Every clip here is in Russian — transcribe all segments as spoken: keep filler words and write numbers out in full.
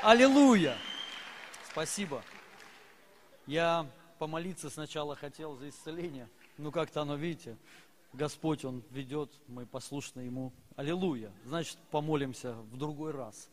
Аллилуйя! Спасибо. Я помолиться сначала хотел за исцеление, но как-то оно, видите, Господь, Он ведет, мы послушны Ему. Аллилуйя! Значит, помолимся в другой раз.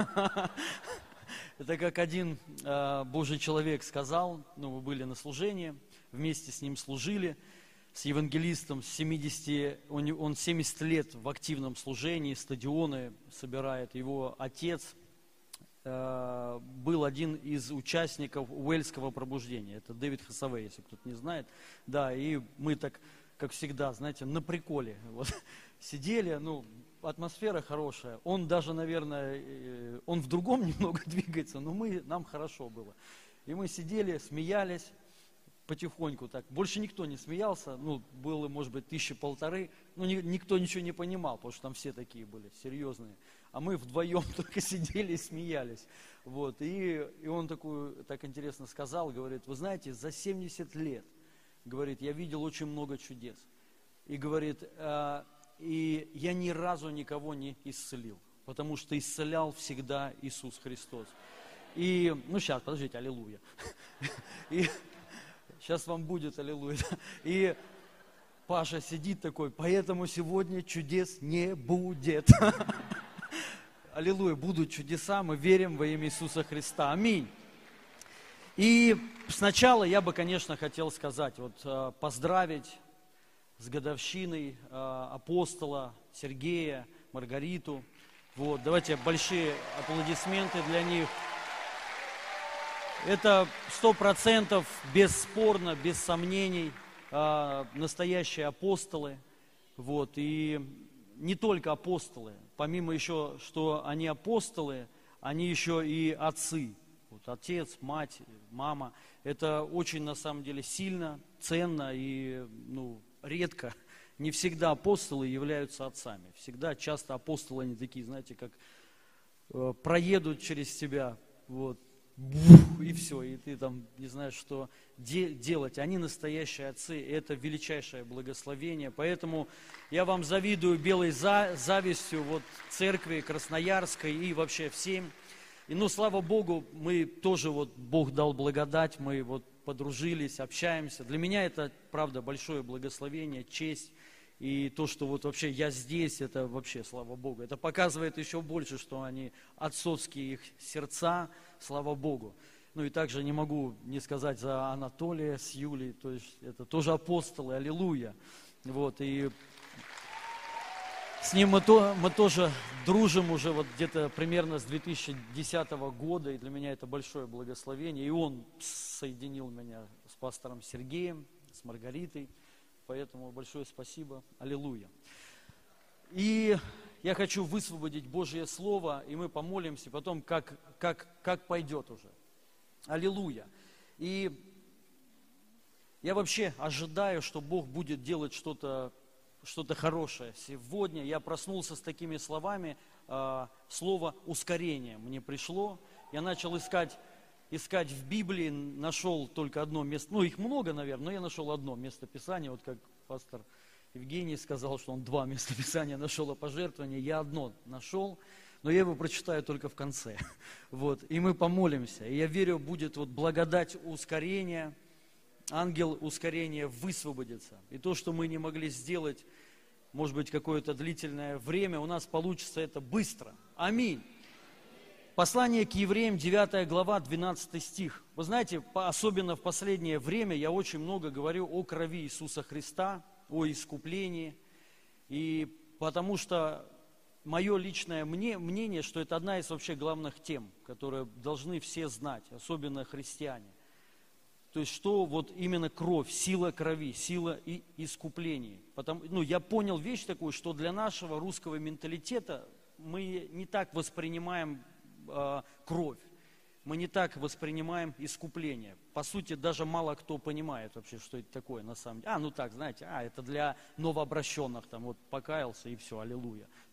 Это как один э, Божий человек сказал, ну, мы были на служении, вместе с ним служили, с евангелистом, с семидесяти, он, он семьдесят лет в активном служении, стадионы собирает. Его отец э, был один из участников Уэльского пробуждения, это Дэвид Хасавей, если кто-то не знает. Да, и мы так, как всегда, знаете, на приколе вот, сидели, ну, атмосфера хорошая. Он даже, наверное, он в другом немного двигается, но мы, нам хорошо было. И мы сидели, смеялись потихоньку так. Больше никто не смеялся, ну, было, может быть, тысячи полторы, ну, ни, никто ничего не понимал, потому что там все такие были, серьезные. А мы вдвоем только сидели и смеялись. Вот. И, и он такую, так интересно сказал, говорит, вы знаете, за семьдесят лет, говорит, я видел очень много чудес. И говорит, э, и я ни разу никого не исцелил, потому что исцелял всегда Иисус Христос. И, ну сейчас, подождите, аллилуйя. И сейчас вам будет аллилуйя. И Паша сидит такой, поэтому сегодня чудес не будет. Аллилуйя, будут чудеса, мы верим во имя Иисуса Христа. Аминь. И сначала я бы, конечно, хотел сказать, вот поздравить с годовщиной э, апостола Сергея, Маргариту. Вот, давайте большие аплодисменты для них. Это сто процентов, бесспорно, без сомнений, э, настоящие апостолы. Вот, и не только апостолы, помимо еще, что они апостолы, они еще и отцы. Вот, отец, мать, мама. Это очень, на самом деле, сильно, ценно и, ну, редко, не всегда апостолы являются отцами. Всегда, часто апостолы, они такие, знаете, как э, проедут через тебя, вот, и все, и ты там не знаешь, что де- делать. Они настоящие отцы, и это величайшее благословение. Поэтому я вам завидую белой за- завистью вот, церкви Красноярской и вообще всем. И, ну, слава Богу, мы тоже, вот, Бог дал благодать, мы вот подружились, общаемся. Для меня это, правда, большое благословение, честь. И то, что вот вообще я здесь, это вообще, слава Богу. Это показывает еще больше, что они отцовские их сердца, слава Богу. Ну и также не могу не сказать за Анатолия с Юлей, то есть это тоже апостолы, аллилуйя. Вот, и с ним мы, то, мы тоже дружим уже вот где-то примерно с две тысячи десятого года, и для меня это большое благословение. И он соединил меня с пастором Сергеем, с Маргаритой, поэтому большое спасибо, аллилуйя. И я хочу высвободить Божье Слово, и мы помолимся, потом как, как, как пойдет уже. Аллилуйя. И я вообще ожидаю, что Бог будет делать что-то что-то хорошее. Сегодня я проснулся с такими словами, э, слово «ускорение» мне пришло. Я начал искать, искать в Библии, нашел только одно место, ну их много, наверное, но я нашел одно место Писания, вот как пастор Евгений сказал, что он два места Писания нашел о пожертвовании, я одно нашел, но я его прочитаю только в конце. Вот, и мы помолимся, и я верю, будет вот благодать ускорения, ангел ускорения высвободится. И то, что мы не могли сделать, может быть, какое-то длительное время, у нас получится это быстро. Аминь. Послание к евреям, девятая глава, двенадцатый стих. Вы знаете, особенно в последнее время я очень много говорю о крови Иисуса Христа, о искуплении. И потому что мое личное мнение, что это одна из вообще главных тем, которые должны все знать, особенно христиане. То есть, что вот именно кровь, сила крови, сила и искупления. Потому, ну, я понял вещь такую, что для нашего русского менталитета мы не так воспринимаем э, кровь, мы не так воспринимаем искупление. По сути, даже мало кто понимает вообще, что это такое на самом деле. А, ну так, знаете, а, это для новообращенных, там вот покаялся и все, аллилуйя.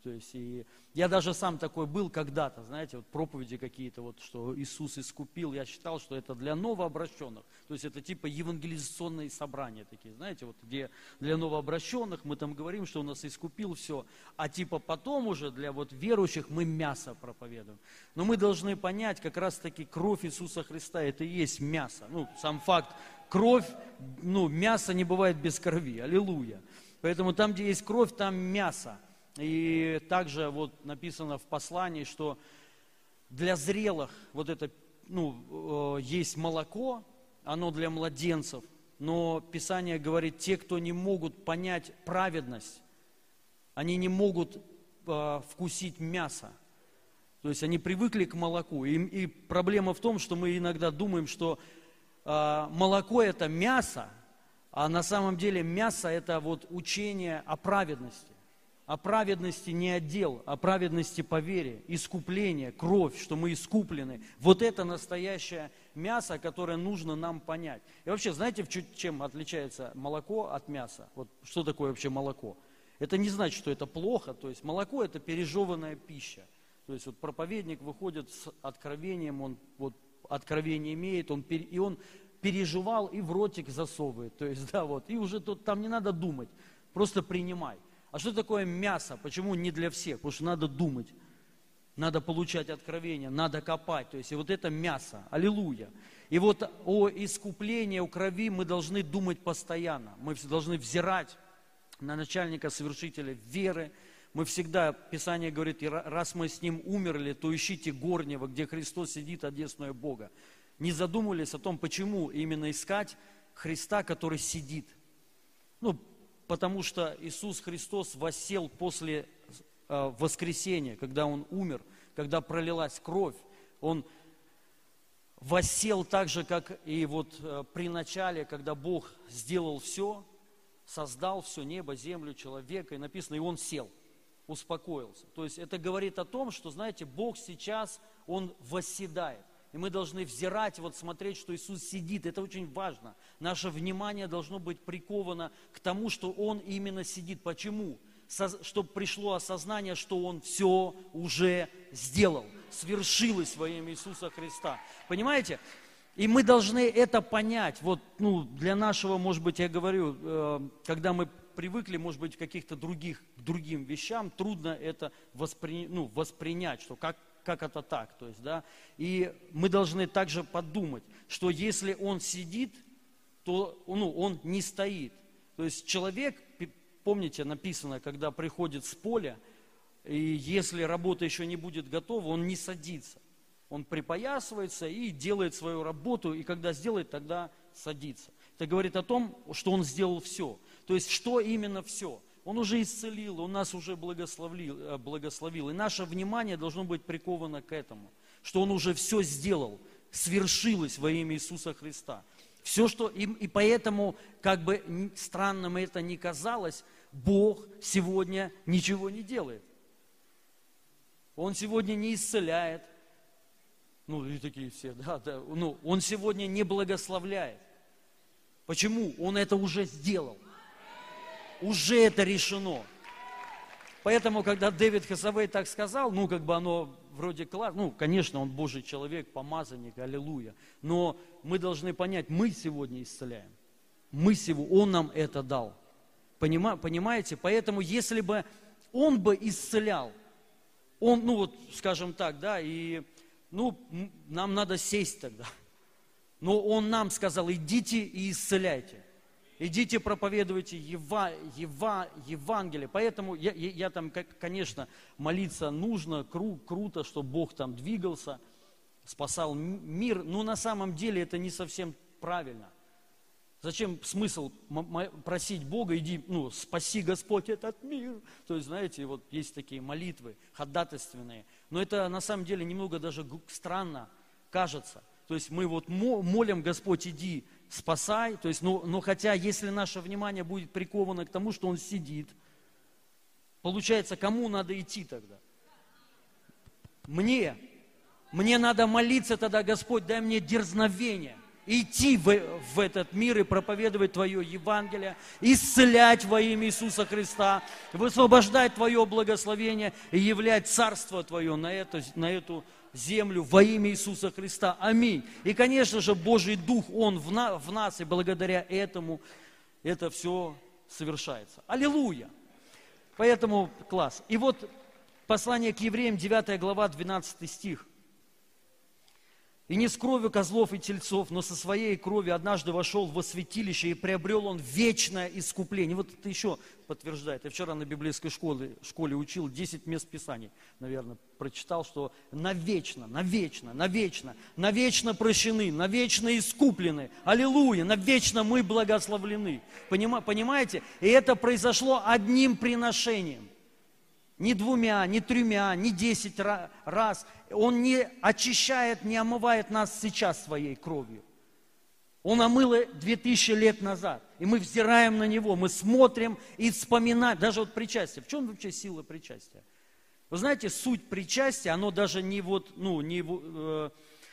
То есть, и я даже сам такой был когда-то, знаете, вот проповеди какие-то, вот, что Иисус искупил, я считал, что это для новообращенных. То есть это типа евангелизационные собрания такие, знаете, вот где для новообращенных мы там говорим, что у нас искупил все, а типа потом уже для вот верующих мы мясо проповедуем. Но мы должны понять, как раз-таки кровь Иисуса Христа, это и есть мясо. Ну, сам факт, кровь, ну, мясо не бывает без крови, аллилуйя. Поэтому там, где есть кровь, там мясо. И также вот написано в послании, что для зрелых вот это, ну, есть молоко, оно для младенцев, но Писание говорит, те, кто не могут понять праведность, они не могут э, вкусить мясо. То есть они привыкли к молоку. И, и проблема в том, что мы иногда думаем, что э, молоко это мясо, а на самом деле мясо это вот учение о праведности. О праведности не отдел, о праведности по вере, искупление, кровь, что мы искуплены. Вот это настоящее мясо, которое нужно нам понять. И вообще, знаете, чем отличается молоко от мяса? Вот что такое вообще молоко? Это не значит, что это плохо. То есть молоко – это пережеванная пища. То есть вот проповедник выходит с откровением, он вот откровение имеет, он, и он переживал и в ротик засовывает. То есть, да, вот, и уже тут там не надо думать, просто принимай. А что такое мясо? Почему не для всех? Потому что надо думать, надо получать откровение, надо копать. То есть и вот это мясо. Аллилуйя. И вот о искуплении, о крови мы должны думать постоянно. Мы должны взирать на начальника, совершителя веры. Мы всегда, Писание говорит, раз мы с ним умерли, то ищите горнего, где Христос сидит, одесную Бога. Не задумывались о том, почему именно искать Христа, который сидит. Ну, потому что Иисус Христос воссел после э, воскресения, когда Он умер, когда пролилась кровь. Он воссел так же, как и вот э, при начале, когда Бог сделал все, создал все, небо, землю, человека, и написано, и Он сел, успокоился. То есть это говорит о том, что, знаете, Бог сейчас, Он восседает. И мы должны взирать, вот смотреть, что Иисус сидит. Это очень важно. Наше внимание должно быть приковано к тому, что Он именно сидит. Почему? Со, чтобы пришло осознание, что Он все уже сделал. Свершилось во имя Иисуса Христа. Понимаете? И мы должны это понять. Вот, ну, для нашего, может быть, я говорю, э, когда мы привыкли, может быть, к каких-то других, к другим вещам, трудно это воспри, ну, воспринять, что как Как это так? То есть, да? И мы должны также подумать, что если он сидит, то ну, он не стоит. То есть человек, помните, написано, когда приходит с поля, и если работа еще не будет готова, он не садится. Он припоясывается и делает свою работу, и когда сделает, тогда садится. Это говорит о том, что он сделал все. То есть, что именно все? Он уже исцелил, Он нас уже благословил, благословил. И наше внимание должно быть приковано к этому, что Он уже все сделал, свершилось во имя Иисуса Христа. Все, что, и, и поэтому, как бы странным это ни казалось, Бог сегодня ничего не делает. Он сегодня не исцеляет. Ну, и такие все, да, да. Ну, Он сегодня не благословляет. Почему? Он это уже сделал. Уже это решено. Поэтому, когда Дэвид Хасавей так сказал, ну, как бы оно вроде классно, ну, конечно, он Божий человек, помазанник, аллилуйя. Но мы должны понять, мы сегодня исцеляем. Мы сегодня, Он нам это дал. Понима, понимаете? Поэтому, если бы Он бы исцелял, Он, ну, вот, скажем так, да, и, ну, нам надо сесть тогда. Но Он нам сказал, идите и исцеляйте. Идите, проповедуйте Ева, Ева, Евангелие. Поэтому я, я, я там, конечно, молиться нужно, кру, круто, чтобы Бог там двигался, спасал мир. Но на самом деле это не совсем правильно. Зачем смысл просить Бога, иди, ну, спаси Господь этот мир. То есть, знаете, вот есть такие молитвы ходатайственные. Но это на самом деле немного даже странно кажется. То есть мы вот молим, Господь, иди, спасай. То есть, но, но хотя, если наше внимание будет приковано к тому, что Он сидит, получается, кому надо идти тогда? Мне. Мне надо молиться тогда, Господь, дай мне дерзновение. идти в, в этот мир и проповедовать Твое Евангелие, исцелять во имя Иисуса Христа, высвобождать Твое благословение и являть Царство Твое на эту, на эту землю во имя Иисуса Христа. Аминь. И, конечно же, Божий Дух, Он в, на, в нас, и благодаря этому это все совершается. Аллилуйя! Поэтому класс. И вот послание к евреям, девятая глава, двенадцатый стих. «И не с кровью козлов и тельцов, но со своей кровью однажды вошел во святилище, и приобрел он вечное искупление». Вот это еще подтверждает. Я вчера на библейской школе, школе учил десять мест Писаний, наверное, прочитал, что навечно, навечно, навечно, навечно прощены, навечно искуплены. Аллилуйя, навечно мы благословлены. Понимаете? И это произошло одним приношением. Не двумя, не тремя, не десять раз. Он не очищает, не омывает нас сейчас своей кровью. Он омыл две тысячи лет назад. И мы взираем на Него, мы смотрим и вспоминаем. Даже вот причастие. В чем вообще сила причастия? Вы знаете, суть причастия, оно даже не вот, ну, не э,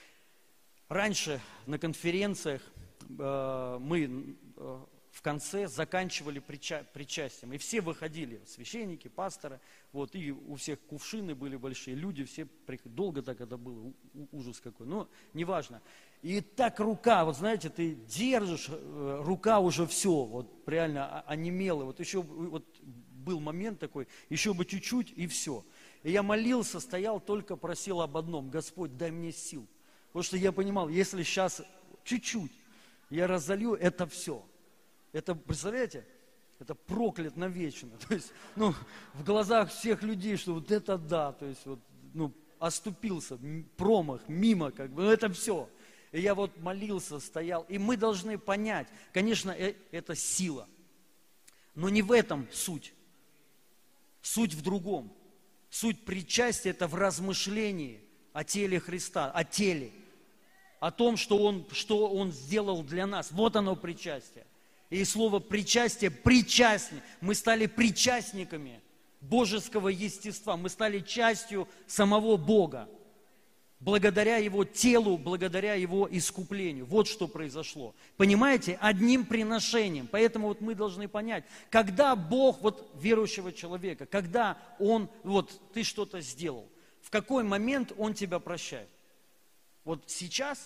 раньше на конференциях э, мы... Э, в конце заканчивали прича- причастием. И все выходили, священники, пасторы, вот, и у всех кувшины были большие, люди все, долго так это было, ужас какой, но неважно. И так рука, вот знаете, ты держишь, рука уже все, вот реально онемела. Вот еще вот был момент такой, еще бы чуть-чуть и все. И я молился, стоял, только просил об одном: Господь, дай мне сил. Потому что я понимал, если сейчас чуть-чуть я разолью, это все. Это, представляете, это проклят навечно. То есть, ну, в глазах всех людей, что вот это да, то есть, вот, ну, оступился, промах, мимо, как бы, ну, это все. И я вот молился, стоял, и мы должны понять, конечно, это сила, но не в этом суть. Суть в другом. Суть причастия – это в размышлении о теле Христа, о теле, о том, что Он, что Он сделал для нас. Вот оно причастие. И слово причастие, причастник. Мы стали причастниками божеского естества. Мы стали частью самого Бога. Благодаря Его телу, благодаря Его искуплению. Вот что произошло. Понимаете? Одним приношением. Поэтому вот мы должны понять, когда Бог, вот верующего человека, когда Он, вот ты что-то сделал, в какой момент Он тебя прощает? Вот сейчас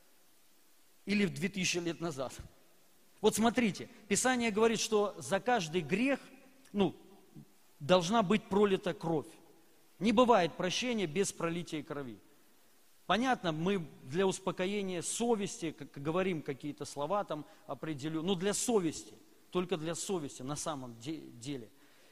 или в две тысячи лет назад? Вот смотрите, Писание говорит, что за каждый грех, ну, должна быть пролита кровь. Не бывает прощения без пролития крови. Понятно, мы для успокоения совести, как говорим какие-то слова там определю, но для совести, только для совести на самом деле.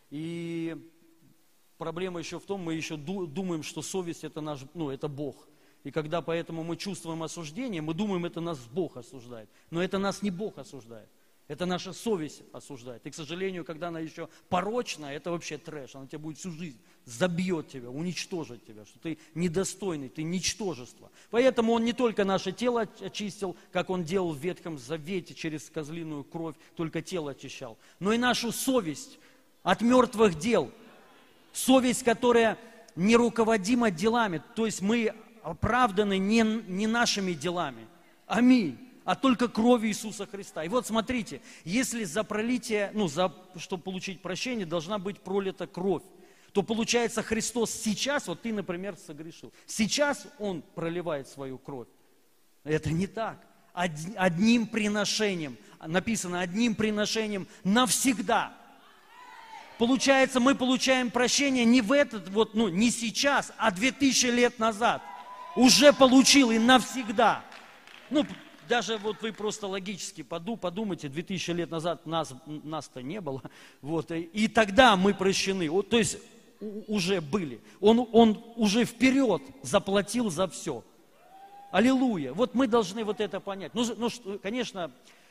И проблема еще в том, мы еще думаем, что совесть это наш, ну, это Бог. И когда поэтому мы чувствуем осуждение, мы думаем, это нас Бог осуждает. Но это нас не Бог осуждает. Это наша совесть осуждает. И, к сожалению, когда она еще порочная, это вообще трэш. Она тебя будет всю жизнь, забьет тебя, уничтожит тебя, что ты недостойный, ты ничтожество. Поэтому Он не только наше тело очистил, как Он делал в Ветхом Завете через козлиную кровь, только тело очищал, но и нашу совесть от мертвых дел. Совесть, которая не руководима делами. То есть мы оправданы не, не нашими делами. Аминь. А только кровью Иисуса Христа. И вот смотрите, если за пролитие, ну, за, чтобы получить прощение, должна быть пролита кровь, то получается Христос сейчас, вот ты, например, согрешил, сейчас Он проливает свою кровь. Это не так. Одним приношением, написано, одним приношением навсегда. Получается, мы получаем прощение не в этот, вот, ну, не сейчас, а две тысячи лет назад. Уже получил и навсегда. Ну, даже вот вы просто логически подумайте, две тысячи лет назад нас, нас-то не было, вот, и, и тогда мы прощены, вот, то есть у, уже были. Он, он уже вперед заплатил за все. Аллилуйя. Вот мы должны вот это понять. Ну, ну, конечно,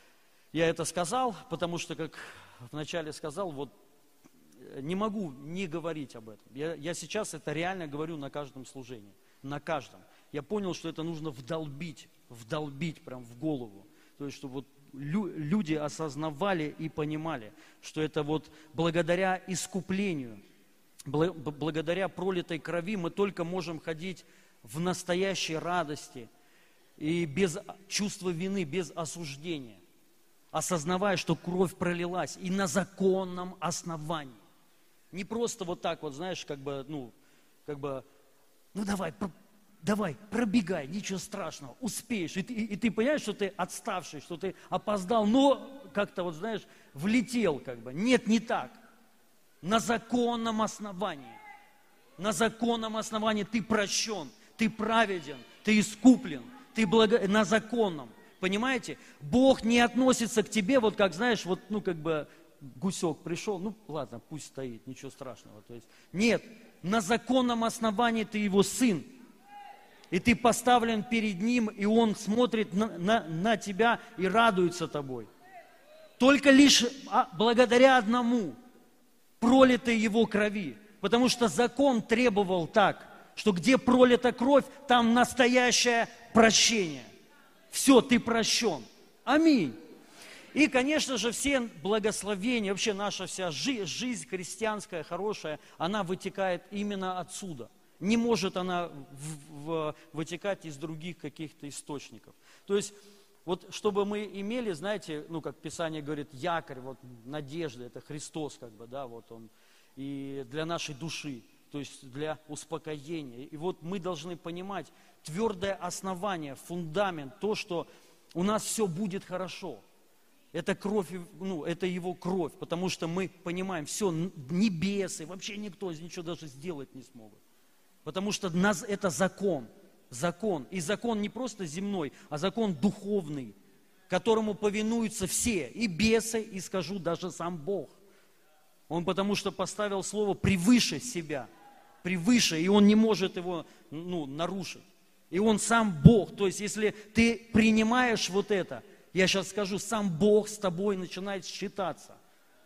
я это сказал, потому что, как вначале сказал, вот не могу не говорить об этом. Я, я сейчас это реально говорю на каждом служении, на каждом. Я понял, что это нужно вдолбить, вдолбить прям в голову. То есть, чтобы вот лю- люди осознавали и понимали, что это вот благодаря искуплению, бл- благодаря пролитой крови мы только можем ходить в настоящей радости, и без чувства вины, без осуждения, осознавая, что кровь пролилась и на законном основании. Не просто вот так вот, знаешь, как бы, ну, как бы, ну давай, про, давай, пробегай, ничего страшного, успеешь. И ты, и, и ты понимаешь, что ты отставший, что ты опоздал, но как-то вот, знаешь, влетел как бы. Нет, не так. На законном основании. На законном основании ты прощен, ты праведен, ты искуплен, ты благо... на законном. Понимаете? Бог не относится к тебе, вот как, знаешь, вот, ну, как бы, гусек пришел, ну, ладно, пусть стоит, ничего страшного. То есть, нет, на законном основании ты его сын. И ты поставлен перед ним, и он смотрит на, на, на тебя и радуется тобой. Только лишь благодаря одному, пролитой его крови. Потому что закон требовал так, что где пролита кровь, там настоящее прощение. Все, ты прощен. Аминь. И, конечно же, все благословения, вообще наша вся жизнь, жизнь христианская, хорошая, она вытекает именно отсюда. Не может она в, в, вытекать из других каких-то источников. То есть, вот чтобы мы имели, знаете, ну, как Писание говорит, якорь, вот надежда, это Христос, как бы, да, вот Он, и для нашей души, то есть для успокоения. И вот мы должны понимать твердое основание, фундамент, то, что у нас все будет хорошо. Это кровь, ну, это Его кровь, потому что мы понимаем, все, небесы, вообще никто ничего даже сделать не смогут. Потому что нас, это закон, закон. И закон не просто земной, а закон духовный, которому повинуются все, и бесы, и, скажу, даже сам Бог. Он потому что поставил слово превыше себя, превыше, и он не может его, ну, нарушить. И он сам Бог. То есть, если ты принимаешь вот это, я сейчас скажу, сам Бог с тобой начинает считаться.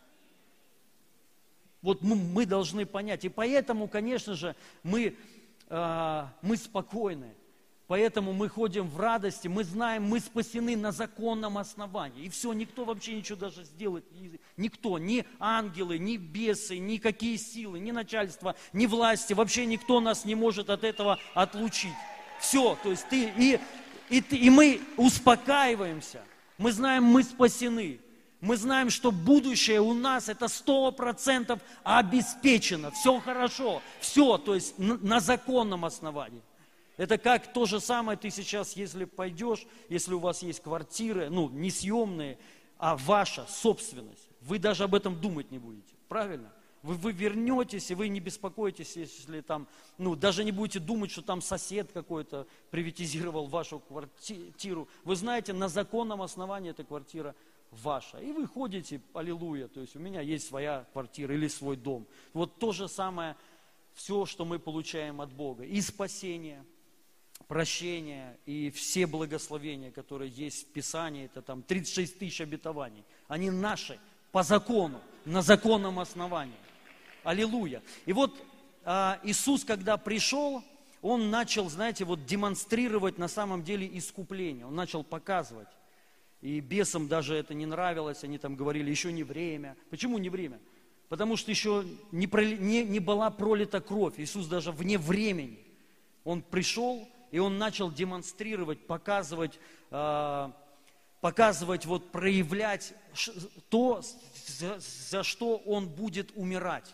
Вот мы, мы должны понять. И поэтому, конечно же, мы, э, мы спокойны. Поэтому мы ходим в радости, мы знаем, мы спасены на законном основании. И все, никто вообще ничего даже сделать, никто, ни ангелы, ни бесы, никакие силы, ни начальство, ни власти, вообще никто нас не может от этого отлучить. Все, то есть ты, и, и, ты, и мы успокаиваемся, мы знаем, мы спасены. Мы знаем, что будущее у нас это сто процентов обеспечено, все хорошо, все, то есть на, на законном основании. Это как то же самое ты сейчас, если пойдешь, если у вас есть квартиры, ну, не съемные, а ваша собственность, вы даже об этом думать не будете, правильно? Вы, вы вернетесь, и вы не беспокоитесь, если там, ну, даже не будете думать, что там сосед какой-то приватизировал вашу квартиру. Вы знаете, на законном основании эта квартира ваша. И вы ходите, аллилуйя, то есть у меня есть своя квартира или свой дом. Вот то же самое, все, что мы получаем от Бога. И спасение, прощение, и все благословения, которые есть в Писании, это там тридцать шесть тысяч обетований. Они наши, по закону, на законном основании. Аллилуйя. И вот а, Иисус, когда пришел, Он начал, знаете, вот демонстрировать на самом деле искупление. Он начал показывать. И бесам даже это не нравилось, они там говорили, еще не время. Почему не время? Потому что еще не, проли, не, не была пролита кровь. Иисус даже вне времени. Он пришел, и Он начал демонстрировать, показывать, э, показывать, вот, проявлять то, за, за что Он будет умирать.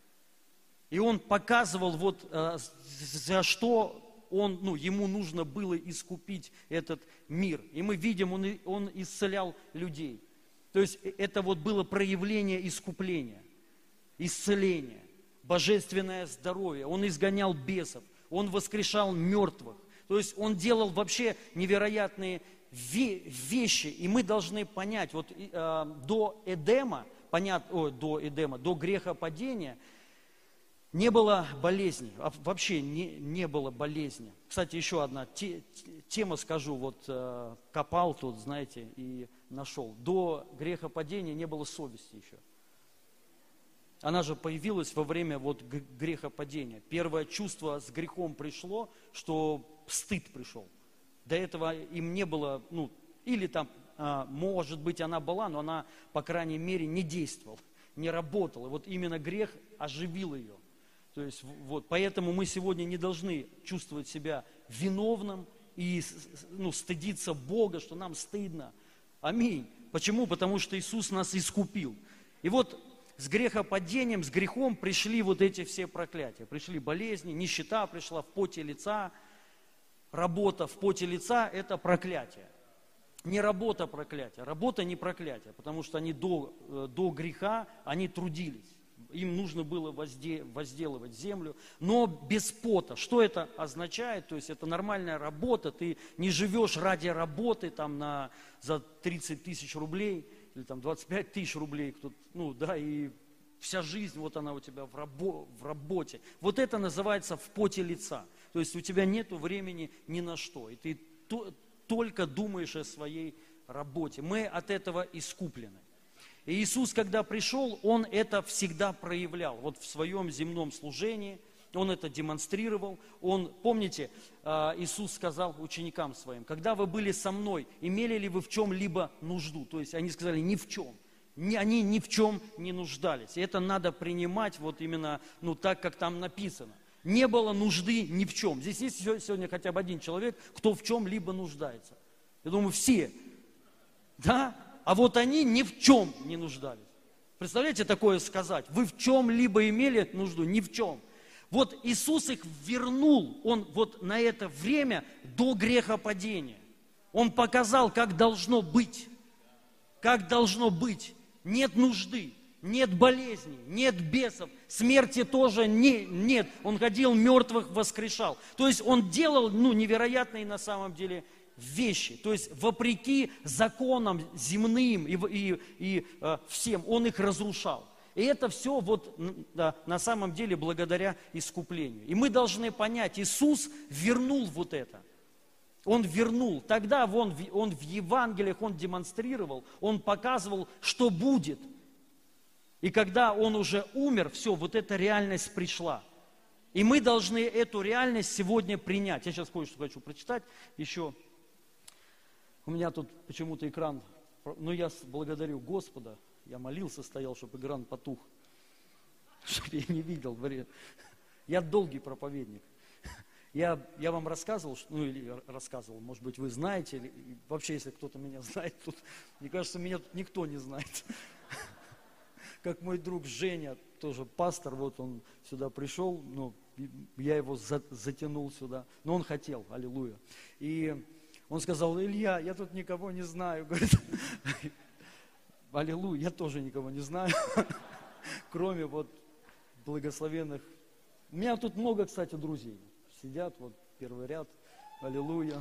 И Он показывал, вот, э, за что Он, ну, Ему нужно было искупить этот мир. И мы видим, Он, он исцелял людей. То есть это вот было проявление искупления, исцеления, божественное здоровье. Он изгонял бесов, Он воскрешал мертвых. То есть Он делал вообще невероятные вещи. И мы должны понять, вот э, до Эдема, понят, о, до Эдема, до грехопадения, не было болезней, вообще не, не было болезни. Кстати, еще одна те, тема скажу, вот э, копал тут, знаете, и нашел. До грехопадения не было совести еще. Она же появилась во время вот грехопадения. Первое чувство с грехом пришло, что стыд пришел. До этого им не было, ну, или там, э, может быть, она была, но она, по крайней мере, не действовала, не работала. Вот именно грех оживил ее. То есть, вот, поэтому мы сегодня не должны чувствовать себя виновным и ну, стыдиться Бога, что нам стыдно. Аминь. Почему? Потому что Иисус нас искупил. И вот с грехопадением, с грехом пришли вот эти все проклятия. Пришли болезни, нищета пришла в поте лица. Работа в поте лица – это проклятие. Не работа проклятие, работа не проклятие, потому что они до, до греха, они трудились. Им нужно было возде, возделывать землю, но без пота. Что это означает? То есть это нормальная работа, ты не живешь ради работы там, на, за тридцать тысяч рублей или там, двадцать пять тысяч рублей, кто, ну, да, и вся жизнь вот она у тебя в, рабо, в работе. Вот это называется в поте лица. То есть у тебя нет времени ни на что, и ты то, только думаешь о своей работе. Мы от этого искуплены. И Иисус, когда пришел, Он это всегда проявлял. Вот в своем земном служении Он это демонстрировал. Он, помните, Иисус сказал ученикам Своим: когда вы были со мной, имели ли вы в чем-либо нужду? То есть они сказали: ни в чем. Они ни в чем не нуждались. И это надо принимать вот именно ну, так, как там написано. Не было нужды ни в чем. Здесь есть сегодня хотя бы один человек, кто в чем-либо нуждается. Я думаю, все. Да? А вот они ни в чем не нуждались. Представляете, такое сказать? Вы в чем-либо имели нужду? Ни в чем. Вот Иисус их вернул, Он вот на это время до грехопадения. Он показал, как должно быть. Как должно быть. Нет нужды, нет болезней, нет бесов, смерти тоже не, нет. Он ходил, мертвых воскрешал. То есть Он делал ну, невероятные на самом деле вещи, то есть вопреки законам земным и, и, и э, всем, Он их разрушал. И это все вот да, на самом деле благодаря искуплению. И мы должны понять, Иисус вернул вот это. Он вернул. Тогда он, он в Евангелиях, Он демонстрировал, Он показывал, что будет. И когда Он уже умер, все, вот эта реальность пришла. И мы должны эту реальность сегодня принять. Я сейчас кое-что хочу прочитать еще. У меня тут почему-то экран, но я благодарю Господа, я молился, стоял, чтобы экран потух, чтобы я не видел. Я долгий проповедник. Я, я вам рассказывал, ну или рассказывал, может быть, вы знаете, или, вообще, если кто-то меня знает, тут, мне кажется, меня тут никто не знает. Как мой друг Женя, тоже пастор, вот он сюда пришел, ну, я его за, затянул сюда, но он хотел, аллилуйя. И он сказал: Илья, я тут никого не знаю. Говорит, аллилуйя, я тоже никого не знаю, кроме вот благословенных. У меня тут много, кстати, друзей. Сидят, вот первый ряд, аллилуйя.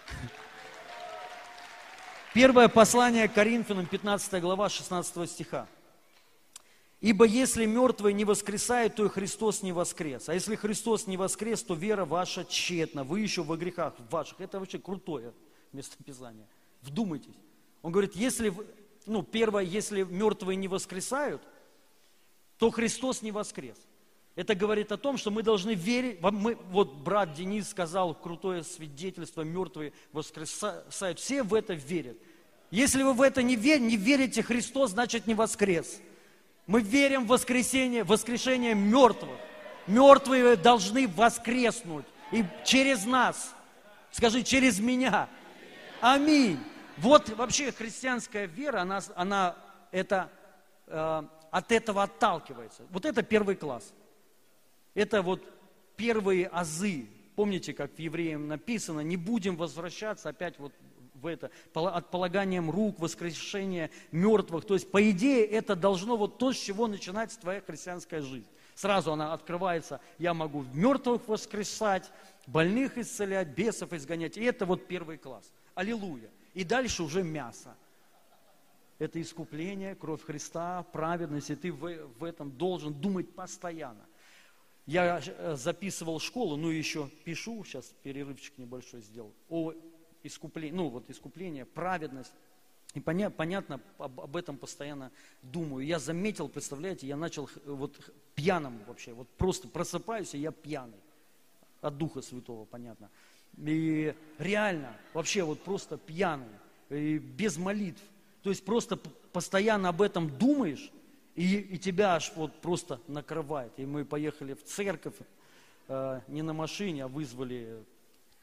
Первое послание к Коринфянам, пятнадцатая глава, шестнадцатого стиха. Ибо если мертвые не воскресают, то и Христос не воскрес. А если Христос не воскрес, то вера ваша тщетна. Вы еще во грехах ваших. Это вообще крутое местописание. Вдумайтесь. Он говорит, если, ну, первое, если мертвые не воскресают, то Христос не воскрес. Это говорит о том, что мы должны верить. Мы, вот брат Денис сказал крутое свидетельство, мертвые воскресают. Все в это верят. Если вы в это не верите, не верите, Христос, значит не воскрес. Мы верим в воскресение, воскрешение мертвых. Мертвые должны воскреснуть. И через нас. Скажи, через меня. Аминь. Вот вообще христианская вера, она, она это, э, от этого отталкивается. Вот это первый класс. Это вот первые азы. Помните, как в Евреям написано, не будем возвращаться опять вот в это, от полаганием рук, воскрешения мертвых. То есть, по идее, это должно вот то, с чего начинается твоя христианская жизнь. Сразу она открывается, я могу мертвых воскресать, больных исцелять, бесов изгонять. И это вот первый класс. Аллилуйя. И дальше уже мясо. Это искупление, кровь Христа, праведность, и ты в, в этом должен думать постоянно. Я записывал школу, ну еще пишу, сейчас перерывчик небольшой сделал, о искуплении, ну вот искупление, праведность. И поня, понятно, об, об этом постоянно думаю. Я заметил, представляете, я начал вот пьяным вообще, вот просто просыпаюсь, и я пьяный. От Духа Святого, понятно. И реально, вообще вот просто пьяный, и без молитв. То есть просто постоянно об этом думаешь, и, и тебя аж вот просто накрывает. И мы поехали в церковь, э, не на машине, а вызвали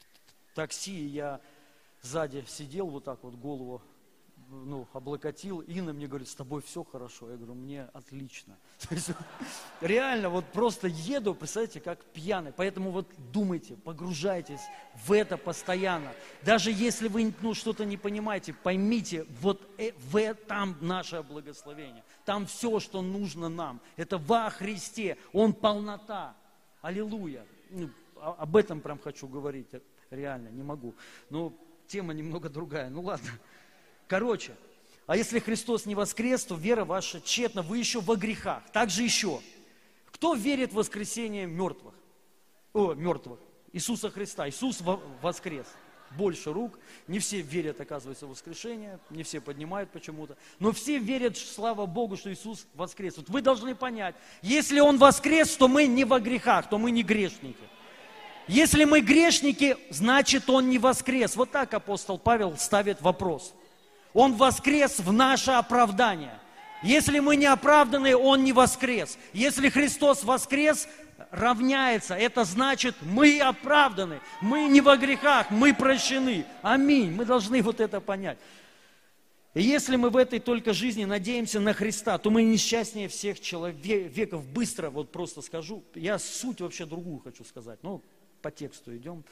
такси, и я сзади сидел, вот так вот голову, ну, облокотил. Инна мне говорит, с тобой все хорошо? Я говорю, мне отлично. То есть, реально, вот просто еду, представляете, как пьяный. Поэтому вот думайте, погружайтесь в это постоянно. Даже если вы ну, что-то не понимаете, поймите, вот э, в, там наше благословение. Там все, что нужно нам. Это во Христе. Он полнота. Аллилуйя. Ну, об этом прям хочу говорить. Реально, не могу. Но тема немного другая. Ну ладно. Короче, а если Христос не воскрес, то вера ваша тщетна, вы еще во грехах. Также еще, кто верит в воскресение мертвых? О, мертвых. Иисуса Христа. Иисус воскрес. Больше рук. Не все верят, оказывается, в воскрешение. Не все поднимают почему-то. Но все верят, слава Богу, что Иисус воскрес. Вот вы должны понять, если Он воскрес, то мы не во грехах, то мы не грешники. Если мы грешники, значит Он не воскрес. Вот так апостол Павел ставит вопрос. Он воскрес в наше оправдание. Если мы не оправданы, Он не воскрес. Если Христос воскрес, равняется, это значит, мы оправданы, мы не во грехах, мы прощены. Аминь. Мы должны вот это понять. И если мы в этой только жизни надеемся на Христа, то мы несчастнее всех человеков. Быстро вот просто скажу. Я суть вообще другую хочу сказать. Ну, по тексту идем.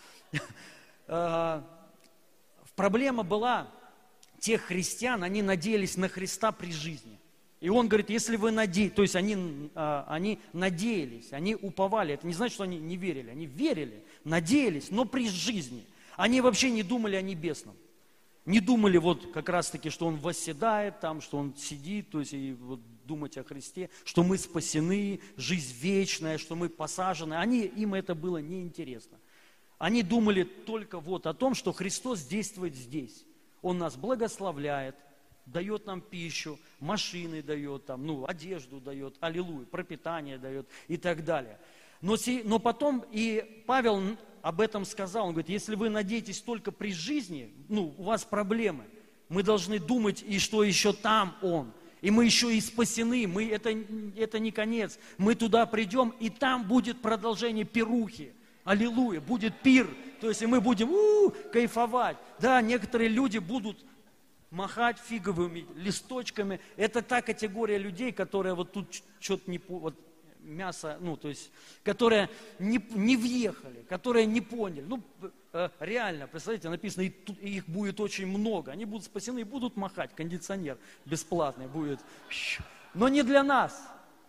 Проблема была... Тех христиан, они надеялись на Христа при жизни. И он говорит, если вы надеетесь, то есть они, они надеялись, они уповали. Это не значит, что они не верили. Они верили, надеялись, но при жизни. Они вообще не думали о небесном. Не думали вот как раз-таки, что Он восседает там, что Он сидит, то есть и вот думать о Христе, что мы спасены, жизнь вечная, что мы посажены. Они, им это было неинтересно. Они думали только вот о том, что Христос действует здесь. Он нас благословляет, дает нам пищу, машины дает, там, ну, одежду дает, аллилуйя, пропитание дает и так далее. Но, но потом и Павел об этом сказал, он говорит, если вы надеетесь только при жизни, ну, у вас проблемы. Мы должны думать, и что еще там Он. И мы еще и спасены, мы, это, это не конец. Мы туда придем, и там будет продолжение пирухи. Аллилуйя, будет пир. То есть и мы будем у-у, кайфовать. Да, некоторые люди будут махать фиговыми листочками. Это та категория людей, которая вот тут что-то не... Вот, мясо, ну, то есть, которые не, не въехали, которые не поняли. Ну, э, реально, представляете, написано, и тут, и их будет очень много. Они будут спасены и будут махать. Кондиционер бесплатный будет. Но не для нас.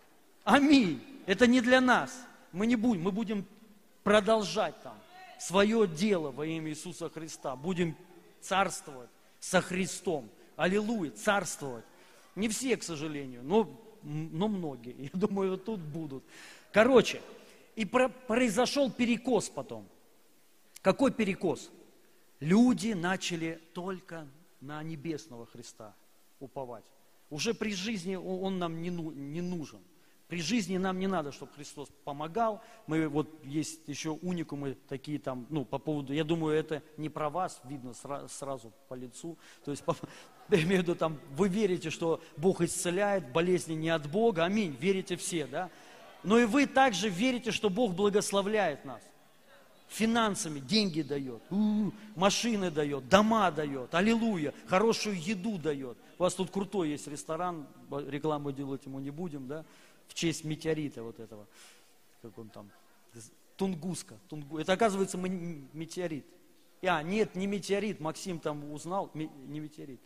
Аминь. Это не для нас. Мы не будем, мы будем продолжать там свое дело во имя Иисуса Христа. Будем царствовать со Христом. Аллилуйя, царствовать. Не все, к сожалению, но, но многие. Я думаю, вот тут будут. Короче, и про, произошел перекос потом. Какой перекос? Люди начали только на небесного Христа уповать. Уже при жизни он, он нам не, ну, не нужен. При жизни нам не надо, чтобы Христос помогал. Мы вот есть еще уникумы такие там, ну, по поводу, я думаю, это не про вас, видно сра- сразу по лицу. То есть, по, я имею в виду, там, вы верите, что Бог исцеляет, болезни не от Бога, аминь, верите все, да? Но и вы также верите, что Бог благословляет нас. Финансами деньги дает, у-у, машины дает, дома дает, аллилуйя, хорошую еду дает. У вас тут крутой есть ресторан, рекламу делать ему не будем, да? В честь метеорита вот этого, как он там, Тунгуска. Тунгу. Это, оказывается, метеорит. А, нет, не метеорит, Максим там узнал, не метеорит.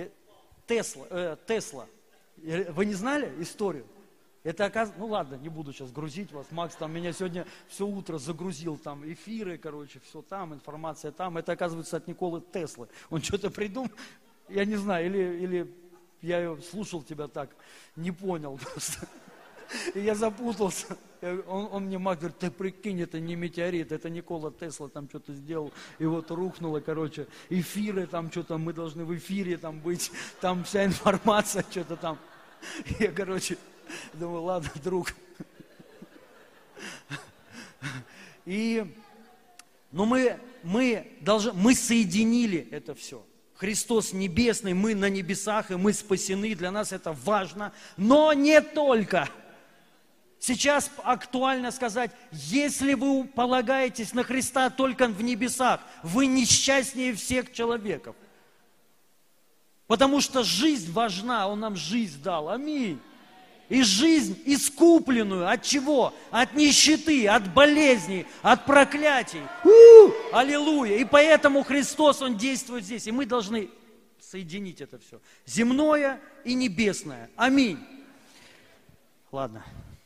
Тесла, э, Тесла. Вы не знали историю? Это, оказывается, ну ладно, не буду сейчас грузить вас. Макс там меня сегодня все утро загрузил, там эфиры, короче, все там, информация там. Это, оказывается, от Николы Теслы. Он что-то придумал, я не знаю, или, или я слушал тебя так, не понял просто. И я запутался. Он, он мне, Макс, говорит, ты прикинь, это не метеорит, это Никола Тесла там что-то сделал, и вот рухнуло, короче, эфиры там что-то, мы должны в эфире там быть, там вся информация, что-то там. Я, короче, думаю, ладно, друг. И, но мы, мы, должны, мы соединили это все. Христос небесный, мы на небесах, и мы спасены, для нас это важно, но не только. Сейчас актуально сказать, если вы полагаетесь на Христа только в небесах, вы несчастнее всех человеков. Потому что жизнь важна, Он нам жизнь дал. Аминь. И жизнь искупленную от чего? От нищеты, от болезней, от проклятий. У-у-у! Аллилуйя. И поэтому Христос, Он действует здесь. И мы должны соединить это все. Земное и небесное. Аминь. Ладно.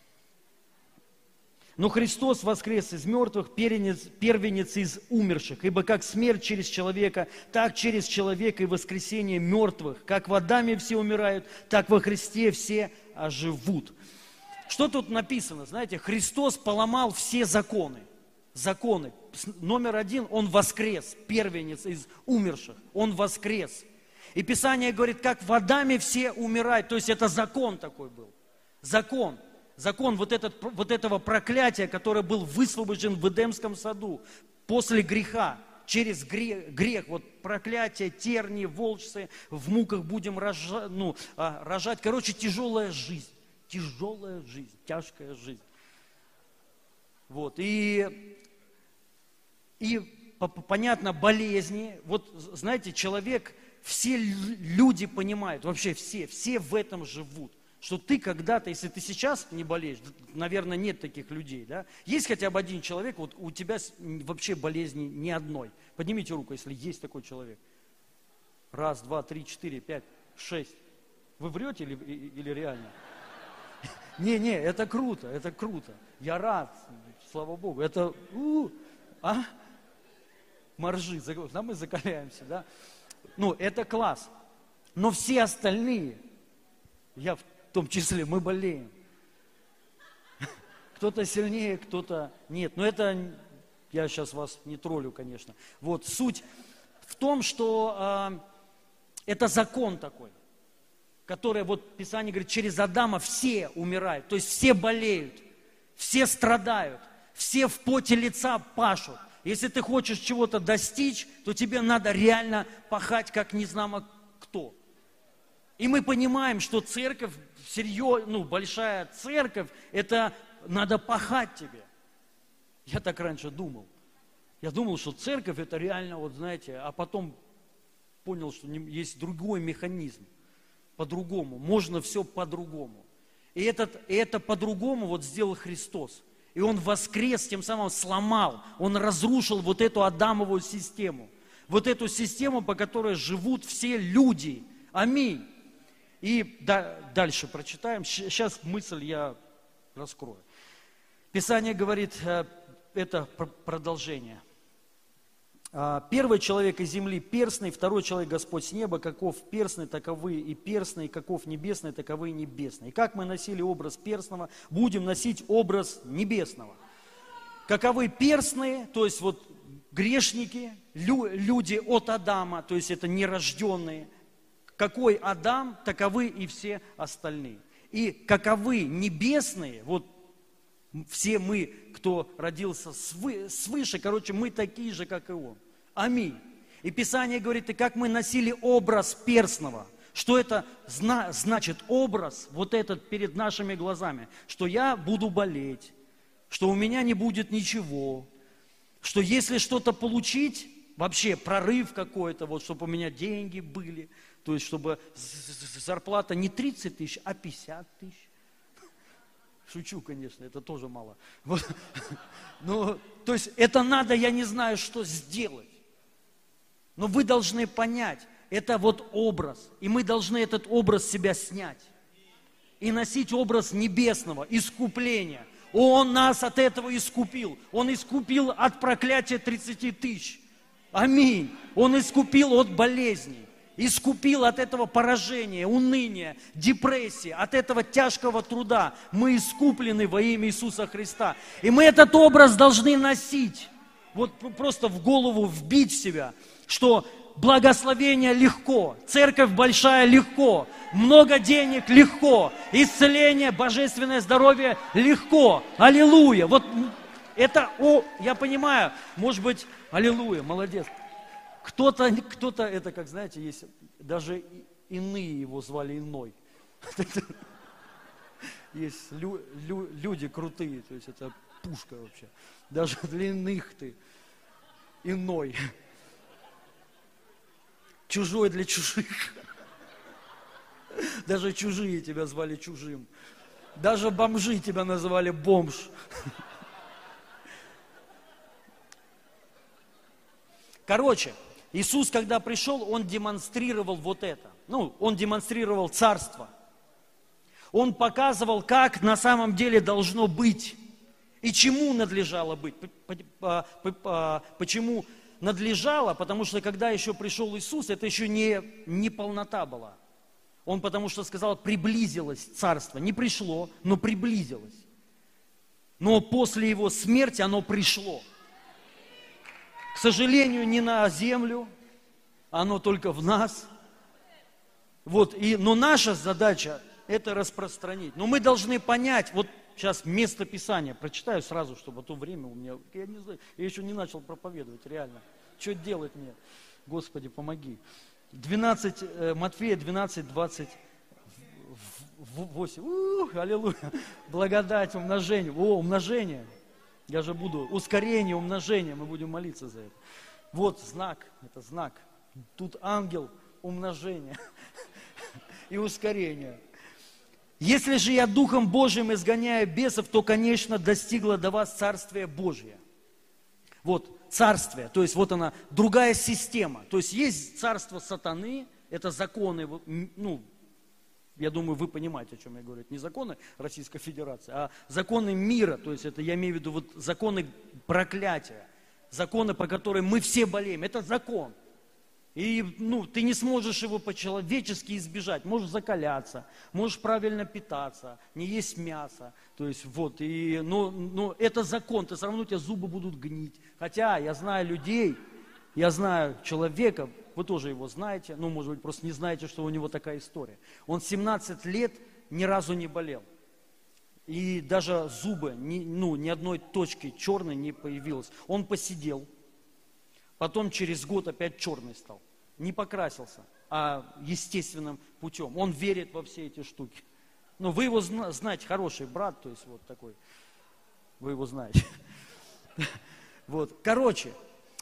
Но Христос воскрес из мертвых, первенец, первенец из умерших. Ибо как смерть через человека, так через человека и воскресение мертвых. Как в Адаме все умирают, так во Христе все оживут. Что тут написано? Знаете, Христос поломал все законы. Законы. Номер один, Он воскрес, первенец из умерших. Он воскрес. И Писание говорит, как в Адаме все умирают. То есть это закон такой был. Закон. Закон вот, этот, вот этого проклятия, которое был высвобожден в Эдемском саду после греха, через грех, грех вот проклятие, тернии, волчцы, в муках будем рожа, ну, рожать. Короче, тяжелая жизнь, тяжелая жизнь, тяжкая жизнь. Вот, и, и понятно, болезни. Вот, знаете, человек, все люди понимают, вообще все, все в этом живут. Что ты когда-то, если ты сейчас не болеешь, наверное, нет таких людей, да? Есть хотя бы один человек, вот у тебя вообще болезни ни одной. Поднимите руку, если есть такой человек. Раз, два, три, четыре, пять, шесть. Вы врете или, или реально? Не-не, это круто, это круто. Я рад, слава Богу. Это, у, а? Моржи, да, мы закаляемся, да? Ну, это класс. Но все остальные, я в В том числе мы болеем. Кто-то сильнее, кто-то нет. Но это, я сейчас вас не троллю, конечно. Вот суть в том, что э, это закон такой, который, вот Писание говорит, через Адама все умирают. То есть все болеют, все страдают, все в поте лица пашут. Если ты хочешь чего-то достичь, то тебе надо реально пахать, как незнамо кто. И мы понимаем, что церковь, серьез, ну, большая церковь, это надо пахать тебе. Я так раньше думал. Я думал, что церковь это реально, вот знаете, а потом понял, что есть другой механизм. По-другому. Можно все по-другому. И, этот, и это по-другому вот сделал Христос. И Он воскрес, тем самым сломал, Он разрушил вот эту Адамову систему. Вот эту систему, по которой живут все люди. Аминь. И да, дальше прочитаем. Сейчас мысль я раскрою. Писание говорит, это продолжение. Первый человек из земли перстный, второй человек Господь с неба, каков перстный, таковы и перстный, каков небесный, таковы и небесный. И как мы носили образ перстного, будем носить образ небесного. Каковы перстные, то есть вот грешники, люди от Адама, то есть это нерожденные. Какой Адам, таковы и все остальные. И каковы небесные, вот все мы, кто родился свыше, короче, мы такие же, как и Он. Аминь. И Писание говорит, и как мы носили образ перстного. Что это зна- значит? Образ вот этот перед нашими глазами. Что я буду болеть, что у меня не будет ничего, что если что-то получить, вообще прорыв какой-то, вот, чтобы у меня деньги были, то есть, чтобы зарплата не тридцать тысяч, а пятьдесят тысяч. Шучу, конечно, это тоже мало. Вот. Ну, то есть, это надо, я не знаю, что сделать. Но вы должны понять, это вот образ. И мы должны этот образ себя снять. И носить образ небесного, искупления. Он нас от этого искупил. Он искупил от проклятия тридцати тысяч. Аминь. Он искупил от болезней. Искупил от этого поражения, уныния, депрессии, от этого тяжкого труда. Мы искуплены во имя Иисуса Христа. И мы этот образ должны носить. Вот просто в голову вбить в себя, что благословение легко, церковь большая легко, много денег легко, исцеление, божественное здоровье легко. Аллилуйя. Вот это, о, я понимаю, может быть, аллилуйя, молодец. Кто-то, кто-то, это как, знаете, есть, даже иные его звали иной. есть лю, лю, люди крутые, то есть это пушка вообще. Даже для иных ты иной. Чужой для чужих. Даже чужие тебя звали чужим. Даже бомжи тебя называли бомж. Короче, Иисус, когда пришел, Он демонстрировал вот это. Ну, Он демонстрировал царство. Он показывал, как на самом деле должно быть. И чему надлежало быть. Почему надлежало? Потому что когда еще пришел Иисус, это еще не, не полнота была. Он потому что сказал, приблизилось царство. Не пришло, но приблизилось. Но после Его смерти оно пришло. К сожалению, не на землю, оно только в нас. Вот, и, но наша задача это распространить. Но мы должны понять, вот сейчас место Писания, прочитаю сразу, чтобы то время у меня, я не знаю, я еще не начал проповедовать, реально. Что делать мне? Господи, помоги. двенадцать, Матфея двенадцать, двадцать восемь. Ух, аллилуйя. Благодать, умножение. О, умножение. Я же буду, ускорение, умножение, мы будем молиться за это. Вот знак, это знак. Тут ангел умножения и ускорения. Если же я Духом Божьим изгоняю бесов, то, конечно, достигло до вас Царствие Божье. Вот, царствие, то есть вот она, другая система. То есть есть царство сатаны, это законы, ну, я думаю, вы понимаете, о чем я говорю. Это не законы Российской Федерации, а законы мира. То есть это, я имею в виду, вот законы проклятия. Законы, по которым мы все болеем. Это закон. И ну, ты не сможешь его по-человечески избежать. Можешь закаляться, можешь правильно питаться, не есть мясо. То есть вот, и, но, но это закон, ты все равно у тебя зубы будут гнить. Хотя я знаю людей, я знаю человека, вы тоже его знаете, ну, может быть, просто не знаете, что у него такая история. Он семнадцать лет ни разу не болел. И даже зубы, ни, ну, ни одной точки черной не появилось. Он посидел, потом через год опять черный стал. Не покрасился, а естественным путем. Он верит во все эти штуки. Ну, вы его зна- знаете, хороший брат, то есть вот такой, вы его знаете. Вот, короче,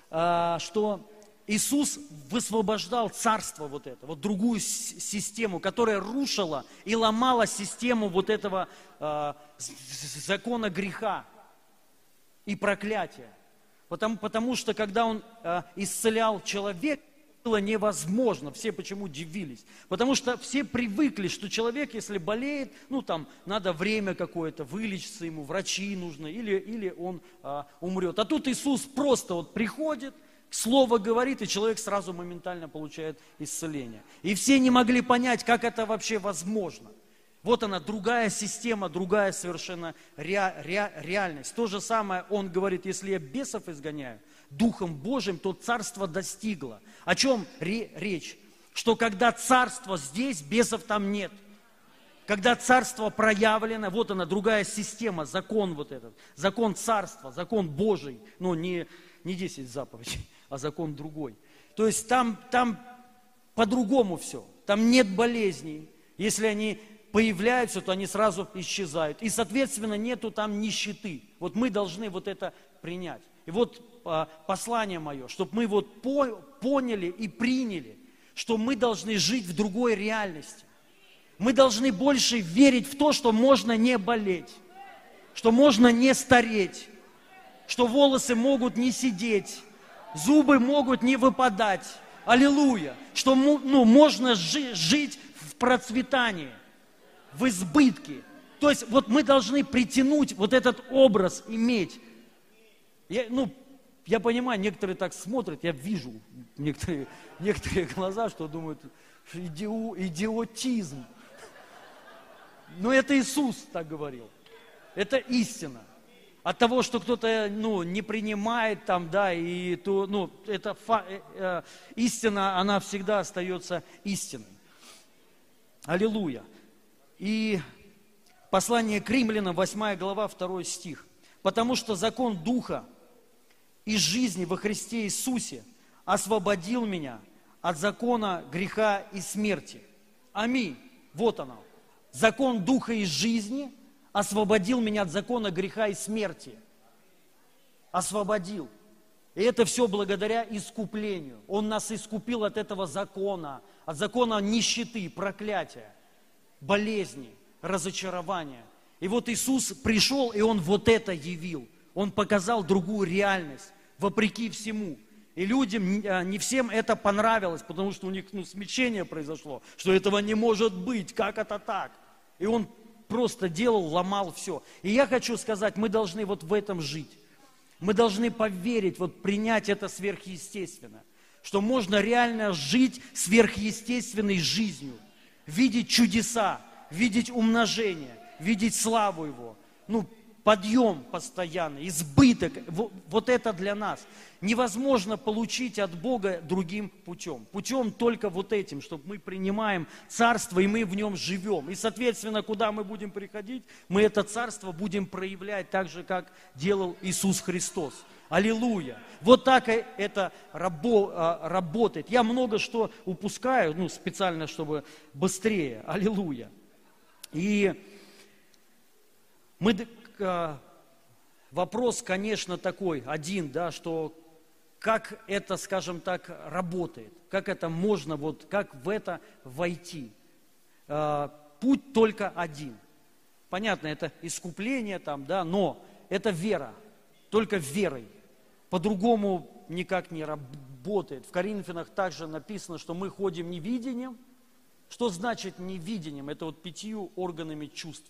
что Иисус высвобождал царство вот это, вот другую систему, которая рушила и ломала систему вот этого э, закона греха и проклятия. Потому, потому что когда Он э, исцелял человека, было невозможно. Все почему дивились? Потому что все привыкли, что человек, если болеет, ну там надо время какое-то, вылечиться ему, врачи нужны, или, или он э, умрет. А тут Иисус просто вот приходит, Слово говорит, и человек сразу моментально получает исцеление. И все не могли понять, как это вообще возможно. Вот она, другая система, другая совершенно ре, ре, реальность. То же самое он говорит, если я бесов изгоняю Духом Божьим, то царство достигло. О чем ре, речь? Что когда царство здесь, бесов там нет. Когда царство проявлено, вот она, другая система, закон вот этот, закон царства, закон Божий, ну не, не десять заповедей, а закон другой. То есть там, там по-другому все, там нет болезней. Если они появляются, то они сразу исчезают. И, соответственно, нету там нищеты. Вот мы должны вот это принять. И вот а, послание мое, чтобы мы вот по, поняли и приняли, что мы должны жить в другой реальности. Мы должны больше верить в то, что можно не болеть, что можно не стареть, что волосы могут не сидеть, зубы могут не выпадать. Аллилуйя! Что ну, можно жи- жить в процветании, в избытке. То есть вот мы должны притянуть вот этот образ, иметь. Я, ну, я понимаю, некоторые так смотрят, я вижу некоторые, некоторые глаза, что думают, иди- идиотизм. Но это Иисус так говорил. Это истина. От того, что кто-то ну, не принимает там, да, и то, ну, это фа, э, э, истина, она всегда остается истиной. Аллилуйя. И послание к Римлянам, восьмая глава, второй стих. Потому что закон Духа и жизни во Христе Иисусе освободил меня от закона греха и смерти. Аминь. Вот оно. Закон Духа и жизни освободил меня от закона греха и смерти. Освободил. И это все благодаря искуплению. Он нас искупил от этого закона, от закона нищеты, проклятия, болезни, разочарования. И вот Иисус пришел, и Он вот это явил. Он показал другую реальность, вопреки всему. И людям, не всем это понравилось, потому что у них ну, смятение произошло, что этого не может быть, как это так? И Он просто делал, ломал все. И я хочу сказать, мы должны вот в этом жить. Мы должны поверить, вот принять это сверхъестественно, что можно реально жить сверхъестественной жизнью, видеть чудеса, видеть умножение, видеть славу Его, ну, подъем постоянный, избыток, вот это для нас. Невозможно получить от Бога другим путем. Путем только вот этим, чтобы мы принимаем Царство, и мы в нем живем. И, соответственно, куда мы будем приходить, мы это Царство будем проявлять так же, как делал Иисус Христос. Аллилуйя! Вот так это рабо, работает. Я много что упускаю, ну, специально, чтобы быстрее. Аллилуйя! И мы... Вопрос, конечно, такой, один, да, что как это, скажем так, работает, как это можно, вот, как в это войти. Путь только один. Понятно, это искупление там, да, но это вера, только верой. По-другому никак не работает. В Коринфянах также написано, что мы ходим невидением. Что значит невидением? Это вот пятью органами чувств.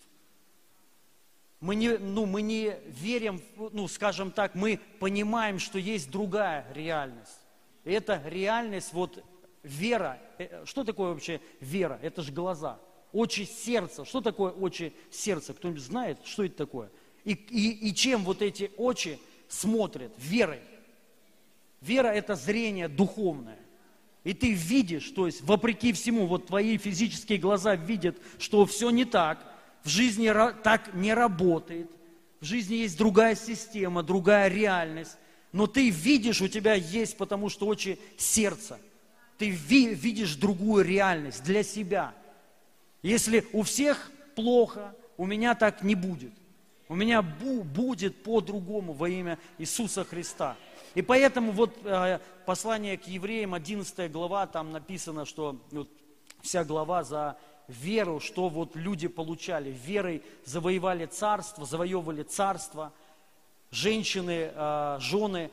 Мы не, ну, мы не верим, ну, скажем так, мы понимаем, что есть другая реальность. И это реальность, вот вера. Что такое вообще вера? Это же глаза. Очи сердца. Что такое очи сердца? Кто-нибудь знает, что это такое? И, и, и чем вот эти очи смотрят? Верой. Вера – это зрение духовное. И ты видишь, то есть вопреки всему, вот твои физические глаза видят, что все не так. В жизни так не работает. В жизни есть другая система, другая реальность. Но ты видишь, у тебя есть, потому что очи сердца. Ты ви- видишь другую реальность для себя. Если у всех плохо, у меня так не будет. У меня бу- будет по-другому во имя Иисуса Христа. И поэтому вот э, послание к евреям, одиннадцатая глава, там написано, что вот, вся глава за веру, что вот люди получали. Верой завоевали царство, завоевывали царство. Женщины, э, жены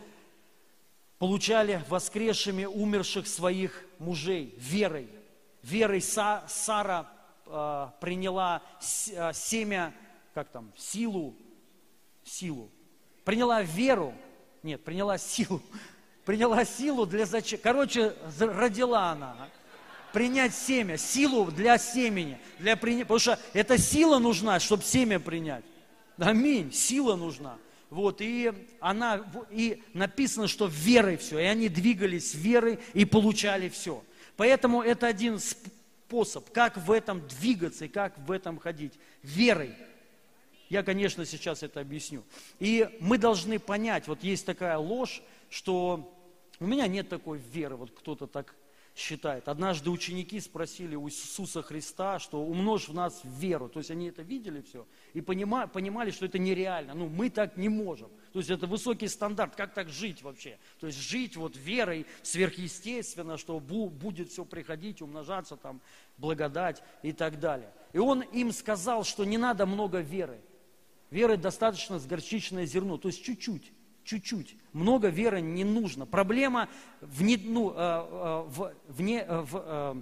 получали воскресшими умерших своих мужей. Верой. Верой Са, Сара э, приняла с, э, семя, как там, силу, силу. Приняла веру, нет, приняла силу. Приняла силу для зачатия. Короче, родила она. Принять семя, силу для семени, для принятия, потому что эта сила нужна, чтобы семя принять. Аминь, сила нужна. Вот, и она, и написано, что верой все, и они двигались верой и получали все. Поэтому это один способ, как в этом двигаться и как в этом ходить. Верой. Я, конечно, сейчас это объясню. И мы должны понять, вот есть такая ложь, что у меня нет такой веры, вот кто-то так считает. Однажды ученики спросили у Иисуса Христа, что умножь в нас веру. То есть они это видели все и понимали, понимали, что это нереально. Ну, мы так не можем. То есть это высокий стандарт. Как так жить вообще? То есть жить вот верой сверхъестественно, что бу- будет все приходить, умножаться, там, благодать и так далее. И он им сказал, что не надо много веры. Веры достаточно с горчичное зерно, то есть чуть-чуть. Чуть-чуть. Много веры не нужно. Проблема в не, ну, э, в, в не, э, в, э,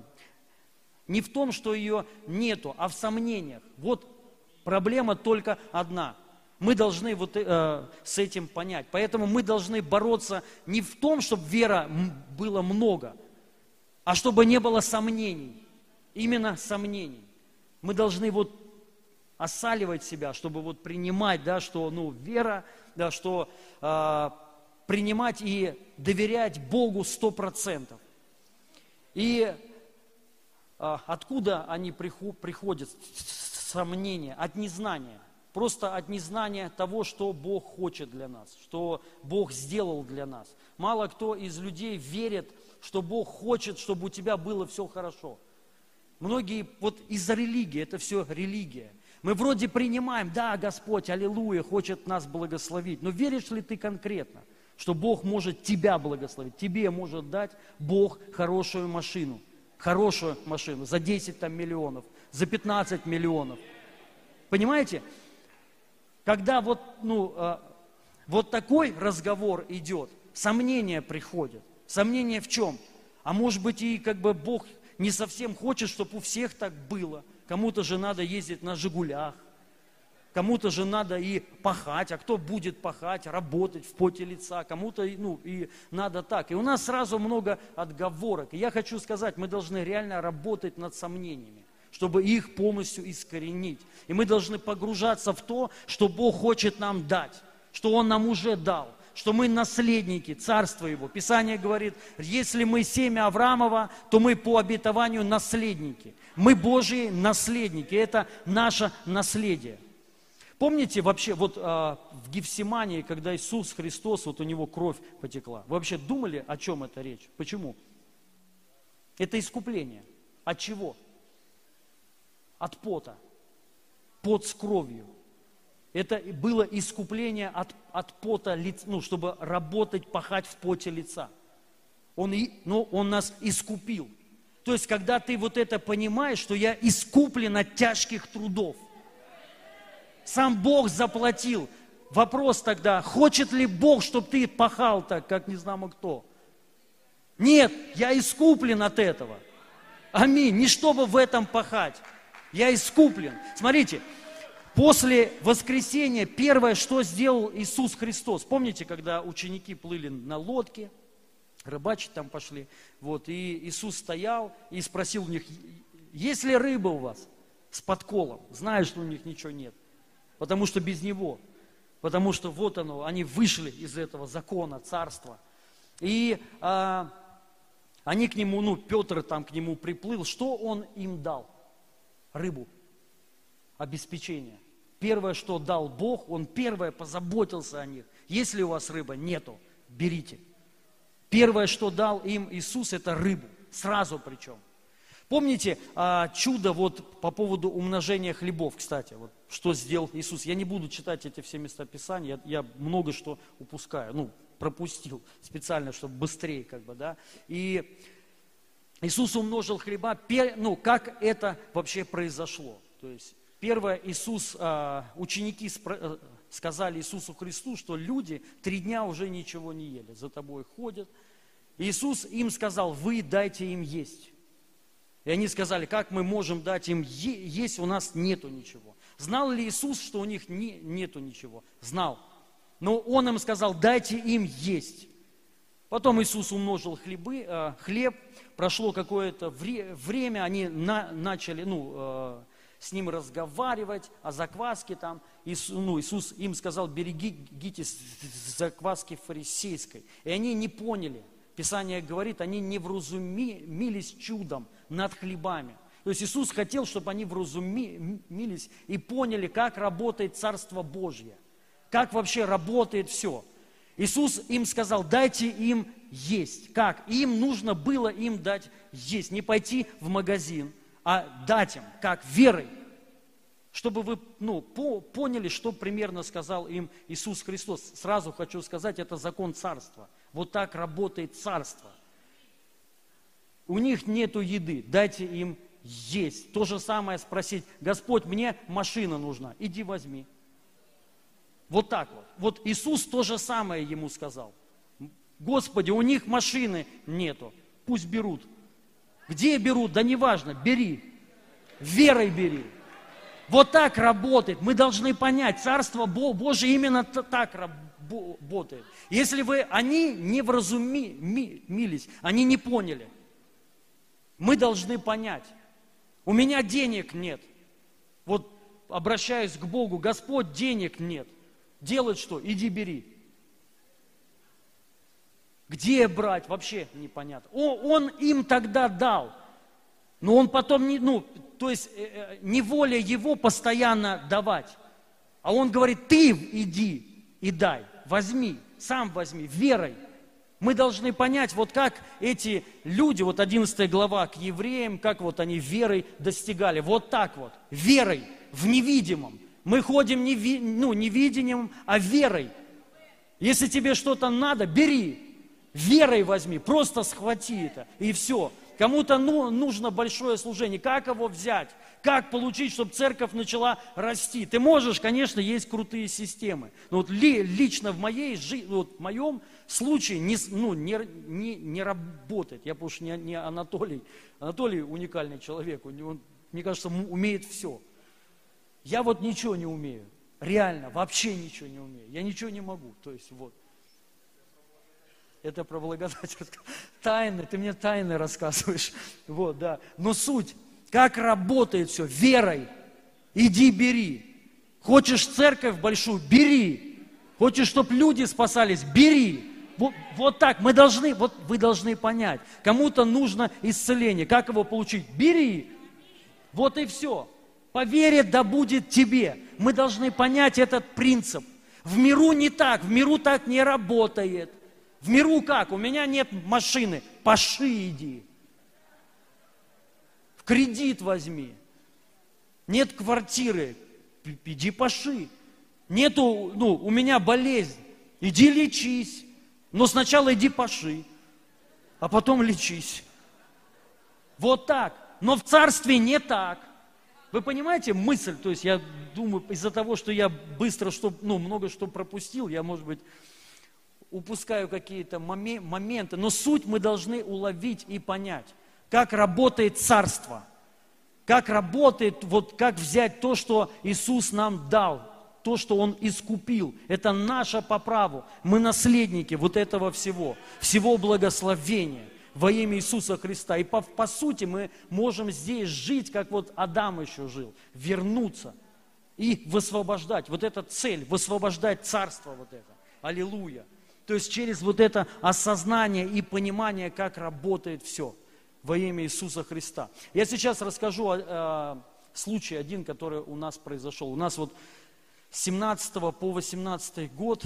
не в том, что ее нету, а в сомнениях. Вот проблема только одна. Мы должны вот, э, с этим понять. Поэтому мы должны бороться не в том, чтобы вера было много, а чтобы не было сомнений. Именно сомнений. Мы должны вот осаливать себя, чтобы вот принимать, да, что ну, вера, да, что э, принимать и доверять Богу сто процентов. И э, откуда они приход, приходят, сомнения? От незнания. Просто от незнания того, что Бог хочет для нас, что Бог сделал для нас. Мало кто из людей верит, что Бог хочет, чтобы у тебя было все хорошо. Многие вот из-за религии, это все религия. Мы вроде принимаем, да, Господь, аллилуйя, хочет нас благословить. Но веришь ли ты конкретно, что Бог может тебя благословить? Тебе может дать Бог хорошую машину. Хорошую машину за десять там, миллионов, за пятнадцать миллионов. Понимаете? Когда вот, ну, э, вот такой разговор идет, сомнения приходят. Сомнения в чем? А может быть и как бы Бог не совсем хочет, чтобы у всех так было. Кому-то же надо ездить на «Жигулях», кому-то же надо и пахать, а кто будет пахать, работать в поте лица, кому-то ну, и надо так. И у нас сразу много отговорок. И я хочу сказать, мы должны реально работать над сомнениями, чтобы их полностью искоренить. И мы должны погружаться в то, что Бог хочет нам дать, что Он нам уже дал, что мы наследники Царства Его. Писание говорит, если мы семя Авраамова, то мы по обетованию наследники. Мы Божьи наследники, это наше наследие. Помните вообще, вот а, в Гефсимании, когда Иисус Христос, вот у Него кровь потекла, вы вообще думали, о чем это речь? Почему? Это искупление. От чего? От пота. Пот с кровью. Это было искупление от, от пота лица, ну, чтобы работать, пахать в поте лица. Он, и, ну, он нас искупил. То есть, когда ты вот это понимаешь, что я искуплен от тяжких трудов, сам Бог заплатил. Вопрос тогда, хочет ли Бог, чтобы ты пахал так, как не знамо кто? Нет, я искуплен от этого. Аминь. Не чтобы в этом пахать. Я искуплен. Смотрите, после воскресения первое, что сделал Иисус Христос. Помните, когда ученики плыли на лодке, рыбачить там пошли, вот, и Иисус стоял и спросил у них, есть ли рыба у вас с подколом? Зная, что у них ничего нет. Потому что без Него. Потому что вот оно, они вышли из этого закона, царства. И а, они к Нему, ну, Петр там к Нему приплыл. Что Он им дал? Рыбу. Обеспечение. Первое, что дал Бог, Он первое позаботился о них. Если у вас рыба, нету, берите. Первое, что дал им Иисус, это рыбу. Сразу причем. Помните а, чудо вот по поводу умножения хлебов, кстати, вот, что сделал Иисус. Я не буду читать эти все места Писания, я, я много что упускаю, ну, пропустил специально, чтобы быстрее, как бы, да. И Иисус умножил хлеба, пер, ну, как это вообще произошло. То есть, первое, Иисус, а, ученики спро, сказали Иисусу Христу, что люди три дня уже ничего не ели, за тобой ходят. Иисус им сказал, вы дайте им есть. И они сказали, как мы можем дать им есть, у нас нету ничего. Знал ли Иисус, что у них не, нету ничего? Знал. Но Он им сказал, дайте им есть. Потом Иисус умножил хлебы, э, хлеб, прошло какое-то вре, время, они на, начали ну, э, с Ним разговаривать о закваске там. Иисус, ну, Иисус им сказал, берегитесь закваски фарисейской. И они не поняли. Писание говорит, они не вразумились чудом над хлебами. То есть Иисус хотел, чтобы они вразумились и поняли, как работает Царство Божье, как вообще работает все. Иисус им сказал, дайте им есть. Как? Им нужно было им дать есть. Не пойти в магазин, а дать им, как верой. Чтобы вы ну, по, поняли, что примерно сказал им Иисус Христос. Сразу хочу сказать, это закон Царства. Вот так работает Царство. У них нету еды, дайте им есть. То же самое спросить, Господь, мне машина нужна, иди возьми. Вот так вот. Вот Иисус то же самое ему сказал. Господи, у них машины нету, пусть берут. Где берут? Да неважно, бери. Верой бери. Вот так работает. Мы должны понять, Царство Божие именно так работает. Если вы, они не вразумились, они не поняли. Мы должны понять. У меня денег нет. Вот обращаюсь к Богу, Господь, денег нет. Делать что? Иди бери. Где брать? Вообще непонятно. Он им тогда дал. Но он потом не, ну, то есть не воля его постоянно давать. А он говорит, ты иди и дай, возьми, сам возьми, верой. Мы должны понять, вот как эти люди, вот одиннадцатая глава к евреям, как вот они верой достигали. Вот так вот, верой. в невидимом. Мы ходим не, ви, ну, не видением, а верой. Если тебе что-то надо, бери. Верой возьми, просто схвати это, и все. Кому-то ну, нужно большое служение. Как его взять? Как получить, чтобы церковь начала расти? Ты можешь, конечно, есть крутые системы. Но вот ли, лично в моей жизни, вот в моем случае не, ну, не, не, не работает. Я, потому что не, не Анатолий. Анатолий уникальный человек. Он, мне кажется, умеет все. Я вот ничего не умею. Реально, вообще ничего не умею. Я ничего не могу. То есть вот. Это про благодать. Тайны, ты мне тайны рассказываешь. Вот, да. Но суть, как работает все, верой. Иди бери. Хочешь церковь большую, бери. Хочешь, чтобы люди спасались, бери. Вот, вот так, мы должны, вот вы должны понять. Кому-то нужно исцеление. Как его получить? Бери. Вот и все. По вере да будет тебе. Мы должны понять этот принцип. В миру не так, в миру так не работает. В миру как? У меня нет машины. Паши иди. В кредит возьми. Нет квартиры. Иди паши. Нету, ну, у меня болезнь. Иди лечись. Но сначала иди паши. А потом лечись. Вот так. Но в царстве не так. Вы понимаете мысль? То есть я думаю, из-за того, что я быстро, что, ну, много что пропустил, я, может быть, упускаю какие-то моменты, но суть мы должны уловить и понять, как работает царство, как работает, вот как взять то, что Иисус нам дал, то, что Он искупил. Это наше по праву. Мы наследники вот этого всего, всего благословения во имя Иисуса Христа. И по, по сути мы можем здесь жить, как вот Адам еще жил, вернуться и высвобождать. Вот эта цель, высвобождать царство вот это. Аллилуйя. То есть через вот это осознание и понимание, как работает все во имя Иисуса Христа. Я сейчас расскажу о, о случае один, который у нас произошел. У нас вот с семнадцатого по восемнадцатый год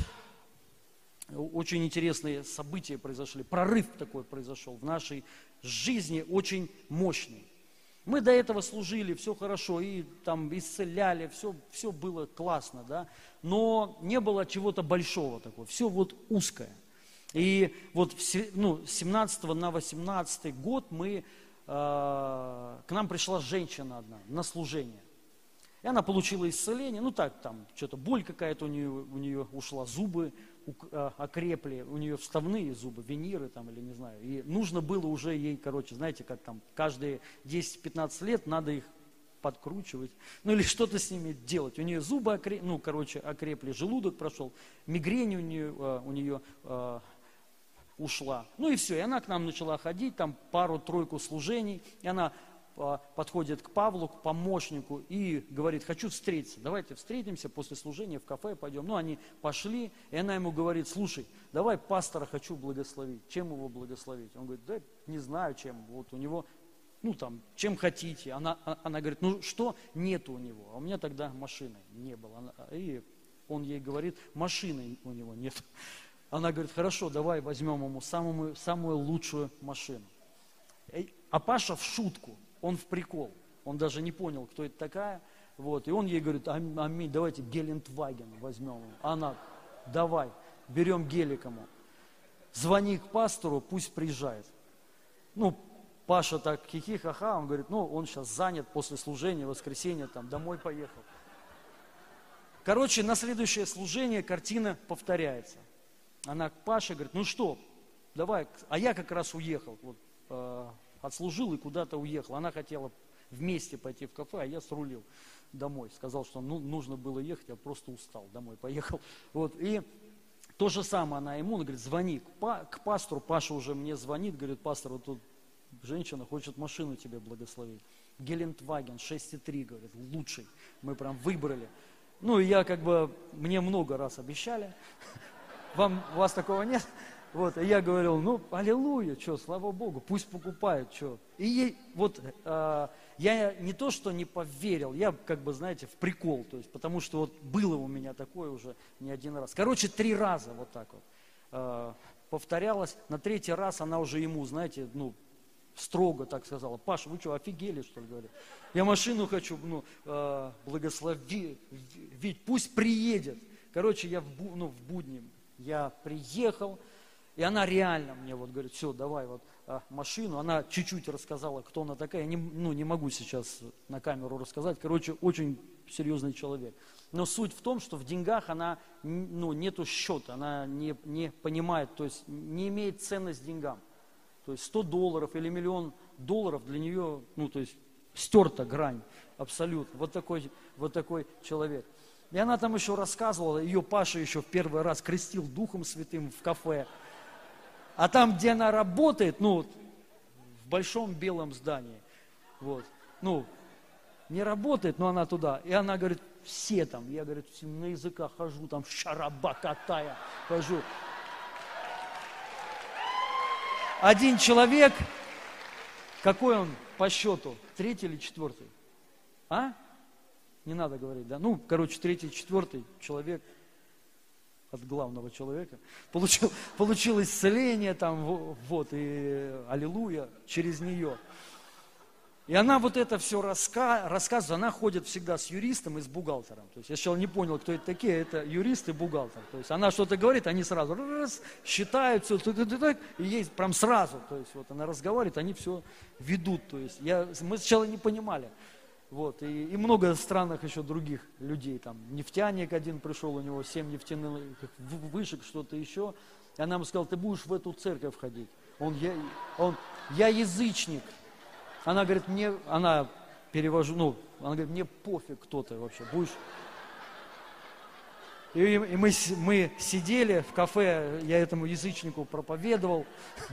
очень интересные события произошли. Прорыв такой произошел в нашей жизни, очень мощный. Мы до этого служили, все хорошо, и там исцеляли, все, все было классно, да, но не было чего-то большого такого, все вот узкое. И вот ну, с семнадцатого на восемнадцатый год мы, э, к нам пришла женщина одна на служение. И она получила исцеление, ну так, там, что-то боль какая-то у нее, у нее ушла, зубы окрепли, у нее вставные зубы, виниры там, или не знаю. И нужно было уже ей, короче, знаете, как там, каждые десять-пятнадцать лет надо их подкручивать, ну или что-то с ними делать. У нее зубы окрепли, ну, короче, окрепли, желудок прошел, мигрень у нее, у нее э, ушла. Ну и все, и она к нам начала ходить, там пару-тройку служений, и она подходит к Павлу, к помощнику, и говорит: хочу встретиться, давайте встретимся после служения, в кафе пойдем. Ну, они пошли, и она ему говорит: слушай, давай пастора хочу благословить. Чем его благословить? Он говорит: да не знаю чем, вот у него, ну там, чем хотите. Она, она говорит: ну что, нету у него. А у меня тогда машины не было. И он ей говорит: машины у него нет. Она говорит: хорошо, давай возьмем ему самую, самую лучшую машину. А Паша в шутку, он в прикол, он даже не понял, кто это такая, вот, и он ей говорит: аминь, давайте Гелендваген возьмем. Она: давай, берем гелик ему, звони к пастору, пусть приезжает. Ну, Паша так хихи-ха-ха, он говорит: ну, он сейчас занят после служения, воскресенья, там, домой поехал. Короче, на следующее служение картина повторяется. Она к Паше говорит: ну что, давай, а я как раз уехал, вот, э, отслужил и куда-то уехал. Она хотела вместе пойти в кафе, а я срулил домой. Сказал, что ну, нужно было ехать, я просто устал, домой поехал. Вот, и то же самое она ему, она говорит: звони к, па- к пастору. Паша уже мне звонит, говорит: пастор, вот тут женщина хочет машину тебе благословить. Гелендваген шесть и три, говорит, лучший. Мы прям выбрали. Ну, и я как бы, мне много раз обещали. Вам, у вас такого нет? Вот, и я говорил: ну, аллилуйя, что, слава Богу, пусть покупают, что. И ей, вот, э, я не то, что не поверил, я, как бы, знаете, в прикол, то есть, потому что вот было у меня такое уже не один раз. Короче, три раза вот так вот э, повторялось, на третий раз она уже ему, знаете, ну, строго так сказала: Паша, вы что, офигели, что ли, говорит? Я машину хочу, ну, э, благословить, пусть приедет. Короче, я в, бу, ну, в будни, я приехал, и она реально мне вот говорит: все, давай вот э, машину. Она чуть-чуть рассказала, кто она такая. Я не, ну, не могу сейчас на камеру рассказать. Короче, очень серьезный человек. Но суть в том, что в деньгах она, ну, нету счета, она не, не понимает, то есть не имеет ценность деньгам. То есть сто долларов или миллион долларов для нее, ну, то есть стерта грань абсолютно. Вот такой, вот такой человек. И она там еще рассказывала, ее Паша еще в первый раз крестил Духом Святым в кафе. А там, где она работает, ну, в большом белом здании, вот, ну, не работает, но она туда. И она говорит: все там, я, говорит, на языках хожу, там, шарабакатая хожу. Один человек, какой он по счету, третий или четвертый? А? Не надо говорить, да? Ну, короче, третий, четвертый человек от главного человека получил, получил исцеление, там, вот, и аллилуйя через нее. И она вот это все раска, рассказывает, она ходит всегда с юристом и с бухгалтером. То есть я сначала не понял, кто это такие, это юрист и бухгалтер. То есть она что-то говорит, они сразу раз, считают все, и ей прям сразу. То есть вот она разговаривает, они все ведут. То есть я, мы сначала не понимали. Вот, и, и много странных еще других людей. Там нефтяник один пришел, у него семь нефтяных вышек, что-то еще. И она ему сказала: ты будешь в эту церковь ходить. Он, я, он, я язычник. Она говорит: мне, она перевожу, ну, она говорит: мне пофиг, кто ты вообще, будешь. И, и мы, мы сидели в кафе, я этому язычнику проповедовал.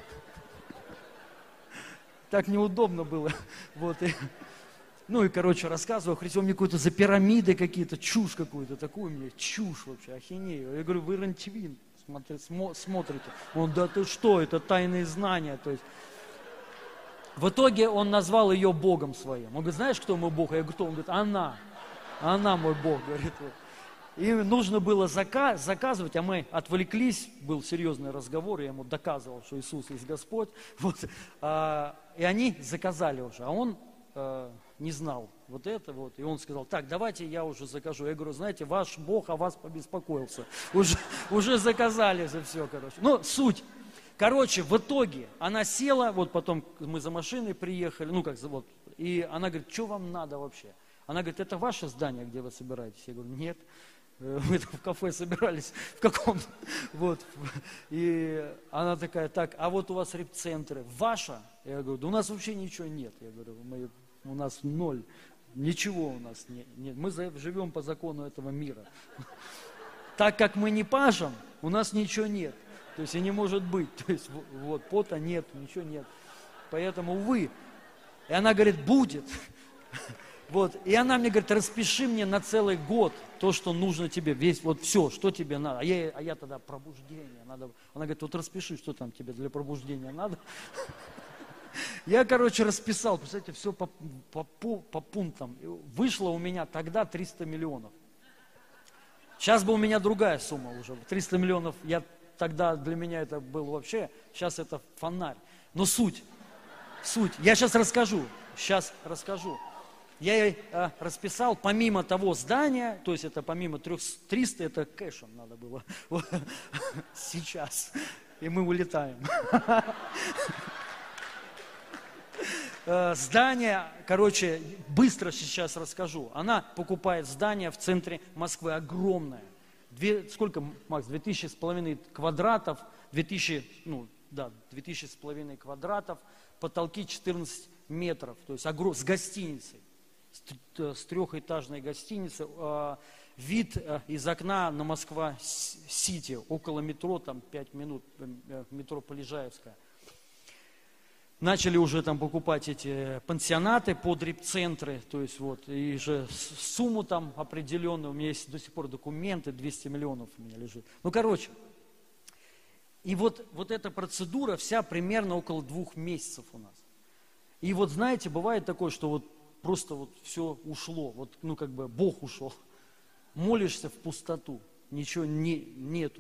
Так неудобно было. Вот, и, ну и, короче, рассказывал, Христос, он мне какой-то за пирамиды какие-то, чушь какую-то, такую мне, чушь вообще, ахинею. Я говорю: вы РЕН-ТВ смотри, смо, смотрите. Он: да ты что, это тайные знания, то есть. В итоге он назвал ее Богом своим. Он говорит: знаешь, кто мой Бог? Я говорю: кто? Он говорит: она. Она мой Бог, говорит. И нужно было заказ, заказывать, а мы отвлеклись, был серьезный разговор, я ему доказывал, что Иисус есть Господь. Вот, а, и они заказали уже, а он а, не знал вот это вот. И он сказал: так, давайте я уже закажу. Я говорю: знаете, ваш Бог о вас побеспокоился. Уже, уже заказали за все, короче. Ну, суть. Короче, в итоге она села, вот потом мы за машиной приехали, ну как, вот, и она говорит: что вам надо вообще? Она говорит: это ваше здание, где вы собираетесь? Я говорю: нет, мы там в кафе собирались, в каком-то, вот. И она такая: так, а вот у вас репцентры, ваша? Я говорю: да у нас вообще ничего нет. Я говорю: мы, у нас ноль, ничего у нас не, нет, мы живем по закону этого мира. Так как мы не пашем, у нас ничего нет. То есть и не может быть, то есть вот пота нет, ничего нет. Поэтому, увы. И она говорит: будет. Вот. И она мне говорит: распиши мне на целый год то, что нужно тебе, весь, вот все, что тебе надо. А я, а я тогда пробуждение надо. Она говорит: вот распиши, что там тебе для пробуждения надо. Я, короче, расписал, представляете, все по, по, по, по пунктам. Вышло у меня тогда триста миллионов. Сейчас бы у меня другая сумма уже. триста миллионов я... Тогда для меня это был вообще, сейчас это фонарь. Но суть, суть, я сейчас расскажу, сейчас расскажу. Я ей э, расписал, помимо того здания, то есть это помимо триста, это кэшем надо было сейчас. И мы улетаем. Здание, короче, быстро сейчас расскажу. Она покупает здание в центре Москвы, огромное. Две, сколько, Макс, две тысячи с половиной квадратов, две тысячи, ну, да, две тысячи с половиной квадратов, потолки четырнадцать метров, то есть огром, с гостиницей, с, с трехэтажной гостиницей, э, вид э, из окна на Москва-Сити, около метро, там пять минут, э, метро Полежаевская. Начали уже там покупать эти пансионаты под репцентры, то есть вот, и же сумму там определенную, у меня есть до сих пор документы, двести миллионов у меня лежит. Ну, короче, и вот, вот эта процедура вся примерно около двух месяцев у нас. И вот знаете, бывает такое, что вот просто вот все ушло, вот, ну, как бы Бог ушел. Молишься в пустоту, ничего не, нету.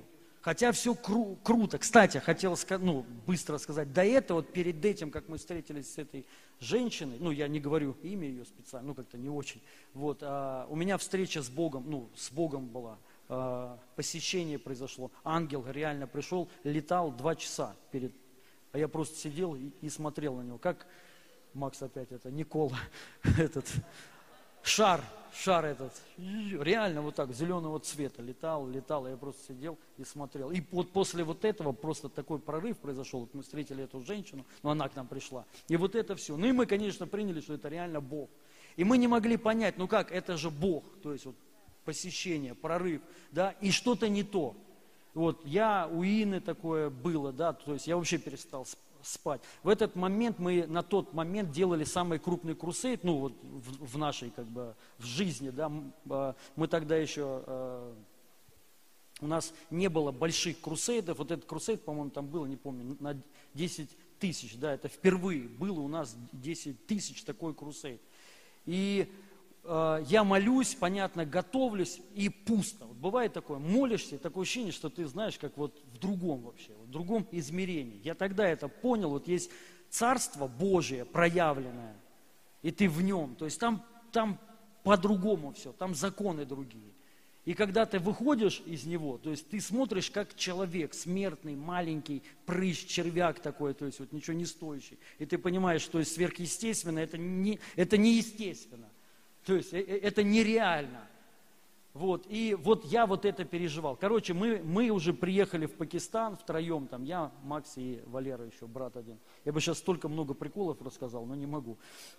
хотя все кру- круто. Кстати, хотел сказать, ну, быстро сказать, до этого, вот перед этим, как мы встретились с этой женщиной, ну, я не говорю имя ее специально, ну, как-то не очень, вот, а, у меня встреча с Богом, ну, с Богом была, а, посещение произошло, ангел реально пришел, летал два часа перед, а я просто сидел и, и смотрел на него, как Макс опять это, Никола, этот, шар, шар этот, реально вот так, зеленого цвета, летал, летал, я просто сидел и смотрел. И вот после вот этого просто такой прорыв произошел, вот мы встретили эту женщину, но она к нам пришла, и вот это все. Ну и мы, конечно, приняли, что это реально Бог. И мы не могли понять, ну как, это же Бог, то есть вот посещение, прорыв, да, и что-то не то. Вот я, у Ины такое было, да, то есть я вообще перестал спать. В этот момент мы на тот момент делали самый крупный крусейд, ну вот в, в нашей как бы в жизни, да, мы тогда еще, э, у нас не было больших крусейдов, вот этот крусейд, по-моему, там было, не помню, на десять тысяч, да, это впервые было у нас десять тысяч такой крусейд. И э, я молюсь, понятно, готовлюсь, и пусто. Вот бывает такое, молишься, такое ощущение, что ты знаешь, как вот в другом вообще, в другом измерении. Я тогда это понял, вот есть Царство Божие проявленное, и ты в нем, то есть там, там по-другому все, там законы другие. И когда ты выходишь из него, то есть ты смотришь как человек, смертный, маленький, прыщ, червяк такой, то есть вот ничего не стоящий. И ты понимаешь, что сверхъестественно, это, не, это неестественно. То есть это нереально. Вот, и вот я вот это переживал. Короче, мы, мы уже приехали в Пакистан втроем, там я, Макс и Валера еще, брат один. Я бы сейчас столько много приколов рассказал, но не могу.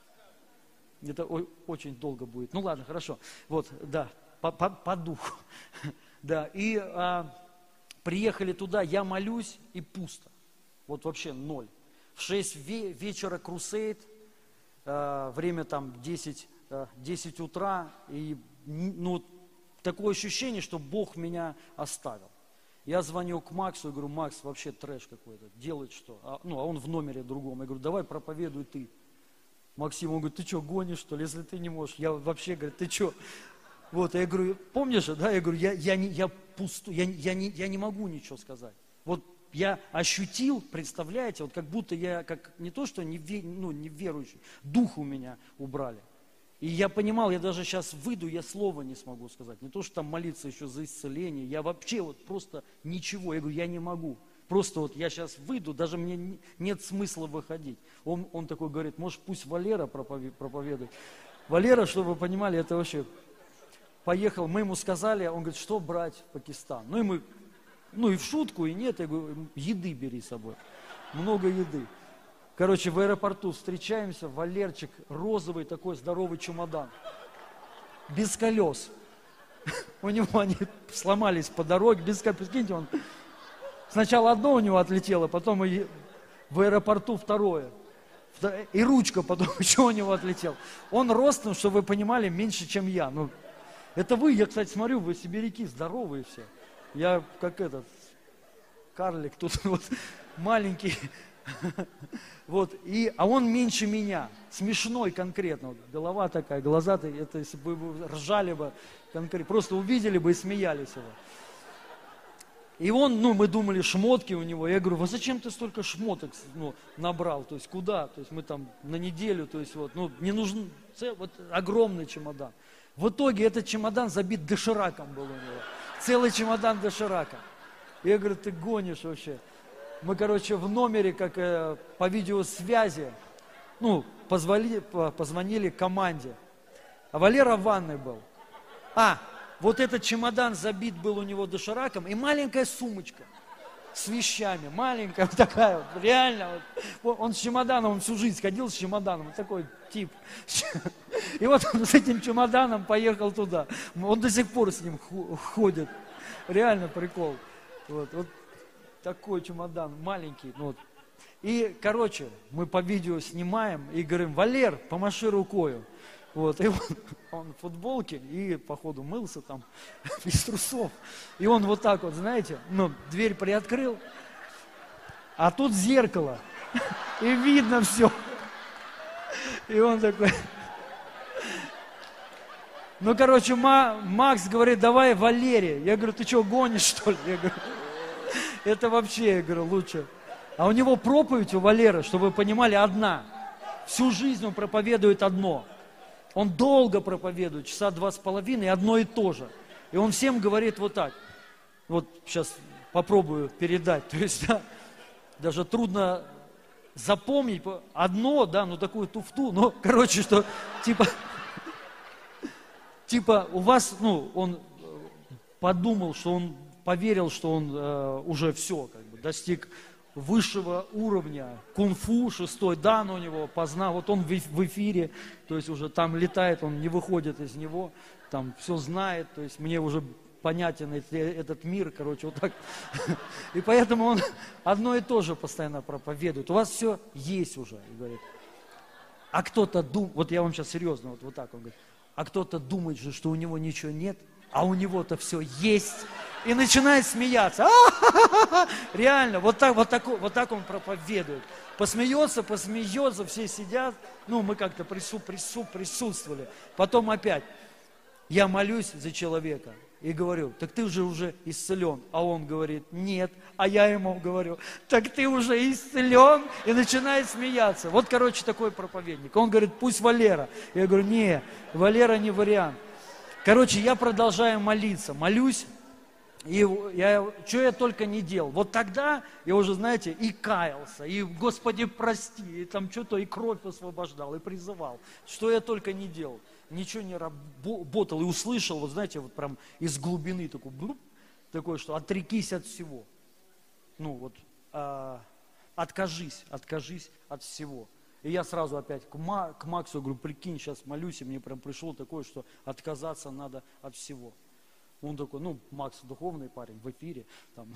Это о- очень долго будет. Ну ладно, хорошо. Вот, да. По, по, по духу. Да, и а, приехали туда, я молюсь, и пусто. Вот вообще ноль. В шесть ве- вечера крусейд, а, время там десять, а, десять утра, и ну, такое ощущение, что Бог меня оставил. Я звоню к Максу и говорю, Макс, вообще трэш какой-то, делать что? А, ну, а он в номере другом. Я говорю, давай проповедуй ты. Максим, он говорит, ты что, гонишь, что ли, если ты не можешь? Я вообще, говорю, ты что? Вот, я говорю, помнишь, да, я говорю, я, я, не, я пусту, я, я, не, я не могу ничего сказать. Вот я ощутил, представляете, вот как будто я, как не то, что не, ну, не верующий, дух у меня убрали. И я понимал, я даже сейчас выйду, я слова не смогу сказать. Не то, что там молиться еще за исцеление, я вообще вот просто ничего, я говорю, я не могу. Просто вот я сейчас выйду, даже мне нет смысла выходить. Он, он такой говорит, может пусть Валера проповедует. Валера, чтобы вы понимали, это вообще... Поехал, мы ему сказали, он говорит, что брать в Пакистан? Ну и мы, ну и в шутку, и нет, я говорю, еды бери с собой, много еды. Короче, в аэропорту встречаемся, Валерчик, розовый такой здоровый чемодан, без колес. У него они сломались по дороге, без колес, прикиньте, он... Сначала одно у него отлетело, потом и в аэропорту второе. И ручка потом еще у него отлетела. Он ростом, чтобы вы понимали, меньше, чем я. Ну, это вы, я, кстати, смотрю, вы сибиряки, здоровые все. Я как этот, карлик, тут вот маленький. Вот, и, а он меньше меня, смешной конкретно. Вот, голова такая, глаза-то, это если бы вы ржали бы конкретно, просто увидели бы и смеялись его. И он, ну, мы думали, шмотки у него. Я говорю, вот зачем ты столько шмоток, ну, набрал? То есть куда? То есть мы там на неделю, то есть вот, ну, не нужен, вот огромный чемодан. В итоге этот чемодан забит дошираком был у него. Целый чемодан доширака. Я говорю, ты гонишь вообще. Мы, короче, в номере, как э, по видеосвязи, ну, позвали, позвонили команде. А Валера в ванной был. А, вот этот чемодан забит был у него дошираком и маленькая сумочка с вещами, маленькая вот такая вот, реально. Вот. Он с чемоданом, он всю жизнь ходил с чемоданом, такой тип. И вот он с этим чемоданом поехал туда. Он до сих пор с ним ходит. Реально прикол. Вот, вот такой чемодан, маленький. Ну, вот. И, короче, мы по видео снимаем и говорим, Валер, помаши рукою. Вот, и он, он в футболке и, походу, мылся там без трусов. И он вот так вот, знаете, ну, дверь приоткрыл, а тут зеркало, и видно все. И он такой... Ну, короче, Ма, Макс говорит, давай Валере. Я говорю, ты что, гонишь, что ли? Я говорю, Это вообще, я говорю, лучше. А у него проповедь, у Валеры, чтобы вы понимали, одна. Всю жизнь он проповедует одно. Он долго проповедует, часа два с половиной, одно и то же. И он всем говорит вот так. Вот сейчас попробую передать. То есть, да, даже трудно запомнить одно, да, ну такую туфту, но, короче, что, типа, типа у вас, ну, он подумал, что он поверил, что он э, уже все, как бы, достиг высшего уровня, кунг-фу, шестой дан у него, познал, вот он в, в эфире, то есть уже там летает, он не выходит из него, там все знает, то есть мне уже понятен этот мир, короче, вот так. И поэтому он одно и то же постоянно проповедует. У вас все есть уже, говорит. А кто-то думает, вот я вам сейчас серьезно, вот, вот так он говорит, а кто-то думает же, что у него ничего нет, а у него-то все есть. И начинает смеяться. А-ха-ха-ха! Реально, вот так, вот, так, вот так он проповедует. Посмеется, посмеется, все сидят. Ну, мы как-то прису, прису, присутствовали. Потом опять. Я молюсь за человека и говорю, так ты же уже исцелен. А он говорит, нет. А я ему говорю, так ты уже исцелен. И начинает смеяться. Вот, короче, такой проповедник. Он говорит, пусть Валера. Я говорю, не, Валера не вариант. Короче, я продолжаю молиться. Молюсь. И я, что я только не делал. Вот тогда я уже, знаете, и каялся, и, Господи, прости, и там что-то и кровь освобождал, и призывал. Что я только не делал. Ничего не работал. И услышал, вот знаете, вот прям из глубины такой, блуп, такое, что отрекись от всего. Ну вот, а, откажись, откажись от всего. И я сразу опять к, Ма, к Максу говорю, прикинь, сейчас молюсь, и мне прям пришло такое, что отказаться надо от всего. Он такой, ну, Макс духовный парень, в эфире, там,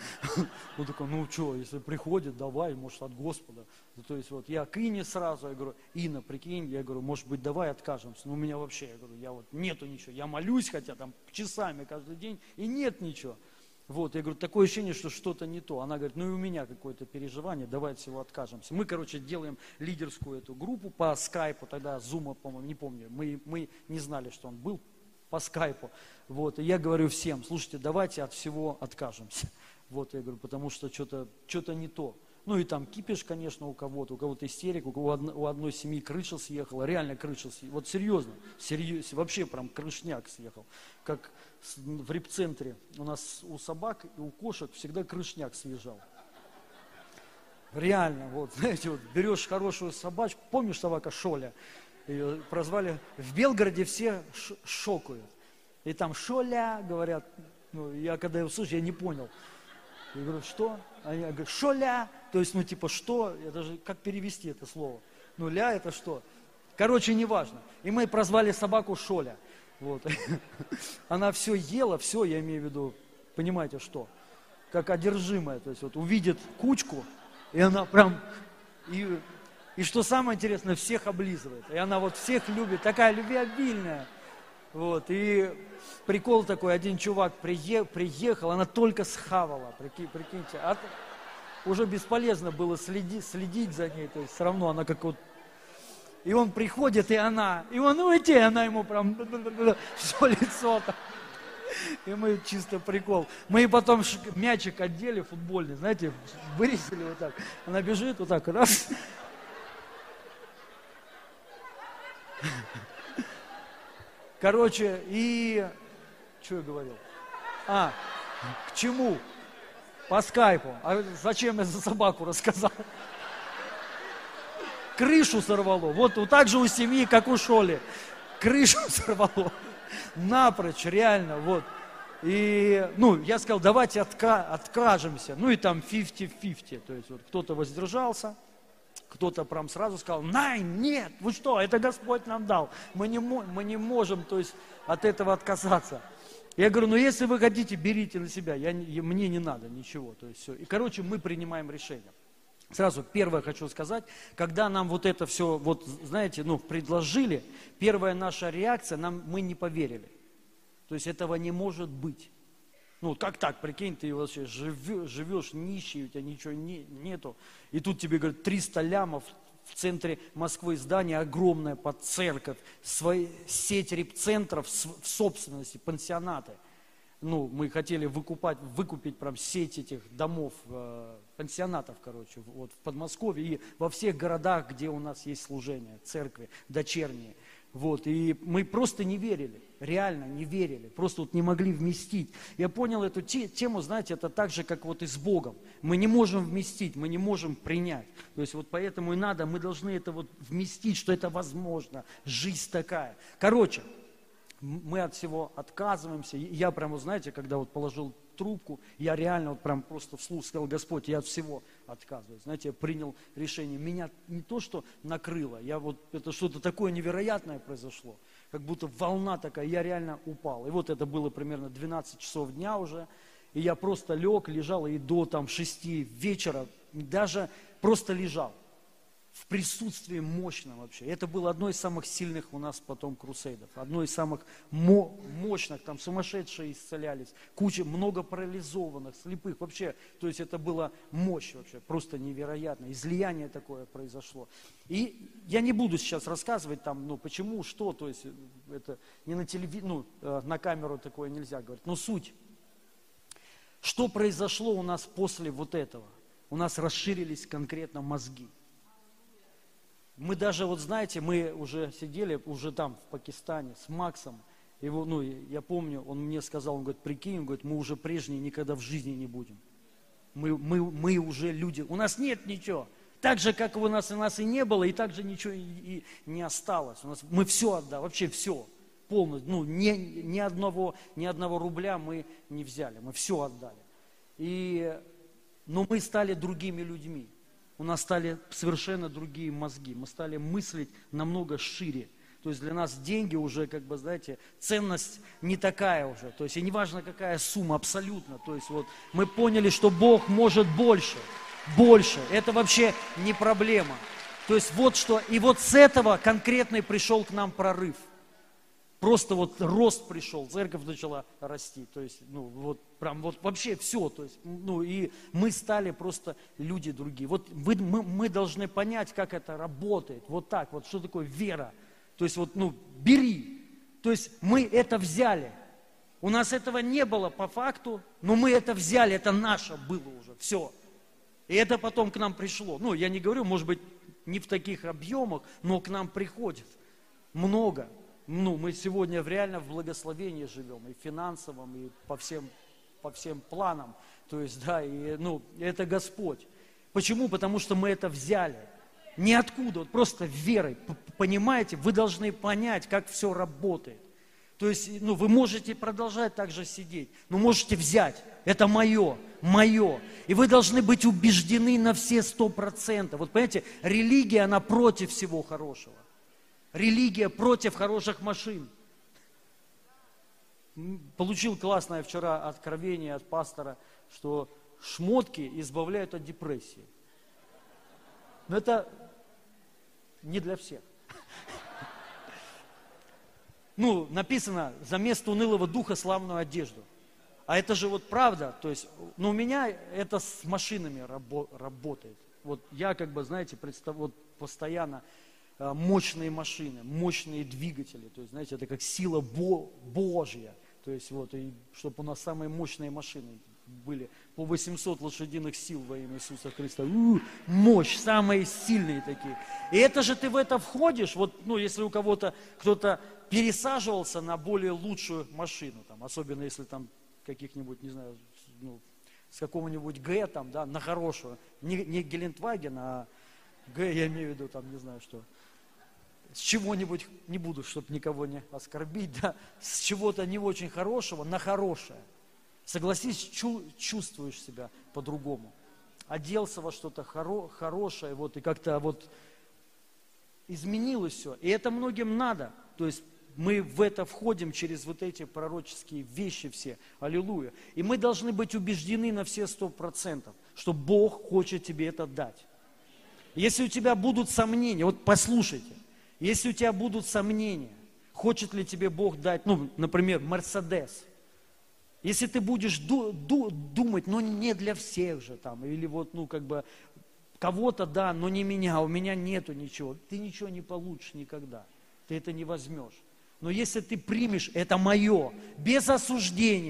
он такой, ну, что, если приходит, давай, может, от Господа. То есть, вот, я к Ине сразу, я говорю, Инна, прикинь, я говорю, может быть, давай откажемся. Ну, у меня вообще, я говорю, я вот, нету ничего, я молюсь, хотя там часами каждый день, и нет ничего. Вот, я говорю, такое ощущение, что что-то не то. Она говорит, ну, и у меня какое-то переживание, давай от всего откажемся. Мы, короче, делаем лидерскую эту группу по скайпу, тогда зума, по-моему, не помню, мы, мы не знали, что он был, по скайпу. Вот, и я говорю всем, слушайте, давайте от всего откажемся. Вот, я говорю, потому что что-то что-то не то. Ну и там кипиш, конечно, у кого-то, у кого-то истерика, у, одно, у одной семьи крыша съехала, реально крыша съехала. Вот серьезно, серьезно, вообще прям крышняк съехал. Как в репцентре у нас у собак и у кошек всегда крышняк съезжал. Реально, вот, знаете, вот берешь хорошую собачку, помнишь собака Шоля? Ее прозвали, в Белгороде все шокают. И там Шоля, говорят, ну, я когда ее услышал, я не понял. Я говорю, что? Они говорят, Шоля, то есть, ну, типа, что? Я даже, как перевести это слово? Ну, ля, это что? Короче, неважно. И мы прозвали собаку Шоля. Вот. Она все ела, все, я имею в виду, понимаете, что? Как одержимая, то есть, вот, увидит кучку, и она прям... И, И что самое интересное, всех облизывает. И она вот всех любит, такая любвеобильная. Вот, и прикол такой, один чувак приехал, она только схавала, прикинь, прикиньте. А уже бесполезно было следить, следить за ней, то есть все равно она как вот... И он приходит, и она, и он уйти, она ему прям все лицо там. И мы чисто прикол. Мы ей потом мячик одели футбольный, знаете, вырезали вот так. Она бежит вот так, раз... Короче, и... Что я говорил? А, к чему? По скайпу. А зачем я за собаку рассказал? Крышу сорвало. Вот, вот так же у семьи, как у Шоли. Крышу сорвало. Напрочь, реально, вот. И, ну, я сказал, давайте отка- откажемся. Ну, и там пятьдесят на пятьдесят. То есть, вот, кто-то воздержался. Кто-то прям сразу сказал, най, нет, вы что, это Господь нам дал. Мы не, мы не можем, то есть, от этого отказаться. Я говорю, ну если вы хотите, берите на себя, я, мне не надо ничего. То есть, все. И, короче, мы принимаем решение. Сразу первое хочу сказать, когда нам вот это все, вот, знаете, ну, предложили, первая наша реакция, нам, мы не поверили. То есть, этого не может быть. Ну, как так, прикинь, ты вообще живешь, живешь нищий, у тебя ничего не, нету. И тут тебе говорят, триста лямов в центре Москвы, здание огромное под церковь, свои, сеть репцентров в собственности, пансионаты. Ну, мы хотели выкупать, выкупить прям сеть этих домов, э, пансионатов, короче, вот в Подмосковье и во всех городах, где у нас есть служение, церкви, дочерние. Вот, и мы просто не верили, реально не верили, просто вот не могли вместить. Я понял эту те, тему, знаете, это так же, как вот и с Богом. Мы не можем вместить, мы не можем принять. То есть вот поэтому и надо, мы должны это вот вместить, что это возможно, жизнь такая. Короче, мы от всего отказываемся. Я прямо, знаете, когда вот положил трубку, я реально вот прям просто вслух сказал: Господь, я от всего отказываюсь. Знаете, я принял решение. Меня не то, что накрыло, я вот, это что-то такое невероятное произошло, как будто волна такая, я реально упал. И вот это было примерно двенадцать часов дня уже, и я просто лег, лежал, и до там шести вечера даже просто лежал. В присутствии мощном вообще. Это было одно из самых сильных у нас потом крусейдов. Одно из самых мо- мощных, там сумасшедшие исцелялись, куча, много парализованных, слепых. Вообще, то есть это была мощь вообще, просто невероятно. Излияние такое произошло. И я не буду сейчас рассказывать там, ну почему, что, то есть это не на телеви... ну, на камеру такое нельзя говорить. Но суть. Что произошло у нас после вот этого? У нас расширились конкретно мозги. Мы даже, вот знаете, мы уже сидели, уже там, в Пакистане, с Максом. Его, ну, я помню, он мне сказал, он говорит, прикинь, он говорит, мы уже прежние никогда в жизни не будем. Мы, мы, мы уже люди, у нас нет ничего. Так же, как у нас, у нас и не было, и так же ничего и, и не осталось. У нас, мы все отдали, вообще все, полностью. Ну, ни, ни, одного, ни одного рубля мы не взяли, мы все отдали. И, но мы стали другими людьми. У нас стали совершенно другие мозги. Мы стали мыслить намного шире. То есть для нас деньги уже, как бы, знаете, ценность не такая уже. То есть и неважно, какая сумма, абсолютно. То есть вот мы поняли, что Бог может больше. Больше. Это вообще не проблема. То есть вот что. И вот с этого конкретный пришел к нам прорыв. Просто вот рост пришел, церковь начала расти, то есть, ну, вот, прям, вот вообще все, то есть, ну, и мы стали просто люди другие. Вот вы, мы, мы должны понять, как это работает, вот так, вот, что такое вера. То есть, вот, ну, бери, то есть, мы это взяли. У нас этого не было по факту, но мы это взяли, это наше было уже, все. И это потом к нам пришло. Ну, я не говорю, может быть, не в таких объемах, но к нам приходит много. Ну, мы сегодня реально в благословении живем, и финансовом, и по всем, по всем планам. То есть, да, и, ну, это Господь. Почему? Потому что мы это взяли. Ниоткуда, вот просто верой. Понимаете, вы должны понять, как все работает. То есть, ну, вы можете продолжать так же сидеть, но можете взять. Это мое, мое. И вы должны быть убеждены на все сто процентов. Вот понимаете, религия, она против всего хорошего. Религия против хороших машин. Получил классное вчера откровение от пастора, что шмотки избавляют от депрессии. Но это не для всех. Ну, написано, за место унылого духа славную одежду. А это же вот правда. То есть, ну, у меня это с машинами рабо- работает. Вот я, как бы, знаете, представ... вот постоянно мощные машины, мощные двигатели. То есть, знаете, это как сила Бо- Божья. То есть, вот, и чтобы у нас самые мощные машины были по восемьсот лошадиных сил во имя Иисуса Христа. У-у-у, мощь, самые сильные такие. И это же ты в это входишь, вот, ну, если у кого-то, кто-то пересаживался на более лучшую машину, там, особенно если там каких-нибудь, не знаю, ну, с какого-нибудь Г, там, да, на хорошую, не, не Гелендваген, а Г, я имею в виду, там, не знаю, что, с чего-нибудь, не буду, чтобы никого не оскорбить, да, с чего-то не очень хорошего на хорошее. Согласись, чу, чувствуешь себя по-другому. Оделся во что-то хоро, хорошее, вот, и как-то вот изменилось все. И это многим надо. То есть мы в это входим через вот эти пророческие вещи все. Аллилуйя. И мы должны быть убеждены на все сто процентов, что Бог хочет тебе это дать. Если у тебя будут сомнения, вот послушайте, если у тебя будут сомнения, хочет ли тебе Бог дать, ну, например, Мерседес. Если ты будешь ду- ду- думать, ну, не для всех же там, или вот, ну, как бы, кого-то, да, но не меня, у меня нету ничего, ты ничего не получишь никогда, ты это не возьмешь. Но если ты примешь, это мое, без осуждения,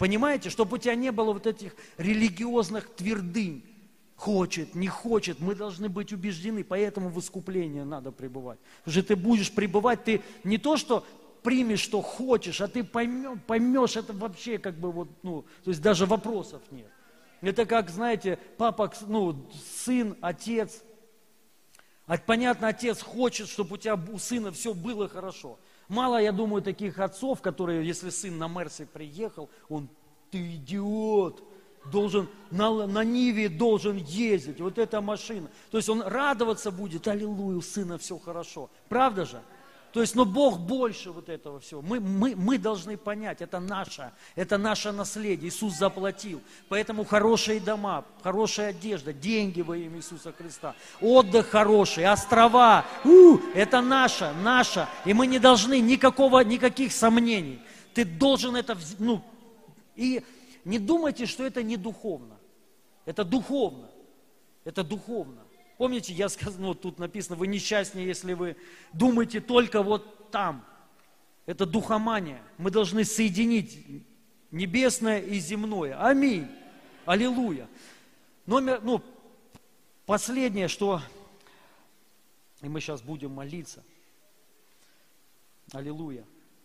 Понимаете? Чтобы у тебя не было вот этих религиозных твердынь. Хочет, не хочет, мы должны быть убеждены, поэтому в искуплении надо пребывать. Потому что ты будешь пребывать, ты не то, что примешь, что хочешь, а ты поймешь, поймешь это вообще как бы вот, ну, то есть даже вопросов нет. Это как, знаете, папа, ну, сын, отец. А понятно, отец хочет, чтобы у тебя, у сына все было хорошо. Мало, я думаю, таких отцов, которые, если сын на Мерсе приехал, он, ты идиот, должен, на, на Ниве должен ездить, вот эта машина. То есть он радоваться будет, аллилуйя, у сына все хорошо. Правда же? То есть, но Бог больше вот этого всего. Мы, мы, мы должны понять, это наше, это наше наследие. Иисус заплатил. Поэтому хорошие дома, хорошая одежда, деньги во имя Иисуса Христа, отдых хороший, острова, у, это наше, наше. И мы не должны никакого, никаких сомнений. Ты должен это, ну, и не думайте, что это не духовно. Это духовно. Это духовно. Помните, я сказал, ну, тут написано, вы несчастнее, если вы думаете только вот там. Это духомания. Мы должны соединить небесное и земное. Аминь. Аллилуйя. Номер, ну, последнее, что... И мы сейчас будем молиться. Аллилуйя.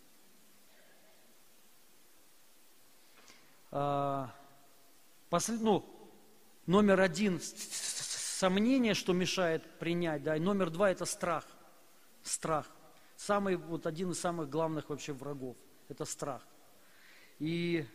А, послед, ну, номер один... Сомнение, что мешает принять, да, и номер два – это страх. Страх. Самый, вот один из самых главных вообще врагов – это страх. И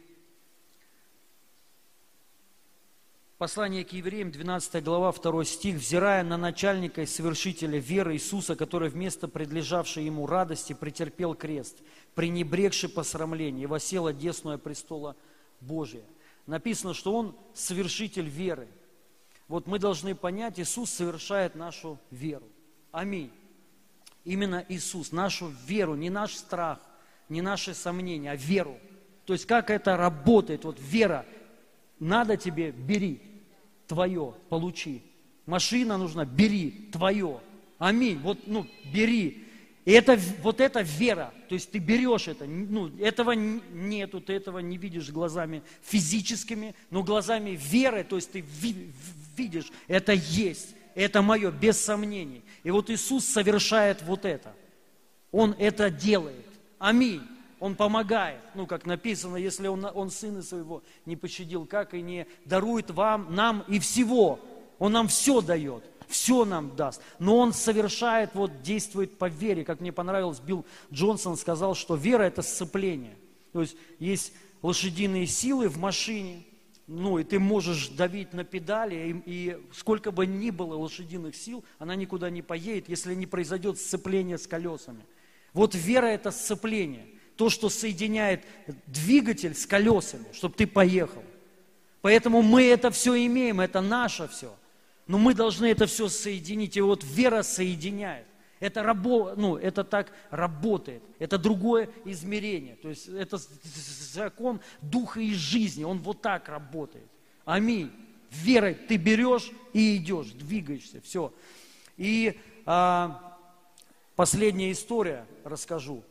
послание к евреям, двенадцатая глава, второй стих, «Взирая на начальника и совершителя веры Иисуса, который вместо предлежавшей ему радости претерпел крест, пренебрегший посрамление, и воссел одесную престола Божия». Написано, что Он совершитель веры. Вот мы должны понять, Иисус совершает нашу веру. Аминь. Именно Иисус, нашу веру, не наш страх, не наши сомнения, а веру. То есть как это работает? Вот вера, надо тебе, бери, твое, получи. Машина нужна, бери, твое. Аминь. Вот, ну, бери. И это, вот это вера. То есть ты берешь это. Ну, этого нету, ты этого не видишь глазами физическими, но глазами веры, то есть ты видишь, это есть, это мое, без сомнений. И вот Иисус совершает вот это. Он это делает. Аминь. Он помогает. Ну, как написано, если Он, он Сына Своего не пощадил, как и не дарует вам, нам и всего. Он нам все дает. Все нам даст. Но Он совершает, вот действует по вере. Как мне понравилось, Билл Джонсон сказал, что вера – это сцепление. То есть есть лошадиные силы в машине, ну и ты можешь давить на педали, и, и сколько бы ни было лошадиных сил, она никуда не поедет, если не произойдет сцепление с колесами. Вот вера – это сцепление. То, что соединяет двигатель с колесами, чтобы ты поехал. Поэтому мы это все имеем, это наше все. Но мы должны это все соединить. И вот вера соединяет. Это, рабо, ну, это так работает. Это другое измерение. То есть это закон духа и жизни. Он вот так работает. Аминь. Верой ты берешь и идешь, двигаешься. Все. И а, последняя история расскажу.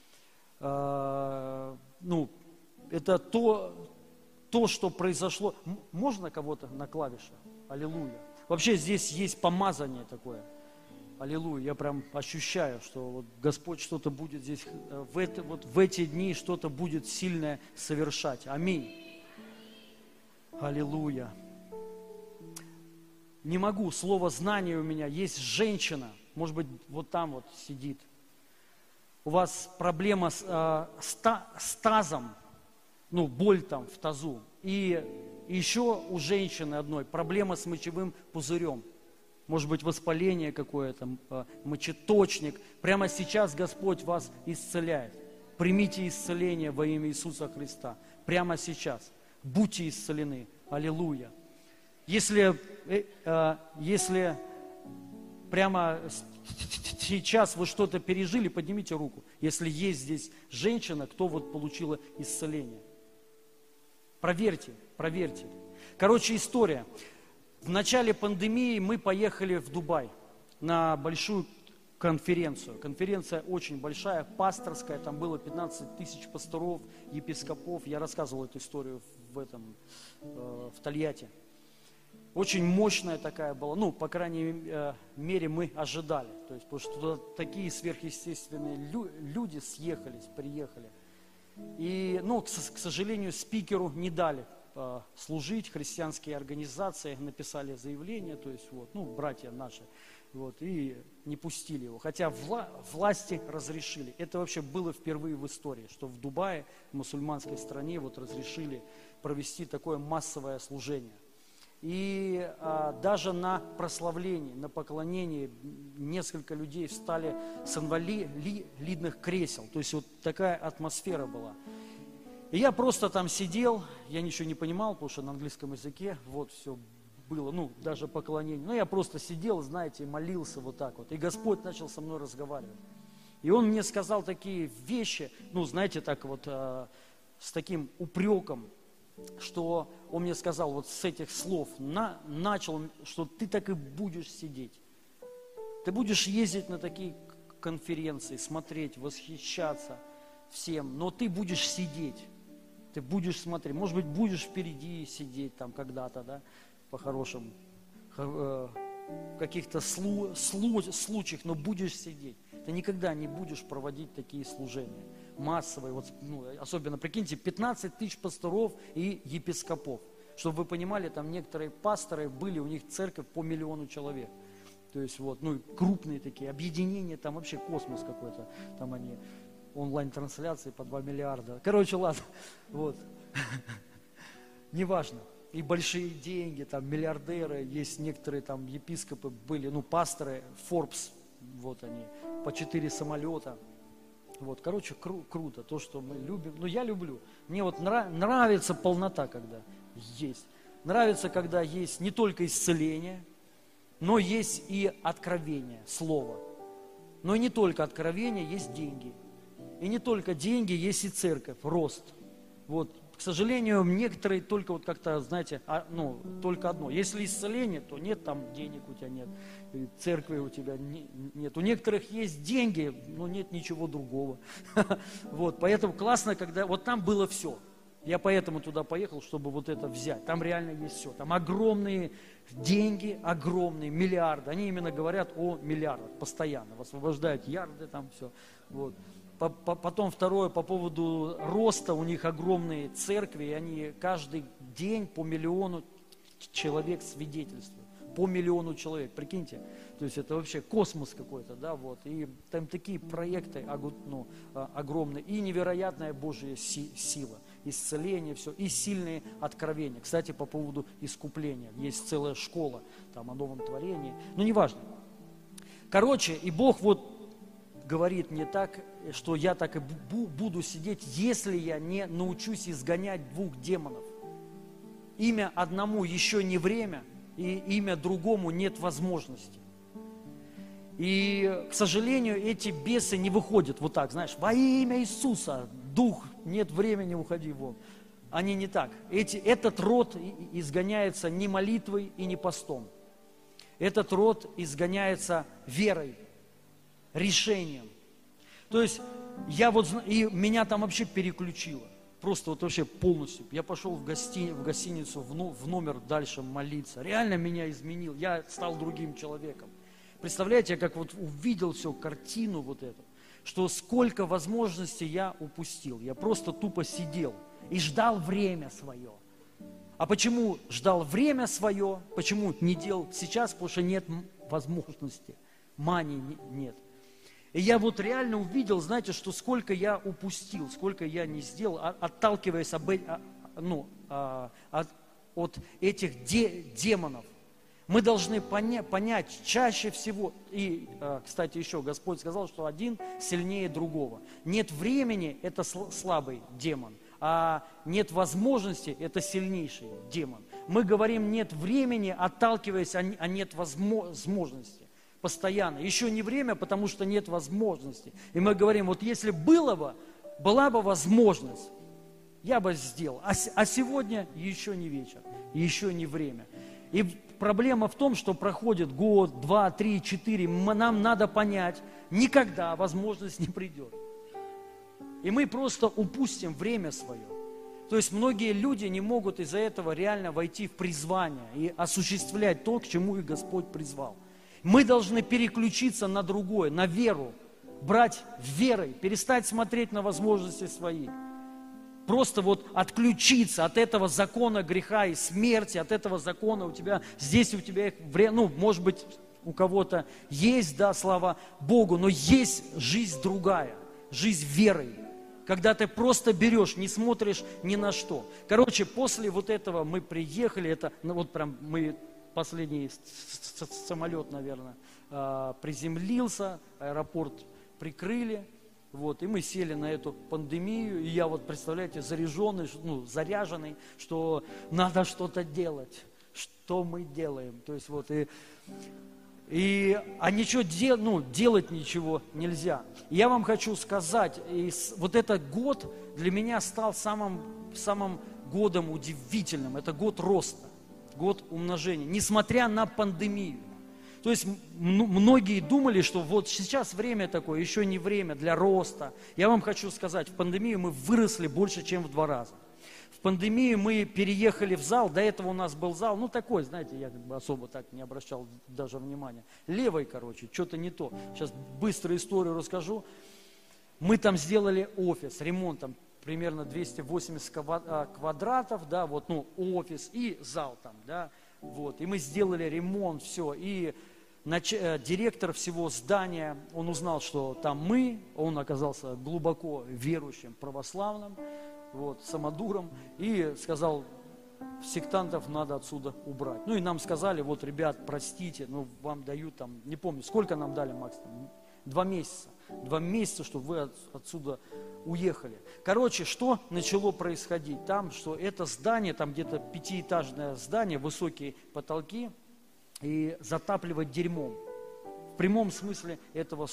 А, ну, это то, то, что произошло. Можно кого-то на клавишах? Аллилуйя. Вообще здесь есть помазание такое. Аллилуйя. Я прям ощущаю, что вот Господь что-то будет здесь, в, это, вот в эти дни что-то будет сильное совершать. Аминь. Аллилуйя. Не могу, слово знание у меня. Есть женщина, может быть, вот там вот сидит. У вас проблема с, э, с, та, с тазом, ну, боль там в тазу. И еще у женщины одной проблема с мочевым пузырем. Может быть, воспаление какое-то, мочеточник. Прямо сейчас Господь вас исцеляет. Примите исцеление во имя Иисуса Христа. Прямо сейчас. Будьте исцелены. Аллилуйя. Если, если прямо сейчас вы что-то пережили, поднимите руку. Если есть здесь женщина, кто вот получила исцеление. Проверьте, проверьте. Короче, история. В начале пандемии мы поехали в Дубай на большую конференцию. Конференция очень большая, пасторская, там было пятнадцать тысяч пасторов, епископов. Я рассказывал эту историю в этом, э, в Тольятти. Очень мощная такая была, ну, по крайней мере, мы ожидали. То есть, потому что туда такие сверхъестественные лю- люди съехались, приехали. И, ну, к, к сожалению, спикеру не дали э, служить, христианские организации написали заявление, то есть, вот, ну, братья наши, вот, и не пустили его. Хотя вла- власти разрешили. Это вообще было впервые в истории, что в Дубае, в мусульманской стране, вот разрешили провести такое массовое служение. И а, даже на прославлении, на поклонении несколько людей встали с инвалидных кресел. То есть вот такая атмосфера была. И я просто там сидел, я ничего не понимал, потому что на английском языке вот все было, ну, даже поклонение. Но я просто сидел, знаете, молился вот так вот. И Господь начал со мной разговаривать. И Он мне сказал такие вещи, ну, знаете, так вот, а, с таким упреком, что Он мне сказал вот с этих слов, на, начал, что ты так и будешь сидеть. Ты будешь ездить на такие конференции, смотреть, восхищаться всем, но ты будешь сидеть. Ты будешь смотреть, может быть, будешь впереди сидеть там когда-то, да, по-хорошему, в каких-то слу, слу, случаях, но будешь сидеть. Ты никогда не будешь проводить такие служения массовые, вот, ну, особенно, прикиньте, пятнадцать тысяч пасторов и епископов. Чтобы вы понимали, там некоторые пасторы были, у них церковь по миллиону человек. То есть вот, ну, крупные такие объединения, там вообще космос какой-то, там они, онлайн-трансляции по два миллиарда. Короче, ладно, вот, неважно. И большие деньги, там, миллиардеры, есть некоторые там епископы были, ну, пасторы, Forbes, вот они, по четыре самолета. Вот, короче, кру- круто, то, что мы любим. Ну, я люблю. Мне вот нра- нравится полнота, когда есть. Нравится, когда есть не только исцеление, но есть и откровение, слово. Но и не только откровение, есть деньги. И не только деньги, есть и церковь, рост. Вот, к сожалению, некоторые только вот как-то, знаете, а, ну, только одно. Если исцеление, то нет там денег у тебя, нет, и церкви у тебя не, нет. У некоторых есть деньги, но нет ничего другого. Вот, поэтому классно, когда вот там было все. Я поэтому туда поехал, чтобы вот это взять. Там реально есть все. Там огромные деньги, огромные миллиарды. Они именно говорят о миллиардах постоянно. Высвобождают ярды, там все. Вот. Потом второе, по поводу роста, у них огромные церкви, и они каждый день по миллиону человек свидетельствуют. По миллиону человек, прикиньте. То есть это вообще космос какой-то, да, вот. И там такие проекты, ну, огромные, и невероятная Божья сила, исцеление, все, и сильные откровения. Кстати, по поводу искупления, есть целая школа там о новом творении, ну, неважно. Короче, и Бог вот говорит мне так, что я так и буду сидеть, если я не научусь изгонять двух демонов. Имя одному еще не время, и имя другому нет возможности. И, к сожалению, эти бесы не выходят вот так, знаешь, во имя Иисуса, дух, нет времени, уходи вон. Они не так. Эти, этот род изгоняется не молитвой и не постом. Этот род изгоняется верой, решением. То есть, я вот, и меня там вообще переключило. Просто вот вообще полностью. Я пошел в, гости, в гостиницу, в, ну, в номер дальше молиться. Реально меня изменил. Я стал другим человеком. Представляете, я как вот увидел всю картину вот эту, что сколько возможностей я упустил. Я просто тупо сидел и ждал время свое. А почему ждал время свое? Почему не делал сейчас? Потому что нет возможности. Мани нет. И я вот реально увидел, знаете, что сколько я упустил, сколько я не сделал, отталкиваясь об, ну, от, от этих де, демонов. Мы должны поня, понять чаще всего, и, кстати, еще Господь сказал, что один сильнее другого. Нет времени – это слабый демон, а нет возможности – это сильнейший демон. Мы говорим «нет времени», отталкиваясь, а нет возможности. Постоянно. Еще не время, потому что нет возможности. И мы говорим, вот если было бы, была бы возможность, я бы сделал. А, а сегодня еще не вечер, еще не время. И проблема в том, что проходит год, два, три, четыре, нам надо понять, никогда возможность не придет. И мы просто упустим время свое. То есть многие люди не могут из-за этого реально войти в призвание и осуществлять то, к чему их Господь призвал. Мы должны переключиться на другое, на веру, брать верой, перестать смотреть на возможности свои. Просто вот отключиться от этого закона греха и смерти, от этого закона у тебя, здесь у тебя, ну, может быть, у кого-то есть, да, слава Богу, но есть жизнь другая, жизнь верой, когда ты просто берешь, не смотришь ни на что. Короче, после вот этого мы приехали, это, ну, вот прям мы, последний самолет, наверное, приземлился, аэропорт прикрыли. Вот, и мы сели на эту пандемию, и я вот, представляете, заряженный, ну, заряженный, что надо что-то делать. Что мы делаем? То есть вот, и, и а ничего дел, ну, делать ничего нельзя. И я вам хочу сказать, и вот этот год для меня стал самым, самым годом удивительным. Это год роста, год умножения, несмотря на пандемию. То есть многие думали, что вот сейчас время такое, еще не время для роста. Я вам хочу сказать, в пандемию мы выросли больше, чем в два раза. В пандемию мы переехали в зал, до этого у нас был зал, ну такой, знаете, я как бы особо так не обращал даже внимания. Левый, короче, что-то не то. Сейчас быстро историю расскажу. Мы там сделали офис, ремонт там примерно двести восемьдесят квадратов, да, вот, ну, офис и зал там, да, вот. И мы сделали ремонт, все, и директор всего здания, он узнал, что там мы, он оказался глубоко верующим, православным, вот, самодуром, и сказал, сектантов надо отсюда убрать. Ну и нам сказали, вот, ребят, простите, ну вам дают там, не помню, сколько нам дали, Макс, там, два месяца, два месяца, чтобы вы от, отсюда уехали. Короче, что начало происходить там, что это здание, там где-то пятиэтажное здание, высокие потолки, и затапливать дерьмом. В прямом смысле этого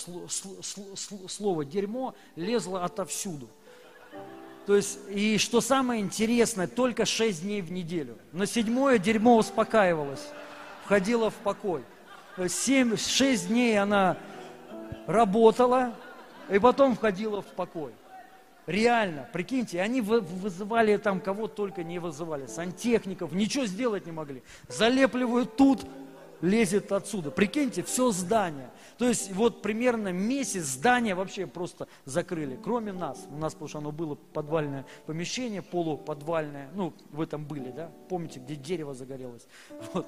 слова дерьмо лезло отовсюду. То есть, и что самое интересное, только шесть дней в неделю. На седьмое дерьмо успокаивалось, входило в покой. семь, шесть дней она работала, и потом входила в покой. Реально, прикиньте, они вызывали там, кого только не вызывали, сантехников, ничего сделать не могли. Залепливают тут, лезет отсюда. Прикиньте, все здание. То есть вот примерно месяц здание вообще просто закрыли, кроме нас. У нас, потому что оно было подвальное помещение, полуподвальное, ну, в этом были, да, помните, где дерево загорелось. Вот.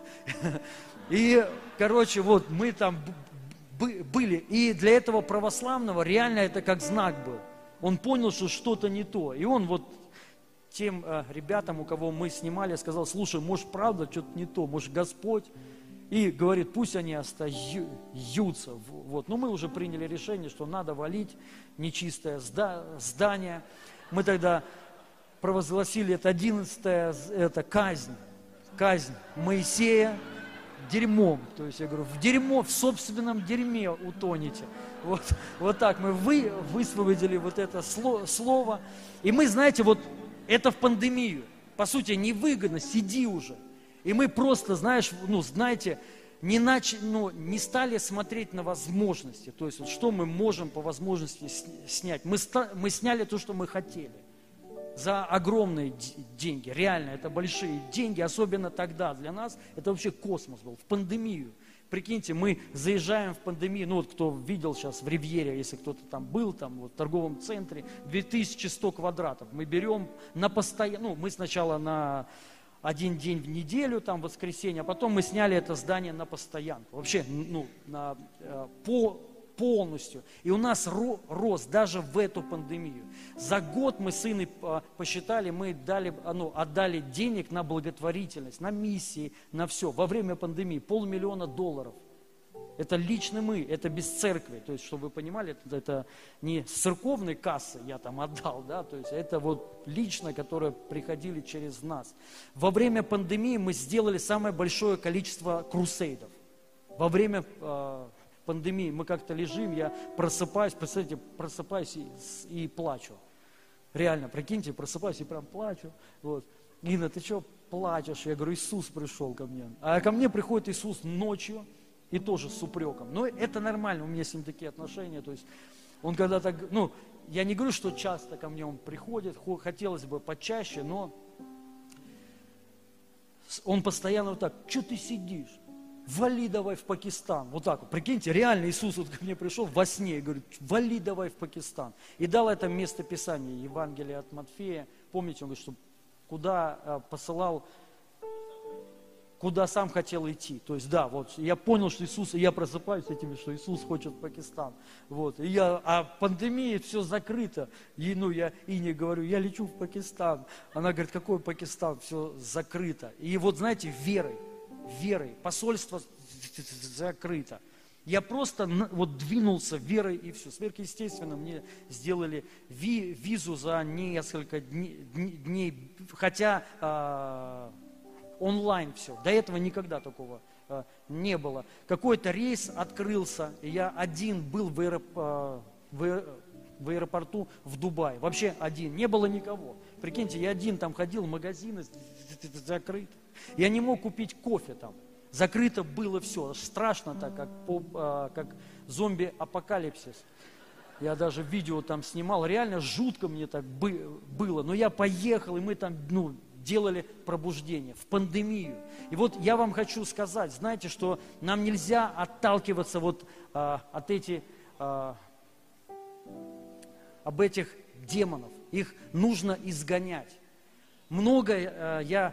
И, короче, вот мы там были. И для этого православного реально это как знак был. Он понял, что что-то не то. И он вот тем э, ребятам, у кого мы снимали, сказал, слушай, может, правда, что-то не то, может, Господь. И говорит, пусть они остаются. Вот. Но мы уже приняли решение, что надо валить нечистое здание. Мы тогда провозгласили, это одиннадцатая, это казнь. Казнь Моисея дерьмом. То есть я говорю, в дерьмо, в собственном дерьме утонете. Вот, вот так мы вы, высвободили вот это слово. И мы, знаете, вот это в пандемию. По сути, невыгодно, сиди уже. И мы просто, знаешь, ну, знаете, не, нач... ну, не стали смотреть на возможности. То есть, вот, что мы можем по возможности снять. Мы, ста... мы сняли то, что мы хотели. За огромные деньги. Реально, это большие деньги. Особенно тогда для нас это вообще космос был. В пандемию. Прикиньте, мы заезжаем в пандемию. Ну, вот кто видел сейчас в Ривьере, если кто-то там был, там, вот, в торговом центре, две тысячи сто квадратов. Мы берем на постоянно. Ну, мы сначала на... один день в неделю, там, воскресенье, а потом мы сняли это здание на постоянку, вообще, ну, на, по, полностью. И у нас ро, рост даже в эту пандемию. За год мы с Инной посчитали, мы дали, ну, отдали денег на благотворительность, на миссии, на все. Во время пандемии полмиллиона долларов. Это лично мы, это без церкви. То есть, чтобы вы понимали, это, это не с церковной кассы я там отдал, да, то есть это вот лично, которые приходили через нас. Во время пандемии мы сделали самое большое количество крусейдов. Во время э, пандемии мы как-то лежим, я просыпаюсь, представляете, просыпаюсь и, и плачу. Реально, прикиньте, просыпаюсь и прям плачу. Вот. Инна, ты что плачешь. Я говорю, Иисус пришел ко мне. А ко мне приходит Иисус ночью и тоже с упреком. Но это нормально, у меня с ним такие отношения. То есть он когда так, ну, я не говорю, что часто ко мне он приходит, хотелось бы почаще, но он постоянно вот так, что ты сидишь? Вали давай в Пакистан. Вот так вот. Прикиньте, реально Иисус вот ко мне пришел во сне и говорит, вали давай в Пакистан. И дал это место Писания, Евангелие от Матфея. Помните, он говорит, что куда э, посылал, куда сам хотел идти. То есть, да, вот я понял, что Иисус, и я просыпаюсь с этим, что Иисус хочет в Пакистан. Вот. И я, а пандемия, все закрыто. И, ну, я Ине говорю, я лечу в Пакистан. Она говорит, какой Пакистан? Все закрыто. И вот, знаете, верой. Верой, посольство закрыто. Я просто вот двинулся верой и все. Сверхъестественно, мне сделали ви, визу за несколько дней, дней хотя э, онлайн все. До этого никогда такого э, не было. Какой-то рейс открылся, и я один был в, аэроп, э, в, в аэропорту в Дубае. Вообще один, не было никого. Прикиньте, я один там ходил, магазины закрыты. Я не мог купить кофе там. Закрыто было все. Страшно так, как, по, как зомби-апокалипсис. Я даже видео там снимал. Реально жутко мне так было. Но я поехал, и мы там ну, делали пробуждение в пандемию. И вот я вам хочу сказать, знаете, что нам нельзя отталкиваться вот а, от этих, а, об этих демонов. Их нужно изгонять. Многое а, я...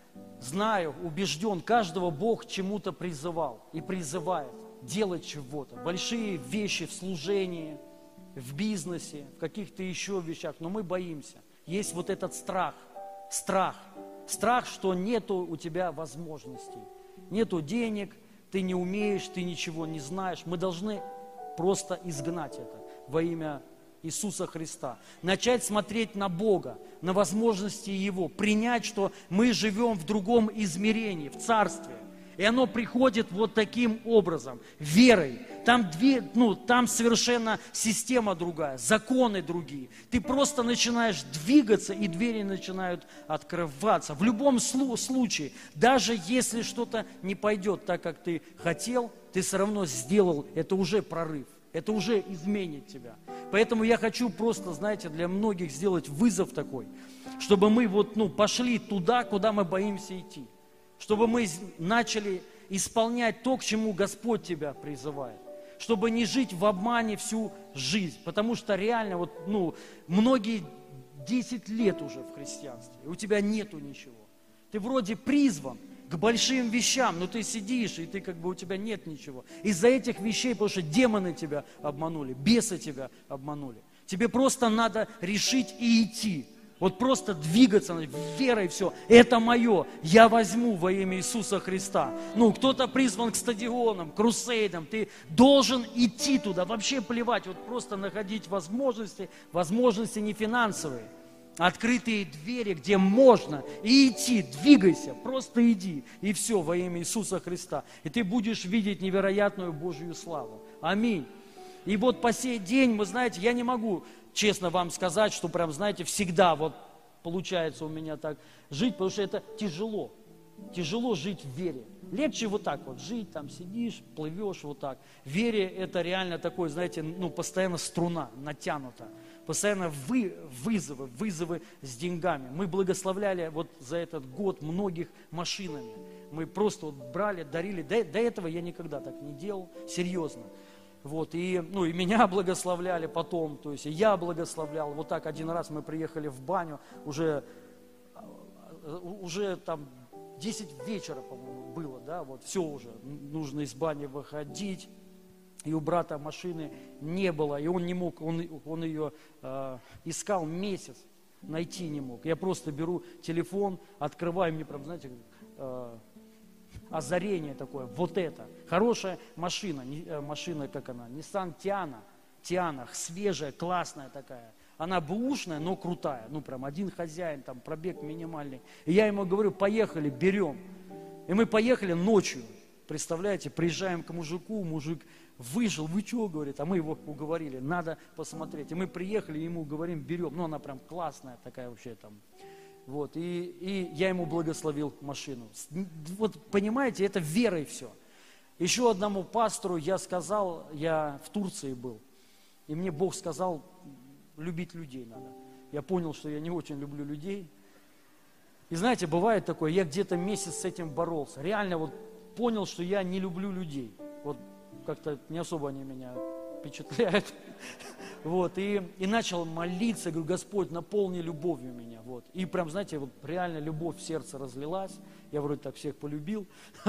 знаю, убежден, каждого Бог чему-то призывал и призывает делать чего-то. Большие вещи в служении, в бизнесе, в каких-то еще вещах, но мы боимся. Есть вот этот страх, страх, страх, что нету у тебя возможностей, нету денег, ты не умеешь, ты ничего не знаешь. Мы должны просто изгнать это во имя Иисуса Христа. Начать смотреть на Бога, на возможности Его, принять, что мы живем в другом измерении, в Царстве. И оно приходит вот таким образом, верой. Там, две, ну, там совершенно система другая, законы другие. Ты просто начинаешь двигаться, и двери начинают открываться. В любом случае, даже если что-то не пойдет так, как ты хотел, ты все равно сделал, это уже прорыв. Это уже изменит тебя. Поэтому я хочу просто, знаете, для многих сделать вызов такой, чтобы мы вот, ну, пошли туда, куда мы боимся идти. Чтобы мы начали исполнять то, к чему Господь тебя призывает. Чтобы не жить в обмане всю жизнь. Потому что реально, вот, ну, многие десять лет уже в христианстве, и у тебя нету ничего. Ты вроде призван к большим вещам, но ты сидишь, и ты как бы у тебя нет ничего. Из-за этих вещей, потому что демоны тебя обманули, бесы тебя обманули. Тебе просто надо решить и идти. Вот просто двигаться верой, все. Это мое, я возьму во имя Иисуса Христа. Ну, кто-то призван к стадионам, к крусейдам. Ты должен идти туда, вообще плевать, вот просто находить возможности, возможности не финансовые. Открытые двери, где можно, и идти, двигайся, просто иди, и все во имя Иисуса Христа. И ты будешь видеть невероятную Божью славу. Аминь. И вот по сей день, вы знаете, я не могу честно вам сказать, что прям, знаете, всегда вот получается у меня так жить, потому что это тяжело. Тяжело жить в вере. Легче вот так вот жить, там сидишь, плывешь вот так. В вере это реально такой, знаете, ну постоянно струна натянута. Постоянно вы, вызовы, вызовы с деньгами. Мы благословляли вот за этот год многих машинами. Мы просто вот брали, дарили. До, до этого я никогда так не делал, серьезно. Вот, и, ну, и меня благословляли потом, то есть и я благословлял. Вот так один раз мы приехали в баню, уже, уже там десять вечера, по-моему, было, да, вот все уже, нужно из бани выходить. И у брата машины не было, и он не мог, он, он ее э, искал месяц, найти не мог. Я просто беру телефон, открываю, мне прям, знаете, э, озарение такое, вот это. Хорошая машина, не, э, машина, как она, Nissan Tiana, Tiana, свежая, классная такая. Она бэушная, но крутая, ну прям один хозяин, там пробег минимальный. И я ему говорю, поехали, берем. И мы поехали ночью, представляете, приезжаем к мужику, мужик выжил, вы что, говорит, а мы его уговорили, надо посмотреть. И мы приехали, ему говорим, берем, ну она прям классная такая вообще там, Вот, и, и я ему благословил машину. Вот понимаете, это верой все. Еще одному пастору я сказал, я в Турции был, и мне Бог сказал, любить людей надо. Я понял, что я не очень люблю людей. И знаете, бывает такое, я где-то месяц с этим боролся. Реально вот понял, что я не люблю людей. Вот как-то не особо они меня впечатляют. Вот, и, и начал молиться, говорю, Господь, наполни любовью меня. Вот. И прям, знаете, вот реально любовь в сердце разлилась. Я вроде так всех полюбил.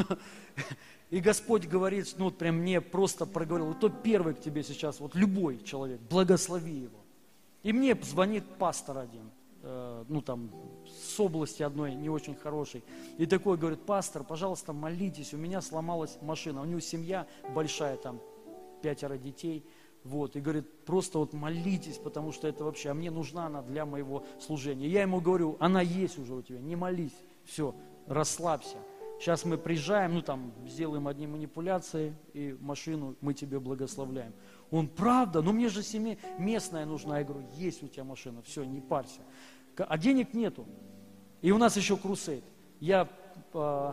И Господь говорит, ну вот прям мне просто проговорил, вот кто первый к тебе сейчас, вот любой человек, благослови его. И мне звонит пастор один, э, ну там, с области одной не очень хорошей. И такой говорит, пастор, пожалуйста, молитесь, у меня сломалась машина, у него семья большая, там, пятеро детей. Вот, и говорит, просто вот молитесь, потому что это вообще, а мне нужна она для моего служения. Я ему говорю, она есть уже у тебя, не молись, все, расслабься. Сейчас мы приезжаем, ну там, сделаем одни манипуляции, и машину мы тебе благословляем. Он, правда? Ну мне же семья местная нужна. Я говорю, есть у тебя машина, все, не парься. А денег нету. И у нас еще крусейд. Я а,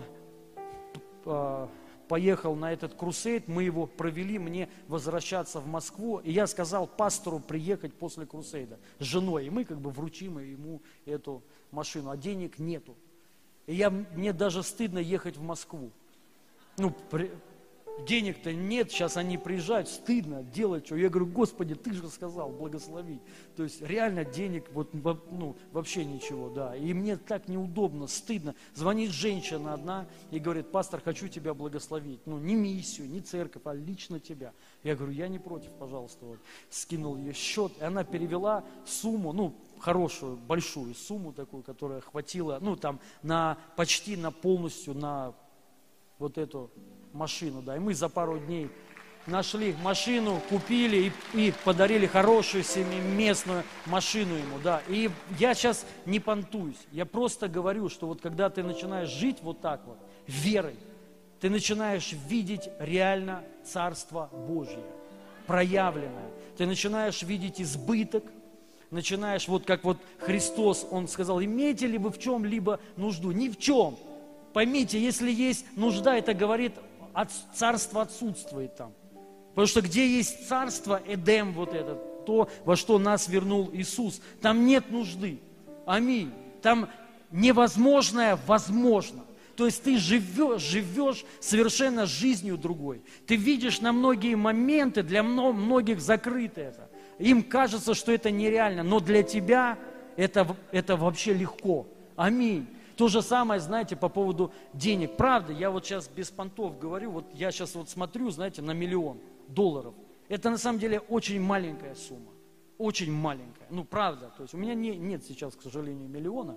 а, поехал на этот крусейд, мы его провели, мне возвращаться в Москву. И я сказал пастору приехать после крусейда с женой. И мы как бы вручим ему эту машину, а денег нету. И я, мне даже стыдно ехать в Москву. Ну, при, денег-то нет, сейчас они приезжают, стыдно делать что. Я говорю, Господи, Ты же сказал, благослови. То есть реально денег, вот, ну, вообще ничего, да. И мне так неудобно, стыдно. Звонит женщина одна и говорит, пастор, хочу тебя благословить. Ну, не миссию, не церковь, а лично тебя. Я говорю, я не против, пожалуйста. Вот. Скинул ее счет, и она перевела сумму, ну, хорошую, большую сумму такую, которая хватила, ну, там, на, почти на полностью на вот эту машину, да. И мы за пару дней нашли машину, купили и, и подарили хорошую семиместную машину ему, да. И я сейчас не понтуюсь, я просто говорю, что вот когда ты начинаешь жить вот так вот, верой, ты начинаешь видеть реально Царство Божье, проявленное. Ты начинаешь видеть избыток, начинаешь, вот как вот Христос, Он сказал, имеете ли вы в чем-либо нужду? Ни в чем. Поймите, если есть нужда, это говорит, от, царство отсутствует там. Потому что где есть царство, Эдем вот этот, то, во что нас вернул Иисус, там нет нужды. Аминь. Там невозможное возможно. То есть ты живешь, живешь совершенно жизнью другой. Ты видишь на многие моменты, для многих закрыто это. Им кажется, что это нереально, но для тебя это, это вообще легко. Аминь. То же самое, знаете, по поводу денег. Правда, я вот сейчас без понтов говорю, вот я сейчас вот смотрю, знаете, на миллион долларов. Это на самом деле очень маленькая сумма. Очень маленькая. Ну, правда. То есть у меня не, нет сейчас, к сожалению, миллиона.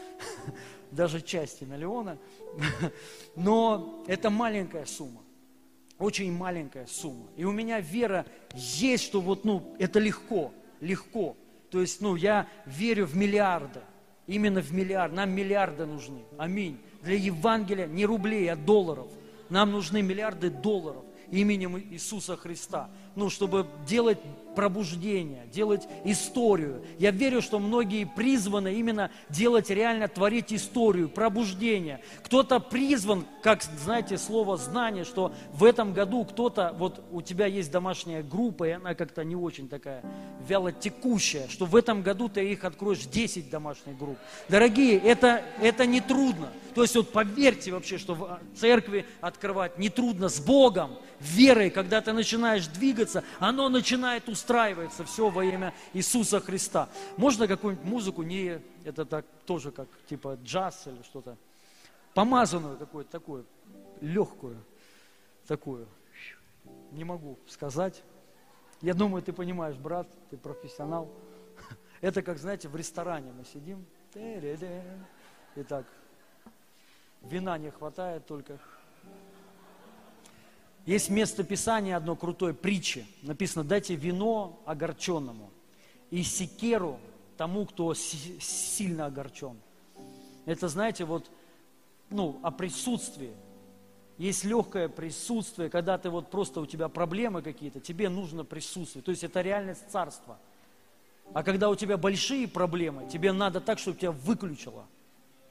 Даже части миллиона. Но это маленькая сумма. Очень маленькая сумма. И у меня вера есть, что вот, ну, это легко, легко. То есть, ну, я верю в миллиарды. Именно в миллиард. Нам миллиарды нужны. Аминь. Для Евангелия не рублей, а долларов. Нам нужны миллиарды долларов именем Иисуса Христа. Ну, чтобы делать пробуждение, делать историю. Я верю, что многие призваны именно делать, реально творить историю, пробуждение. Кто-то призван, как, знаете, слово знание, что в этом году кто-то, вот у тебя есть домашняя группа, и она как-то не очень такая вялотекущая, что в этом году ты их откроешь десять домашних групп. Дорогие, это, это не трудно. То есть вот поверьте вообще, что в церкви открывать не трудно с Богом, верой, когда ты начинаешь двигаться, оно начинает устраиваться, все во имя Иисуса Христа. Можно какую-нибудь музыку, не, это так тоже как типа джаз или что-то, помазанную какую-то такую, легкую, такую, не могу сказать. Я думаю, ты понимаешь, брат, ты профессионал. Это как, знаете, в ресторане мы сидим, и так, вина не хватает только. Есть место Писания одно крутое, притчи. Написано, дайте вино огорченному и секеру тому, кто си- сильно огорчен. Это, знаете, вот, ну, о присутствии. Есть легкое присутствие, когда ты вот просто у тебя проблемы какие-то, тебе нужно присутствие. То есть это реальность царства. А когда у тебя большие проблемы, тебе надо так, чтобы тебя выключило.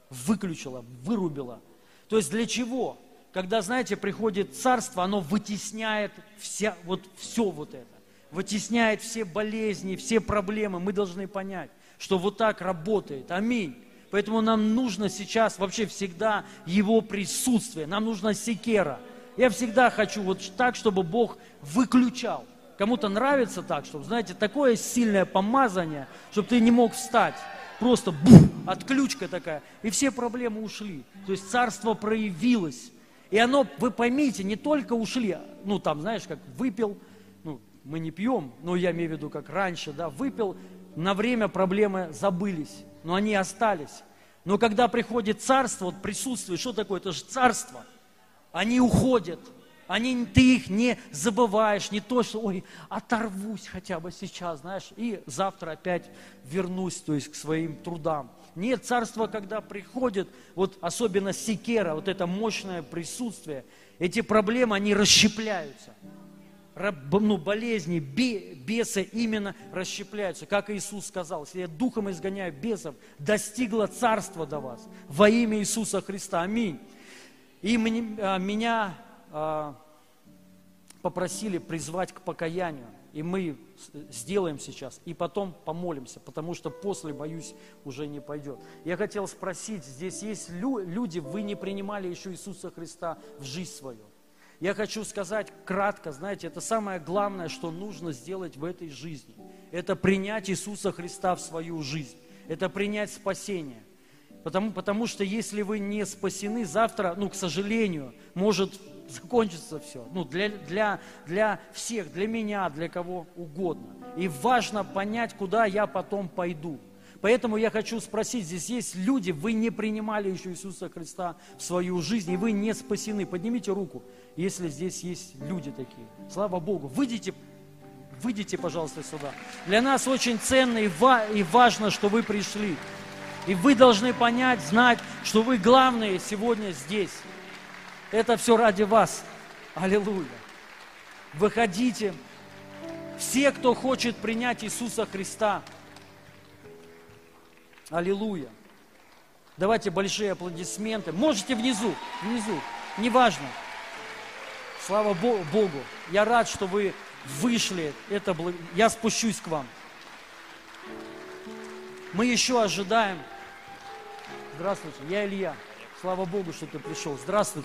выключила, вырубила. То есть для чего? Когда, знаете, приходит царство, оно вытесняет вся, вот все вот это. Вытесняет все болезни, все проблемы. Мы должны понять, что вот так работает. Аминь. Поэтому нам нужно сейчас вообще всегда Его присутствие. Нам нужна секера. Я всегда хочу вот так, чтобы Бог выключал. Кому-то нравится так, чтобы, знаете, такое сильное помазание, чтобы ты не мог встать. Просто бух, отключка такая. И все проблемы ушли. То есть царство проявилось. И оно, вы поймите, не только ушли, ну там, знаешь, как выпил, ну мы не пьем, но я имею в виду, как раньше, да, выпил, на время проблемы забылись, но они остались. Но когда приходит царство, вот присутствие, что такое? Это же царство. Они уходят, они, ты их не забываешь, не то, что, ой, оторвусь хотя бы сейчас, знаешь, и завтра опять вернусь, то есть к своим трудам. Нет, царство, когда приходит, вот особенно секера, вот это мощное присутствие, эти проблемы, они расщепляются. Ну, болезни, бесы именно расщепляются. Как Иисус сказал, если я духом изгоняю бесов, достигло царство до вас во имя Иисуса Христа. Аминь. И меня попросили призвать к покаянию. И мы сделаем сейчас, и потом помолимся, потому что после, боюсь, уже не пойдет. Я хотел спросить, здесь есть люди, вы не принимали еще Иисуса Христа в жизнь свою. Я хочу сказать кратко, знаете, это самое главное, что нужно сделать в этой жизни. Это принять Иисуса Христа в свою жизнь. Это принять спасение. Потому, потому что если вы не спасены, завтра, ну, к сожалению, может закончится все. Ну, для, для, для всех, для меня, для кого угодно. И важно понять, куда я потом пойду. Поэтому я хочу спросить, здесь есть люди, вы не принимали еще Иисуса Христа в свою жизнь, и вы не спасены. Поднимите руку, если здесь есть люди такие. Слава Богу. Выйдите, выйдите, пожалуйста, сюда. Для нас очень ценно и, ва- и важно, что вы пришли. И вы должны понять, знать, что вы главные сегодня здесь. Это все ради вас. Аллилуйя. Выходите. Все, кто хочет принять Иисуса Христа. Аллилуйя. Давайте большие аплодисменты. Можете внизу, внизу. Неважно. Слава Богу. Я рад, что вы вышли. Это благ... Я спущусь к вам. Мы еще ожидаем. Здравствуйте, я Илья. Слава Богу, что ты пришел. Здравствуйте.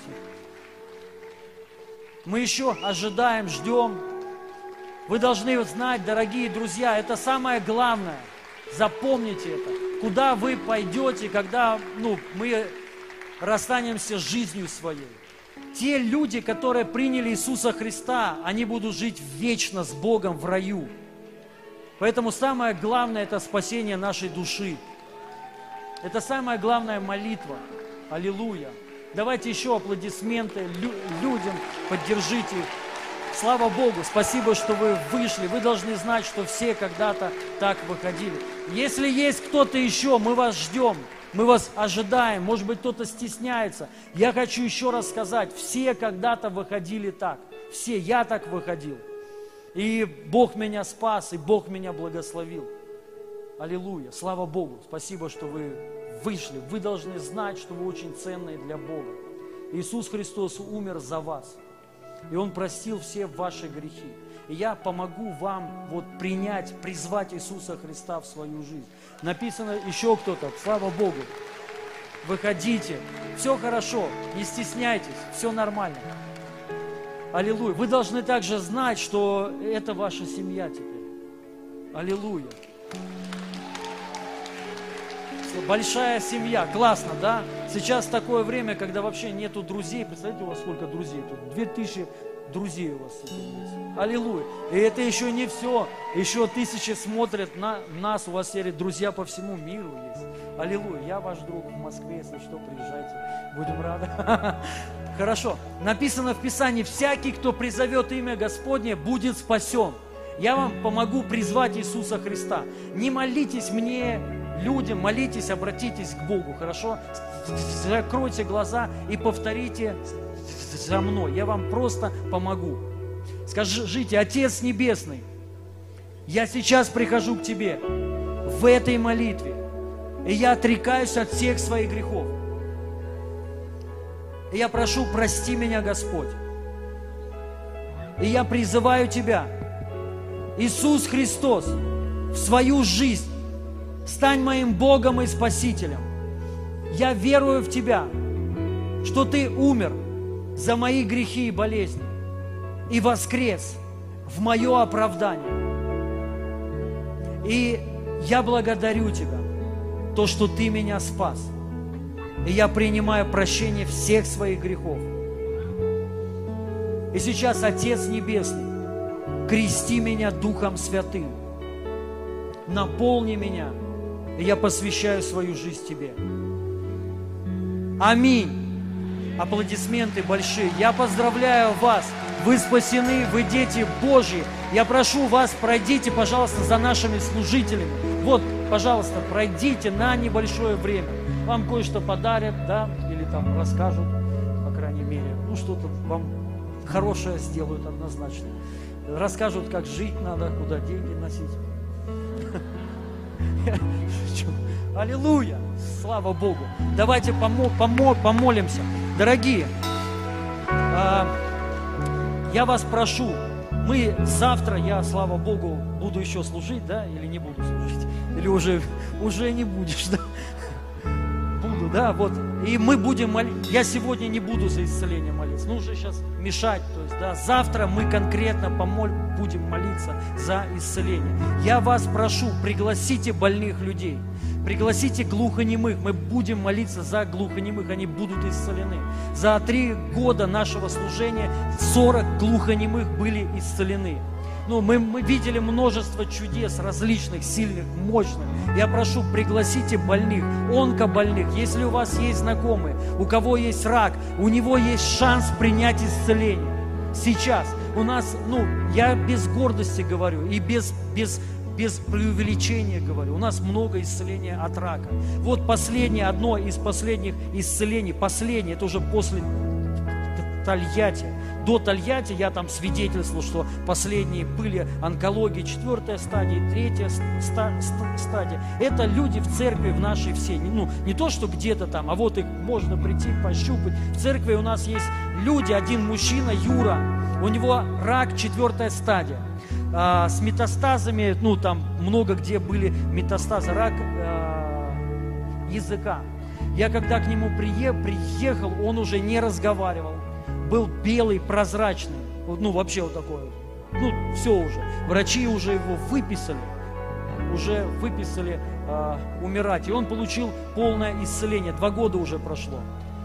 Мы еще ожидаем, ждем. Вы должны знать, дорогие друзья, это самое главное. Запомните это. Куда вы пойдете, когда ну, мы расстанемся с жизнью своей. Те люди, которые приняли Иисуса Христа, они будут жить вечно с Богом в раю. Поэтому самое главное – это спасение нашей души. Это самая главная молитва. Аллилуйя. Давайте еще аплодисменты лю- людям, поддержите их. Слава Богу, спасибо, что вы вышли. Вы должны знать, что все когда-то так выходили. Если есть кто-то еще, мы вас ждем, мы вас ожидаем. Может быть, кто-то стесняется. Я хочу еще раз сказать, все когда-то выходили так. Все, я так выходил. И Бог меня спас, и Бог меня благословил. Аллилуйя, слава Богу. Спасибо, что вы вышли. Вы должны знать, что вы очень ценные для Бога. Иисус Христос умер за вас. И Он простил все ваши грехи. И я помогу вам вот принять, призвать Иисуса Христа в свою жизнь. Написано еще кто-то, слава Богу. Выходите, все хорошо, не стесняйтесь, все нормально. Аллилуйя. Вы должны также знать, что это ваша семья теперь. Аллилуйя. Большая семья, классно, да? Сейчас такое время, когда вообще нету друзей. Представляете, у вас сколько друзей тут? Две тысячи друзей у вас теперь есть. Аллилуйя. И это еще не все. Еще тысячи смотрят на нас. У вас теперь друзья по всему миру есть. Аллилуйя. Я ваш друг в Москве, если что, приезжайте. Будем рады. Хорошо. Написано в Писании, всякий, кто призовет имя Господне, будет спасен. Я вам помогу призвать Иисуса Христа. Не молитесь мне, людям, молитесь, обратитесь к Богу, хорошо? Закройте глаза и повторите за мной. Я вам просто помогу. Скажите, Отец Небесный, я сейчас прихожу к Тебе в этой молитве. И я отрекаюсь от всех своих грехов. И я прошу, прости меня, Господь. И я призываю Тебя, Иисус Христос, в свою жизнь. Стань моим Богом и Спасителем. Я верую в Тебя, что Ты умер за мои грехи и болезни и воскрес в мое оправдание. И я благодарю Тебя, то, что Ты меня спас. И я принимаю прощение всех своих грехов. И сейчас, Отец Небесный, крести меня Духом Святым. Наполни меня, и я посвящаю свою жизнь Тебе. Аминь. Аплодисменты большие. Я поздравляю вас. Вы спасены, вы дети Божьи. Я прошу вас, пройдите, пожалуйста, за нашими служителями. Вот, пожалуйста, пройдите на небольшое время. Вам кое-что подарят, да, или там расскажут, по крайней мере. Ну, что-то вам хорошее сделают однозначно. Расскажут, как жить надо, куда деньги носить. Аллилуйя! Слава Богу! Давайте помо- помо- помолимся. Дорогие, э, я вас прошу, мы завтра, я, слава Богу, буду еще служить, да, или не буду служить? Или уже, уже не будешь, да? Буду, да, вот. И мы будем молиться. Я сегодня не буду за исцеление молиться. Ну, уже сейчас мешать, то есть, да. Завтра мы конкретно помоль, будем молиться за исцеление. Я вас прошу, пригласите больных людей. Пригласите глухонемых, мы будем молиться за глухонемых, они будут исцелены. За три года нашего служения сорок глухонемых были исцелены. Ну, мы, мы видели множество чудес различных, сильных, мощных. Я прошу, пригласите больных, онкобольных. Если у вас есть знакомые, у кого есть рак, у него есть шанс принять исцеление. Сейчас у нас, ну, я без гордости говорю и без, без, без преувеличения говорю, у нас много исцеления от рака. Вот последнее, одно из последних исцелений, последнее, это уже после Тольятти. До Тольятти я там свидетельствовал, что последние были онкологии, четвертая стадия, третья ста, ста, стадия. Это люди в церкви, в нашей всей. Ну, не то, что где-то там, а вот их можно прийти, пощупать. В церкви у нас есть люди, один мужчина, Юра, у него рак, четвертая стадия. А, с метастазами, ну там много где были метастазы, рак а, языка. Я когда к нему приехал, он уже не разговаривал. Был белый, прозрачный, ну вообще вот такой, ну все уже, врачи уже его выписали, уже выписали э, умирать, и он получил полное исцеление, два года уже прошло.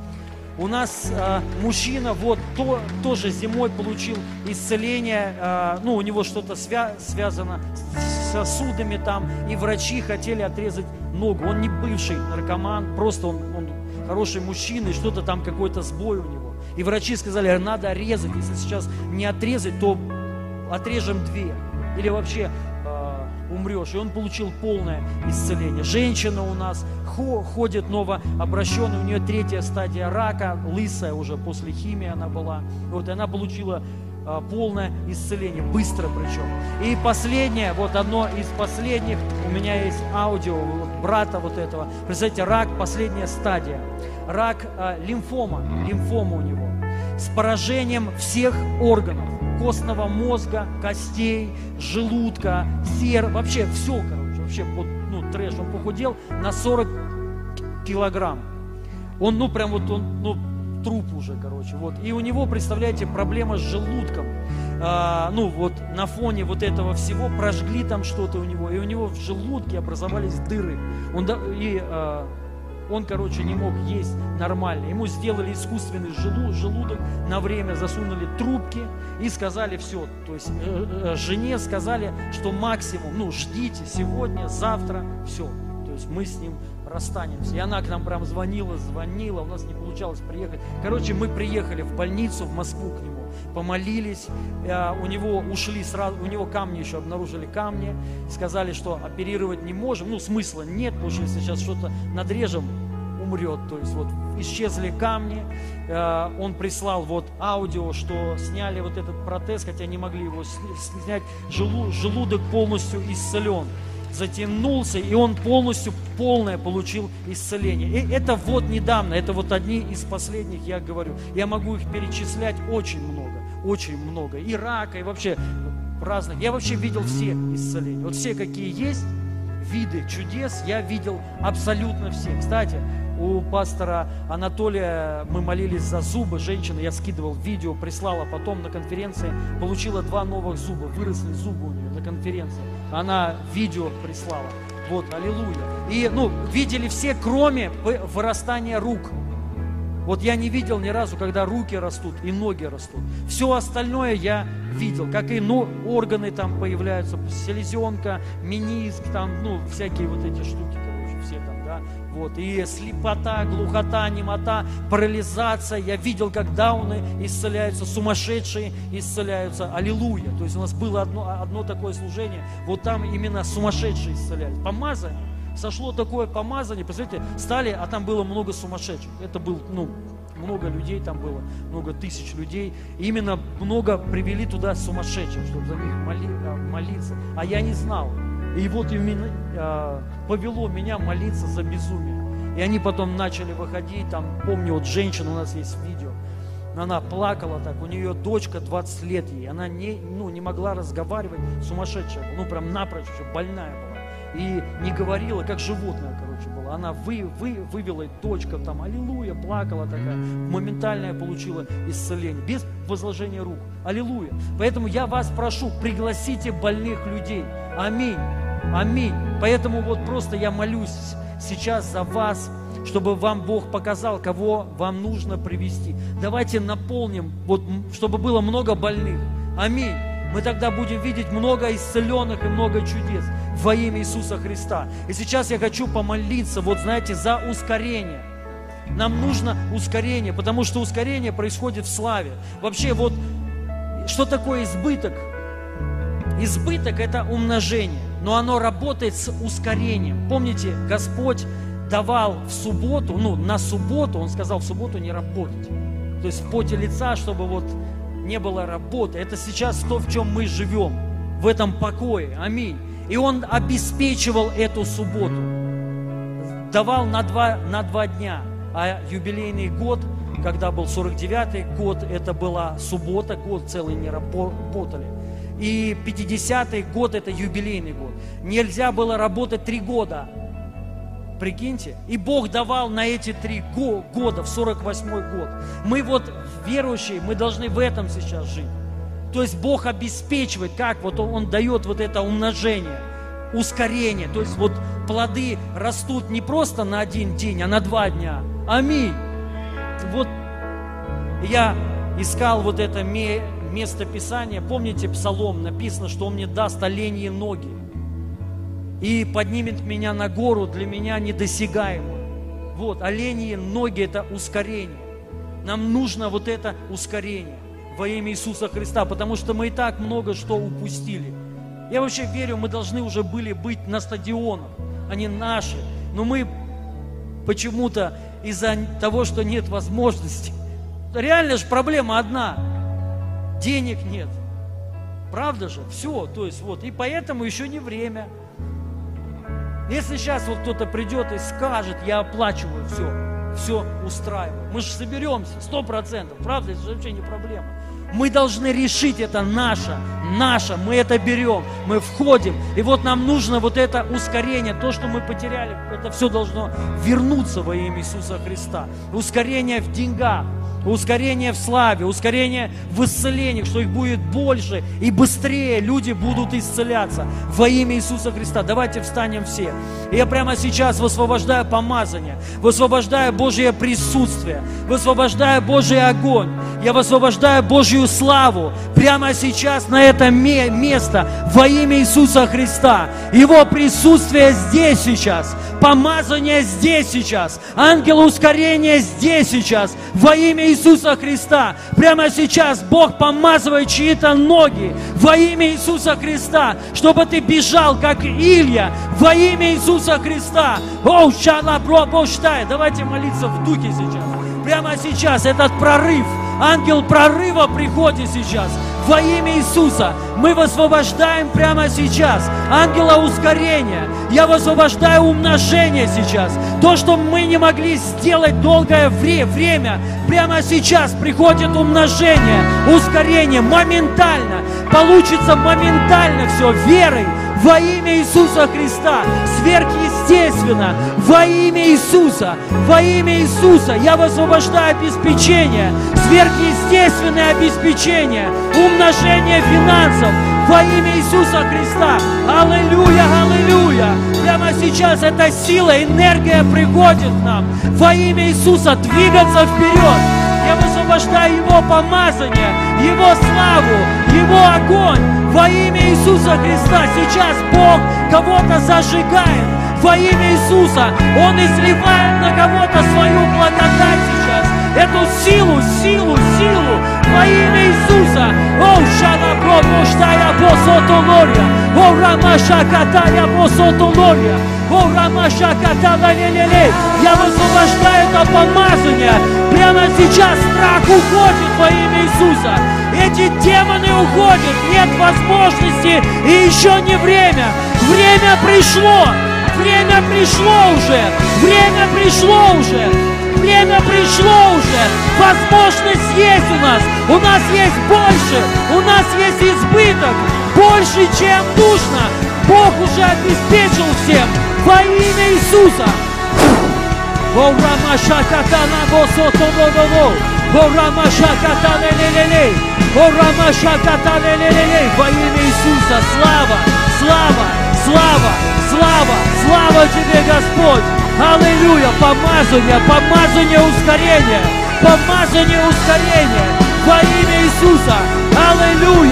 У нас э, мужчина вот то, тоже зимой получил исцеление, э, ну у него что-то свя- связано с сосудами там, и врачи хотели отрезать ногу, он не бывший наркоман, просто он, он хороший мужчина, и что-то там, какой-то сбой у него. И врачи сказали, надо резать, если сейчас не отрезать, то отрежем две, или вообще э, умрешь. И он получил полное исцеление. Женщина у нас хо, ходит новообращенная, у нее третья стадия рака, лысая уже после химии она была. Вот, и она получила э, полное исцеление, быстро причем. И последнее, вот одно из последних, у меня есть аудио вот, брата вот этого. Представляете, рак, последняя стадия. Рак э, лимфома, лимфома у него, с поражением всех органов, костного мозга, костей, желудка, сер, вообще все, короче, вообще вот, ну, трэш, он похудел на сорок килограмм. Он, ну, прям вот, он, ну, труп уже, короче, вот. И у него, представляете, проблема с желудком. А, ну, вот, на фоне вот этого всего прожгли там что-то у него, и у него в желудке образовались дыры. Он, и... А, Он, короче, не мог есть нормально. Ему сделали искусственный желудок, на время засунули трубки и сказали все. То есть э, э, жене сказали, что максимум, ну, ждите сегодня, завтра, все. То есть мы с ним расстанемся. И она к нам прям звонила, звонила, у нас не получалось приехать. Короче, мы приехали в больницу, в Москву к нему, помолились, э, у него ушли сразу, у него камни еще обнаружили камни, сказали, что оперировать не можем, ну смысла нет, потому что если сейчас что-то надрежем, умрет. То есть вот исчезли камни, э, он прислал вот аудио, что сняли вот этот протез, хотя не могли его снять, желудок полностью исцелен. затянулся, и он полностью, полное получил исцеление. И это вот недавно, это вот одни из последних, я говорю. Я могу их перечислять очень много, очень много. И рака, и вообще разных. Я вообще видел все исцеления. Вот все, какие есть виды чудес, я видел абсолютно все. Кстати, у пастора Анатолия мы молились за зубы. Женщина, я скидывал видео, прислала потом на конференции, получила два новых зуба, выросли зубы у нее на конференции. Она видео прислала. Вот, аллилуйя. И, ну, видели все, кроме вырастания рук. Вот я не видел ни разу, когда руки растут и ноги растут. Все остальное я видел, как и ну, органы там появляются, селезенка, мениск, там, ну, всякие вот эти штуки, короче, все там, да. Вот, и слепота, глухота, немота, парализация. Я видел, как дауны исцеляются, сумасшедшие исцеляются. Аллилуйя. То есть у нас было одно, одно такое служение, вот там именно сумасшедшие исцелялись. Помазание. Сошло такое помазание, посмотрите, стали, а там было много сумасшедших. Это был, ну, много людей там было, много тысяч людей. И именно много привели туда сумасшедших, чтобы за них моли, молиться. А я не знал. И вот именно а, повело меня молиться за безумие. И они потом начали выходить, там, помню, вот женщина, у нас есть видео, она плакала так, у нее дочка двадцать лет ей, она не, ну, не могла разговаривать, сумасшедшая, ну, прям напрочь, больная была. И не говорила, как животное, короче, было. Она вы, вы, вывела, дочка там, аллилуйя, плакала такая, моментальное получила исцеление, без возложения рук. Аллилуйя. Поэтому я вас прошу, пригласите больных людей. Аминь. Аминь. Поэтому вот просто я молюсь сейчас за вас, чтобы вам Бог показал, кого вам нужно привести. Давайте наполним, вот, чтобы было много больных. Аминь. Мы тогда будем видеть много исцеленных и много чудес во имя Иисуса Христа. И сейчас я хочу помолиться, вот знаете, за ускорение. Нам нужно ускорение, потому что ускорение происходит в славе. Вообще вот, что такое избыток? Избыток – это умножение, но оно работает с ускорением. Помните, Господь давал в субботу, ну, на субботу, Он сказал в субботу не работать. То есть в поте лица, чтобы вот не было работы. Это сейчас то, в чем мы живем, в этом покое. Аминь. И Он обеспечивал эту субботу. Давал на два, на два дня. А юбилейный год, когда был сорок девятый год, это была суббота, год целый не работали. И пятидесятый год, это юбилейный год. Нельзя было работать три года. Прикиньте. И Бог давал на эти три года, в сорок восьмой год. Мы вот, верующие, мы должны в этом сейчас жить. То есть Бог обеспечивает, как вот Он, Он дает вот это умножение, ускорение. То есть вот плоды растут не просто на один день, а на два дня. Аминь. Вот я искал вот это место Писания. Помните, Псалом написано, что Он мне даст оленьи ноги и поднимет меня на гору, для меня недосягаемую. Вот, оленьи ноги – это ускорение. Нам нужно вот это ускорение во имя Иисуса Христа, потому что мы и так много что упустили. Я вообще верю, мы должны уже были быть на стадионах, они наши. Но мы почему-то из-за того, что нет возможности, реально же проблема одна – денег нет. Правда же? Все, то есть вот, и поэтому еще не время. Если сейчас вот кто-то придет и скажет, я оплачиваю все, все устраиваю, мы же соберемся, сто процентов, правда, это же вообще не проблема. Мы должны решить, это наше, наше, мы это берем, мы входим, и вот нам нужно вот это ускорение, то, что мы потеряли, это все должно вернуться во имя Иисуса Христа. Ускорение в деньгах, ускорение в славе, ускорение в исцелениях, что их будет больше и быстрее люди будут исцеляться во имя Иисуса Христа. Давайте встанем все. И я прямо сейчас высвобождаю помазание, высвобождаю Божье присутствие, высвобождаю Божий огонь, я высвобождаю Божью славу прямо сейчас на это место во имя Иисуса Христа. Его присутствие здесь сейчас, помазание здесь сейчас, ангел ускорения здесь сейчас во имя Иисуса Христа. Прямо сейчас Бог помазывает чьи-то ноги во имя Иисуса Христа, чтобы ты бежал, как Илья, во имя Иисуса Христа. О, давайте молиться в духе сейчас. Прямо сейчас этот прорыв, ангел прорыва приходит сейчас. Во имя Иисуса мы высвобождаем прямо сейчас ангела ускорения. Я высвобождаю умножение сейчас. То, что мы не могли сделать долгое вре- время, прямо сейчас приходит умножение, ускорение, моментально. Получится моментально все верой. Во имя Иисуса Христа, сверхъестественно, во имя Иисуса, во имя Иисуса, я высвобождаю обеспечение, сверхъестественное обеспечение, умножение финансов, во имя Иисуса Христа. Аллилуйя, аллилуйя. Прямо сейчас эта сила, энергия приходит к нам. Во имя Иисуса двигаться вперед. Я высвобождаю Его помазание, Его славу, Его огонь. Во имя Иисуса Христа сейчас Бог кого-то зажигает. Во имя Иисуса Он изливает на кого-то свою благодать сейчас. Эту силу, силу, силу во имя Иисуса. О, шалабро, моштая босотолория. О, рамаша катая босотолория. О, рамаша катала ле-ле-ле. Я высвобождаю это помазание. Прямо сейчас страх уходит во имя Иисуса. Эти демоны уходят. Нет возможности. И еще не время. Время пришло. Время пришло уже. Время пришло уже. Время пришло уже. Возможность есть у нас. У нас есть больше. У нас есть избыток. Больше, чем нужно. Бог уже обеспечил всем. Во имя Иисуса. Во имя Иисуса. Слава, слава, слава, слава, слава Тебе, Господь. Аллилуйя. Помазание, помазание ускорения. Помазание ускорения. Во имя Иисуса. Аллилуйя.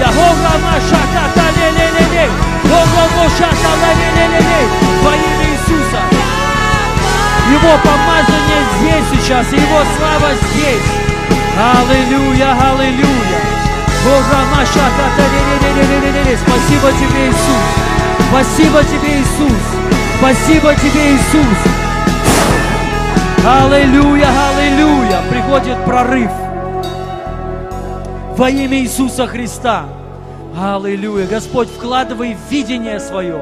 Во имя Иисуса. Его помазание здесь сейчас. Его слава здесь. Аллилуйя. Аллилуйя. Спасибо Тебе, Иисус. Спасибо Тебе, Иисус. Спасибо Тебе, Иисус. Аллилуйя, аллилуйя. Приходит прорыв. Во имя Иисуса Христа. Аллилуйя. Господь, вкладывай видение свое.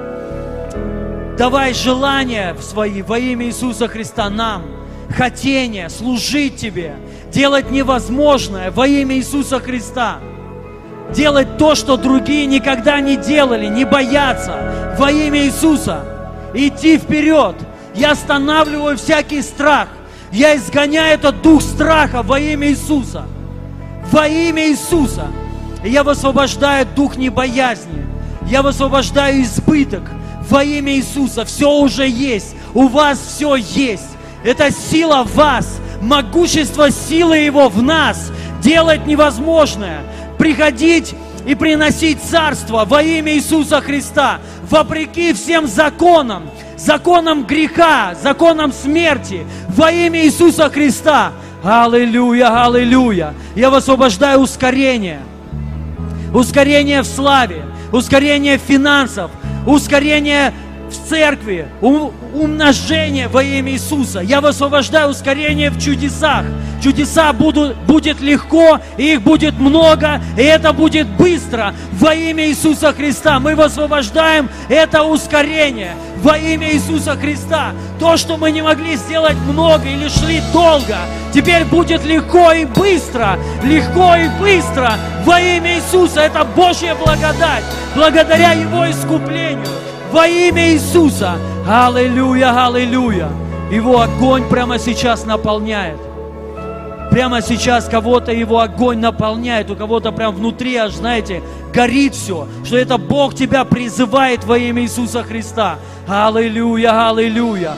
Давай желания свои во имя Иисуса Христа нам. Хотение служить Тебе. Делать невозможное во имя Иисуса Христа. Делать то, что другие никогда не делали. Не бояться во имя Иисуса. Идти вперед. Я останавливаю всякий страх. Я изгоняю этот дух страха во имя Иисуса. Во имя Иисуса. Я высвобождаю дух небоязни. Я высвобождаю избыток. Во имя Иисуса. Все уже есть. У вас все есть. Это сила в вас. Могущество силы Его в нас. Делать невозможное. Приходить и приносить царство во имя Иисуса Христа. Вопреки всем законам. Законам греха. Законам смерти. Во имя Иисуса Христа. Аллилуйя, аллилуйя. Я высвобождаю ускорение. Ускорение в славе. Ускорение финансов. Ускорение в церкви. Умножение во имя Иисуса. Я высвобождаю ускорение в чудесах. Чудеса будут, будет легко, и их будет много, и это будет быстро. Во имя Иисуса Христа мы высвобождаем это ускорение. Во имя Иисуса Христа. То, что мы не могли сделать много или шли долго, теперь будет легко и быстро. Легко и быстро. Во имя Иисуса. Это Божья благодать. Благодаря Его искуплению. Во имя Иисуса. Аллилуйя, аллилуйя. Его огонь прямо сейчас наполняет. Прямо сейчас кого-то Его огонь наполняет, у кого-то прям внутри, аж, знаете, горит все, что это Бог тебя призывает во имя Иисуса Христа. Аллилуйя, аллилуйя.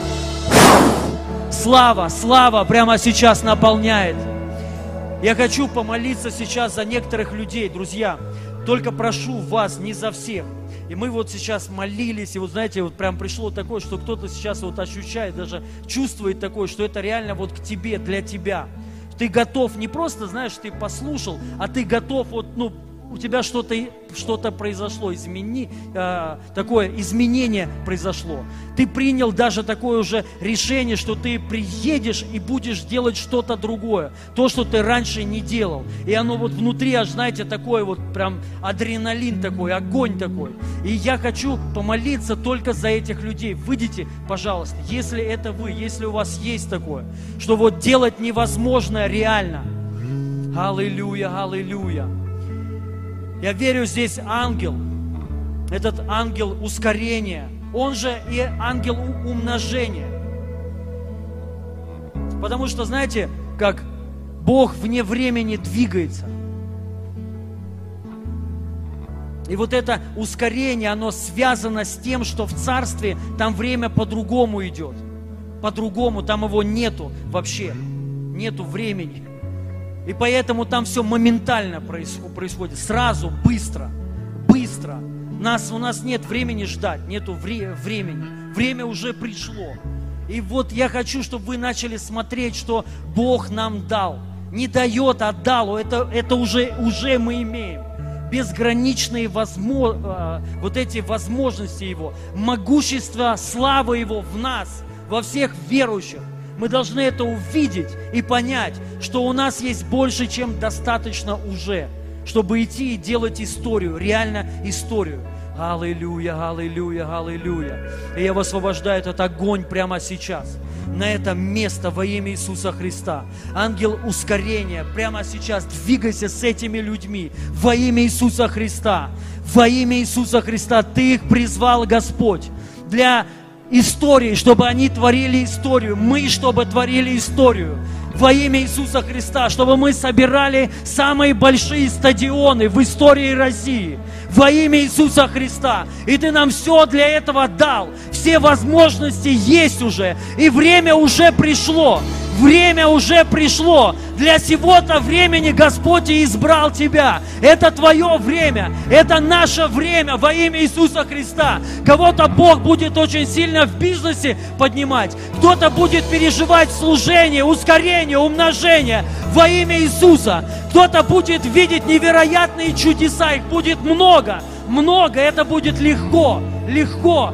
Слава, слава прямо сейчас наполняет. Я хочу помолиться сейчас за некоторых людей, друзья. Только прошу вас, не за всех. И мы вот сейчас молились, и вот знаете, вот прям пришло такое, что кто-то сейчас вот ощущает, даже чувствует такое, что это реально вот к тебе, для тебя. Ты готов, не просто, знаешь, ты послушал, а ты готов вот, ну, у тебя что-то что-то произошло, измени, э, такое изменение произошло. Ты принял даже такое уже решение, что ты приедешь и будешь делать что-то другое, то, что ты раньше не делал. И оно вот внутри, аж, знаете, такой вот прям адреналин такой, огонь такой. И я хочу помолиться только за этих людей. Выйдите, пожалуйста, если это вы, если у вас есть такое, что вот делать невозможное реально. Аллилуйя, аллилуйя. Я верю, здесь ангел, этот ангел ускорения, он же и ангел умножения. Потому что, знаете, как Бог вне времени двигается. И вот это ускорение, оно связано с тем, что в царстве там время по-другому идет. По-другому, там его нету вообще, нету времени. И поэтому там все моментально происходит, сразу, быстро, быстро. Нас, у нас нет времени ждать, нету вре- времени. Время уже пришло. И вот я хочу, чтобы вы начали смотреть, что Бог нам дал. Не дает, а дал. Это, это уже, уже мы имеем. Безграничные возможно, вот эти возможности Его, могущество, слава Его в нас, во всех верующих. Мы должны это увидеть и понять, что у нас есть больше, чем достаточно уже, чтобы идти и делать историю, реально историю. Аллилуйя, аллилуйя, аллилуйя. И я высвобождаю этот огонь прямо сейчас, на это место во имя Иисуса Христа. Ангел ускорения, прямо сейчас двигайся с этими людьми во имя Иисуса Христа. Во имя Иисуса Христа Ты их призвал, Господь, для истории, чтобы они творили историю. Мы, чтобы творили историю. Во имя Иисуса Христа, чтобы мы собирали самые большие стадионы в истории России. Во имя Иисуса Христа. И Ты нам все для этого дал. Все возможности есть уже. И время уже пришло. Время уже пришло. Для сего-то времени Господь и избрал тебя. Это твое время. Это наше время во имя Иисуса Христа. Кого-то Бог будет очень сильно в бизнесе поднимать. Кто-то будет переживать служение, ускорение, умножение во имя Иисуса. Кто-то будет видеть невероятные чудеса. Их будет много. Много. Это будет легко. Легко.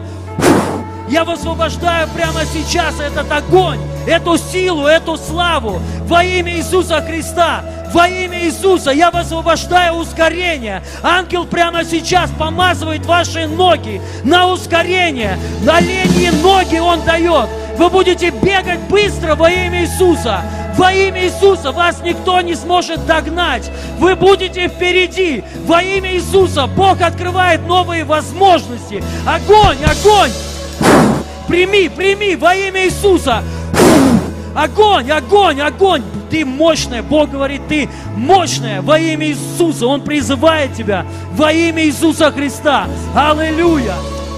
Я высвобождаю прямо сейчас этот огонь, эту силу, эту славу во имя Иисуса Христа. Во имя Иисуса я высвобождаю ускорение. Ангел прямо сейчас помазывает ваши ноги на ускорение. На оленьи ноги Он дает. Вы будете бегать быстро во имя Иисуса. Во имя Иисуса вас никто не сможет догнать. Вы будете впереди. Во имя Иисуса Бог открывает новые возможности. Огонь, огонь! Прими, прими во имя Иисуса. Огонь, огонь, огонь. Ты мощная. Бог говорит, ты мощная во имя Иисуса. Он призывает тебя во имя Иисуса Христа. Аллилуйя.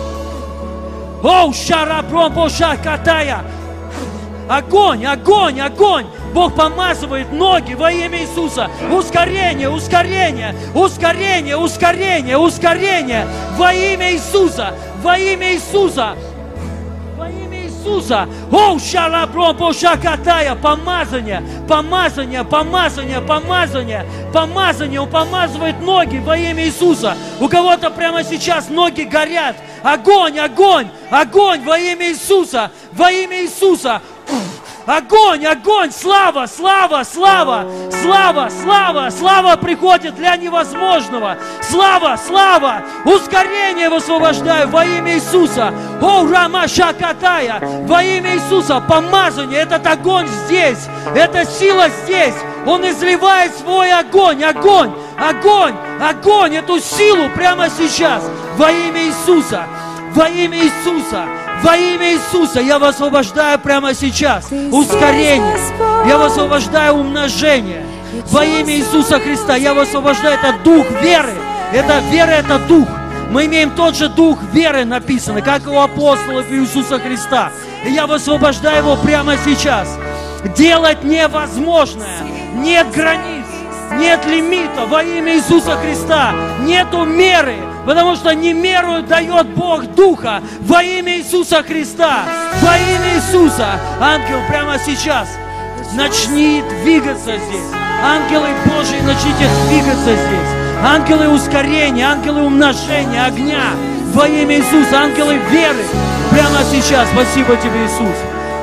Оу, шарабром, катая. Огонь, огонь, огонь. Бог помазывает ноги во имя Иисуса. Ускорение, ускорение, ускорение, ускорение, ускорение во имя Иисуса. Во имя Иисуса. Во имя Иисуса. Оу, шалабром, катая. Помазание, помазание, помазание, помазание, помазание. Он помазывает ноги во имя Иисуса. У кого-то прямо сейчас ноги горят. Огонь, огонь, огонь во имя Иисуса. Во имя Иисуса. Огонь, огонь, слава, слава, слава, слава, слава, слава приходит для невозможного. Слава, слава, ускорение высвобождаю во имя Иисуса. О, Рамаша Катая, во имя Иисуса, помазание, этот огонь здесь, эта сила здесь. Он изливает свой огонь, огонь, огонь, огонь, эту силу прямо сейчас во имя Иисуса, во имя Иисуса. Во имя Иисуса я высвобождаю прямо сейчас ускорение. Я высвобождаю умножение. Во имя Иисуса Христа я высвобождаю этот дух веры. Это вера, это дух. Мы имеем тот же дух веры, написано, как у апостолов Иисуса Христа. И я высвобождаю его прямо сейчас. Делать невозможное. Нет границ, нет лимита во имя Иисуса Христа. Нету меры. Потому что не меру дает Бог Духа во имя Иисуса Христа. Во имя Иисуса. Ангел, прямо сейчас начни двигаться здесь. Ангелы Божьи, начните двигаться здесь. ангелы ускорения, ангелы умножения, огня во имя Иисуса, ангелы веры прямо сейчас. Спасибо Тебе, Иисус.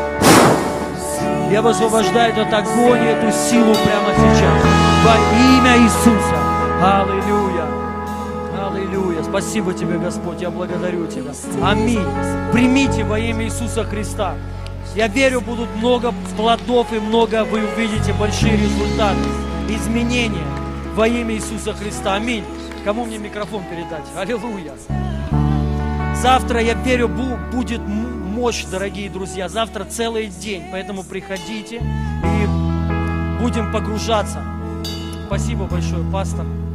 Я высвобождаю этот огонь, эту силу прямо сейчас во имя Иисуса. Аллилуйя. Аллилуйя. Спасибо Тебе, Господь, я благодарю Тебя. Аминь. Примите во имя Иисуса Христа. Я верю, будут много плодов и много вы увидите большие результаты, изменения во имя Иисуса Христа. Аминь. Кому мне микрофон передать? Аллилуйя. Завтра, я верю, будет мощь, дорогие друзья. Завтра целый день, поэтому приходите и будем погружаться. Спасибо большое, пастор.